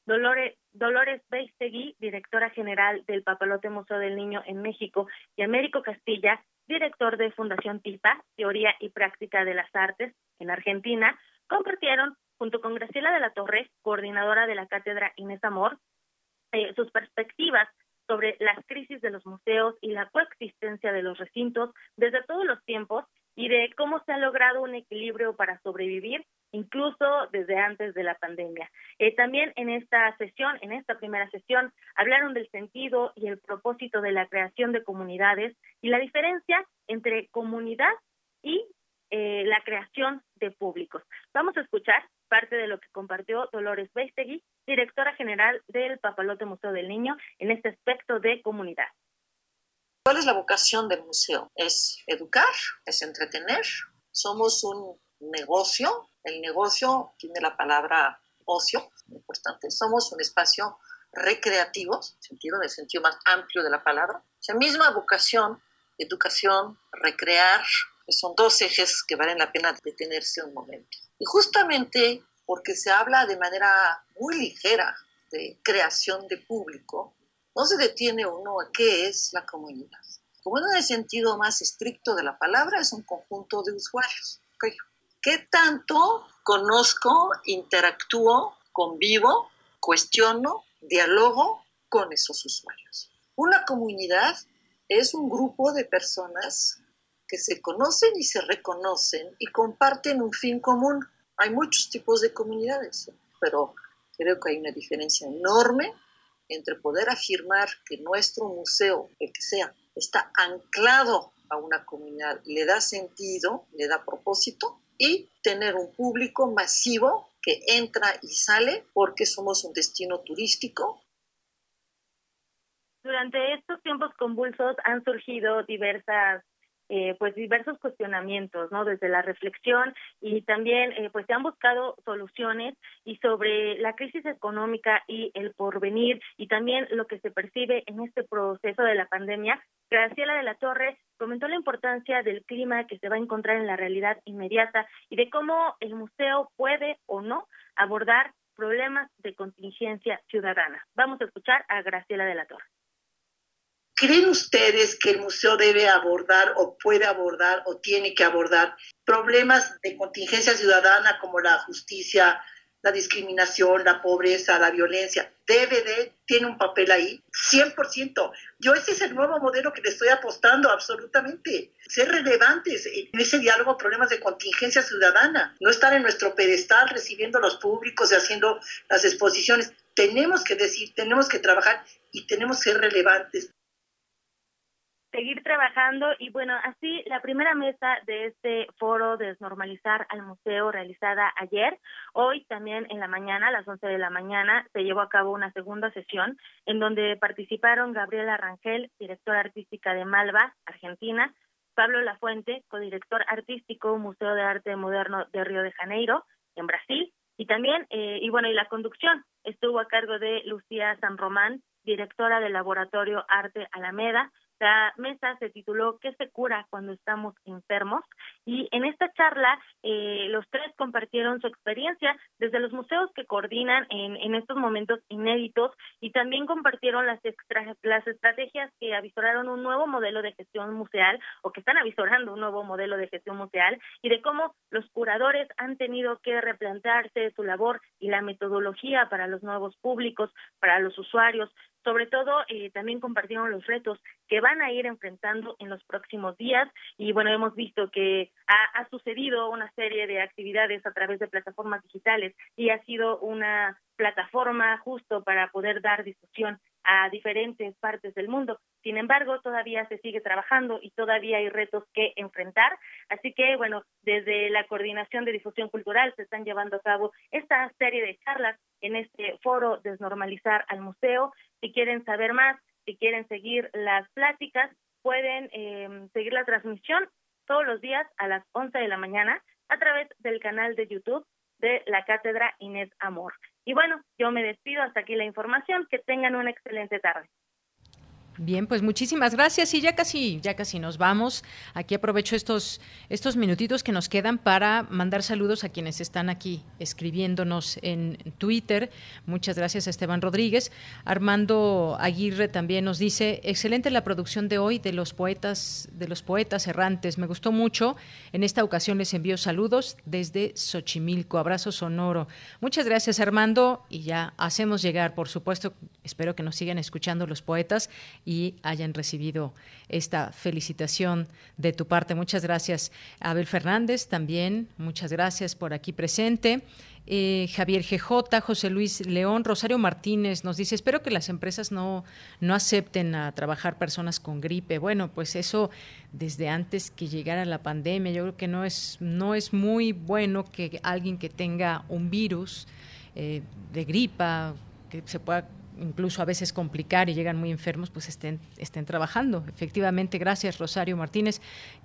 Dolores Beistegui, directora general del Papalote Museo del Niño en México, y Américo Castilla, director de Fundación TIPA, Teoría y Práctica de las Artes, en Argentina, compartieron, junto con Graciela de la Torre, coordinadora de la Cátedra Inés Amor, sus perspectivas sobre las crisis de los museos y la coexistencia de los recintos desde todos los tiempos y de cómo se ha logrado un equilibrio para sobrevivir, incluso desde antes de la pandemia. También en esta primera sesión, hablaron del sentido y el propósito de la creación de comunidades y la diferencia entre comunidad y la creación de públicos. Vamos a escuchar parte de lo que compartió Dolores Beistegui, directora general del Papalote Museo del Niño, en este aspecto de comunidad. ¿Cuál es la vocación del museo? Es educar, es entretener. Somos un negocio. El negocio tiene la palabra ocio, muy importante. Somos un espacio recreativo, en el sentido más amplio de la palabra. O sea, misma vocación, educación, recrear, son dos ejes que valen la pena detenerse un momento. Y justamente porque se habla de manera muy ligera de creación de público, no se detiene uno a qué es la comunidad. Como en el sentido más estricto de la palabra, es un conjunto de usuarios. ¿Qué tanto conozco, interactúo, convivo, cuestiono, dialogo con esos usuarios? Una comunidad es un grupo de personas que se conocen y se reconocen y comparten un fin común. Hay muchos tipos de comunidades, pero creo que hay una diferencia enorme entre poder afirmar que nuestro museo, el que sea, está anclado a una comunidad, le da sentido, le da propósito, y tener un público masivo que entra y sale porque somos un destino turístico. Durante estos tiempos convulsos han surgido diversos cuestionamientos, ¿no? Desde la reflexión y también pues se han buscado soluciones y sobre la crisis económica y el porvenir y también lo que se percibe en este proceso de la pandemia. Graciela de la Torre comentó la importancia del clima que se va a encontrar en la realidad inmediata y de cómo el museo puede o no abordar problemas de contingencia ciudadana. Vamos a escuchar a Graciela de la Torre. ¿Creen ustedes que el museo debe abordar o puede abordar o tiene que abordar problemas de contingencia ciudadana como la justicia, la discriminación, la pobreza, la violencia? Tiene un papel ahí, 100%. Ese es el nuevo modelo que le estoy apostando absolutamente. Ser relevantes en ese diálogo, problemas de contingencia ciudadana. No estar en nuestro pedestal recibiendo a los públicos y haciendo las exposiciones. Tenemos que decir, tenemos que trabajar y tenemos que ser relevantes. Seguir trabajando y bueno, así la primera mesa de este foro Desnormalizar al Museo realizada ayer, hoy también en la mañana, a las 11 de la mañana, se llevó a cabo una segunda sesión en donde participaron Gabriela Rangel, directora artística de Malva, Argentina, Pablo Lafuente, codirector artístico Museo de Arte Moderno de Río de Janeiro, en Brasil, y también, y la conducción estuvo a cargo de Lucía San Román, directora del Laboratorio Arte Alameda. La mesa se tituló ¿Qué se cura cuando estamos enfermos? Y en esta charla los tres compartieron su experiencia desde los museos que coordinan en estos momentos inéditos y también compartieron las estrategias que avisoraron un nuevo modelo de gestión museal o que están avisorando un nuevo modelo de gestión museal y de cómo los curadores han tenido que replantearse su labor y la metodología para los nuevos públicos, para los usuarios. Sobre todo, también compartieron los retos que van a ir enfrentando en los próximos días y hemos visto que ha sucedido una serie de actividades a través de plataformas digitales y ha sido una plataforma justo para poder dar difusión a diferentes partes del mundo. Sin embargo, todavía se sigue trabajando y todavía hay retos que enfrentar. Así que, desde la Coordinación de Difusión Cultural se están llevando a cabo esta serie de charlas en este foro Desnormalizar al Museo. Si quieren saber más, si quieren seguir las pláticas, pueden seguir la transmisión todos los días a las 11 de la mañana a través del canal de YouTube de la Cátedra Inés Amor. Y yo me despido, hasta aquí la información, que tengan una excelente tarde. Bien, pues muchísimas gracias y ya casi nos vamos. Aquí aprovecho estos minutitos que nos quedan para mandar saludos a quienes están aquí escribiendo,nos en Twitter. Muchas gracias a Esteban Rodríguez. Armando Aguirre también nos dice: excelente la producción de hoy de los poetas errantes. Me gustó mucho. En esta ocasión les envío saludos desde Xochimilco. Abrazo sonoro. Muchas gracias, Armando, y ya hacemos llegar, por supuesto, espero que nos sigan escuchando los poetas y hayan recibido esta felicitación de tu parte. Muchas gracias. Abel Fernández también, muchas gracias por aquí presente. Javier GJ, José Luis León, Rosario Martínez nos dice: espero que las empresas no acepten a trabajar personas con gripe. Bueno, pues eso desde antes que llegara la pandemia. Yo creo que no es muy bueno que alguien que tenga un virus de gripa, que se pueda incluso a veces complicar y llegan muy enfermos, pues estén trabajando. Efectivamente, gracias Rosario Martínez.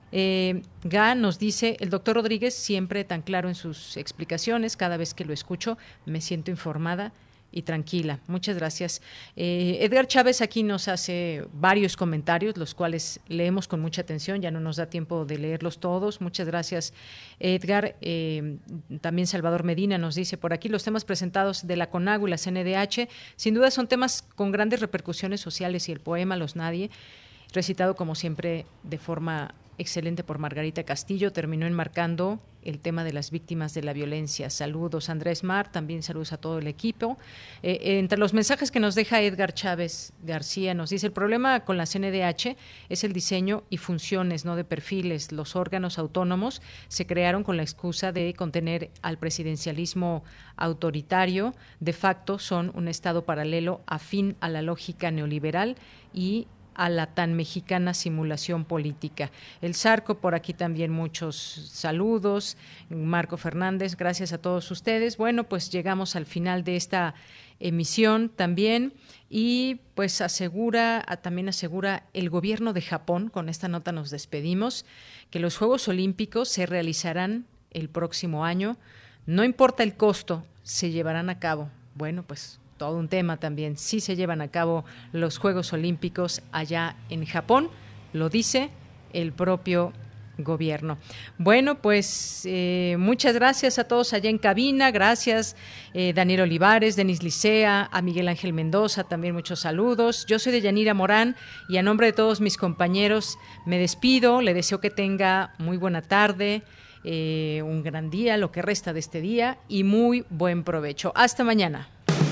Ga nos dice: el doctor Rodríguez siempre tan claro en sus explicaciones, cada vez que lo escucho me siento informada y tranquila. Muchas gracias. Edgar Chávez aquí nos hace varios comentarios, los cuales leemos con mucha atención, ya no nos da tiempo de leerlos todos. Muchas gracias, Edgar. También Salvador Medina nos dice por aquí: los temas presentados de la CONAGU y la CNDH sin duda son temas con grandes repercusiones sociales, y el poema Los Nadie, recitado como siempre de forma excelente por Margarita Castillo, terminó enmarcando el tema de las víctimas de la violencia. Saludos, Andrés Mar, también saludos a todo el equipo. Entre los mensajes que nos deja Edgar Chávez García, nos dice: el problema con la CNDH es el diseño y funciones, no de perfiles. Los órganos autónomos se crearon con la excusa de contener al presidencialismo autoritario. De facto son un estado paralelo afín a la lógica neoliberal y a la tan mexicana simulación política. El Zarco, por aquí también muchos saludos. Marco Fernández, gracias a todos ustedes. Bueno, pues llegamos al final de esta emisión también, y pues también asegura el gobierno de Japón, con esta nota nos despedimos, que los Juegos Olímpicos se realizarán el próximo año. No importa el costo, se llevarán a cabo. Bueno, pues todo un tema también. Sí se llevan a cabo los Juegos Olímpicos allá en Japón, lo dice el propio gobierno. Bueno, pues muchas gracias a todos allá en cabina. Gracias Daniel Olivares, Denis Licea, a Miguel Ángel Mendoza, también muchos saludos. Yo soy Deyanira Morán y a nombre de todos mis compañeros me despido. Le deseo que tenga muy buena tarde, un gran día, lo que resta de este día, y muy buen provecho. Hasta mañana.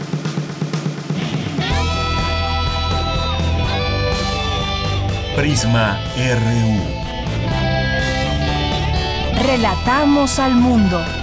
Prisma RU. Relatamos al mundo.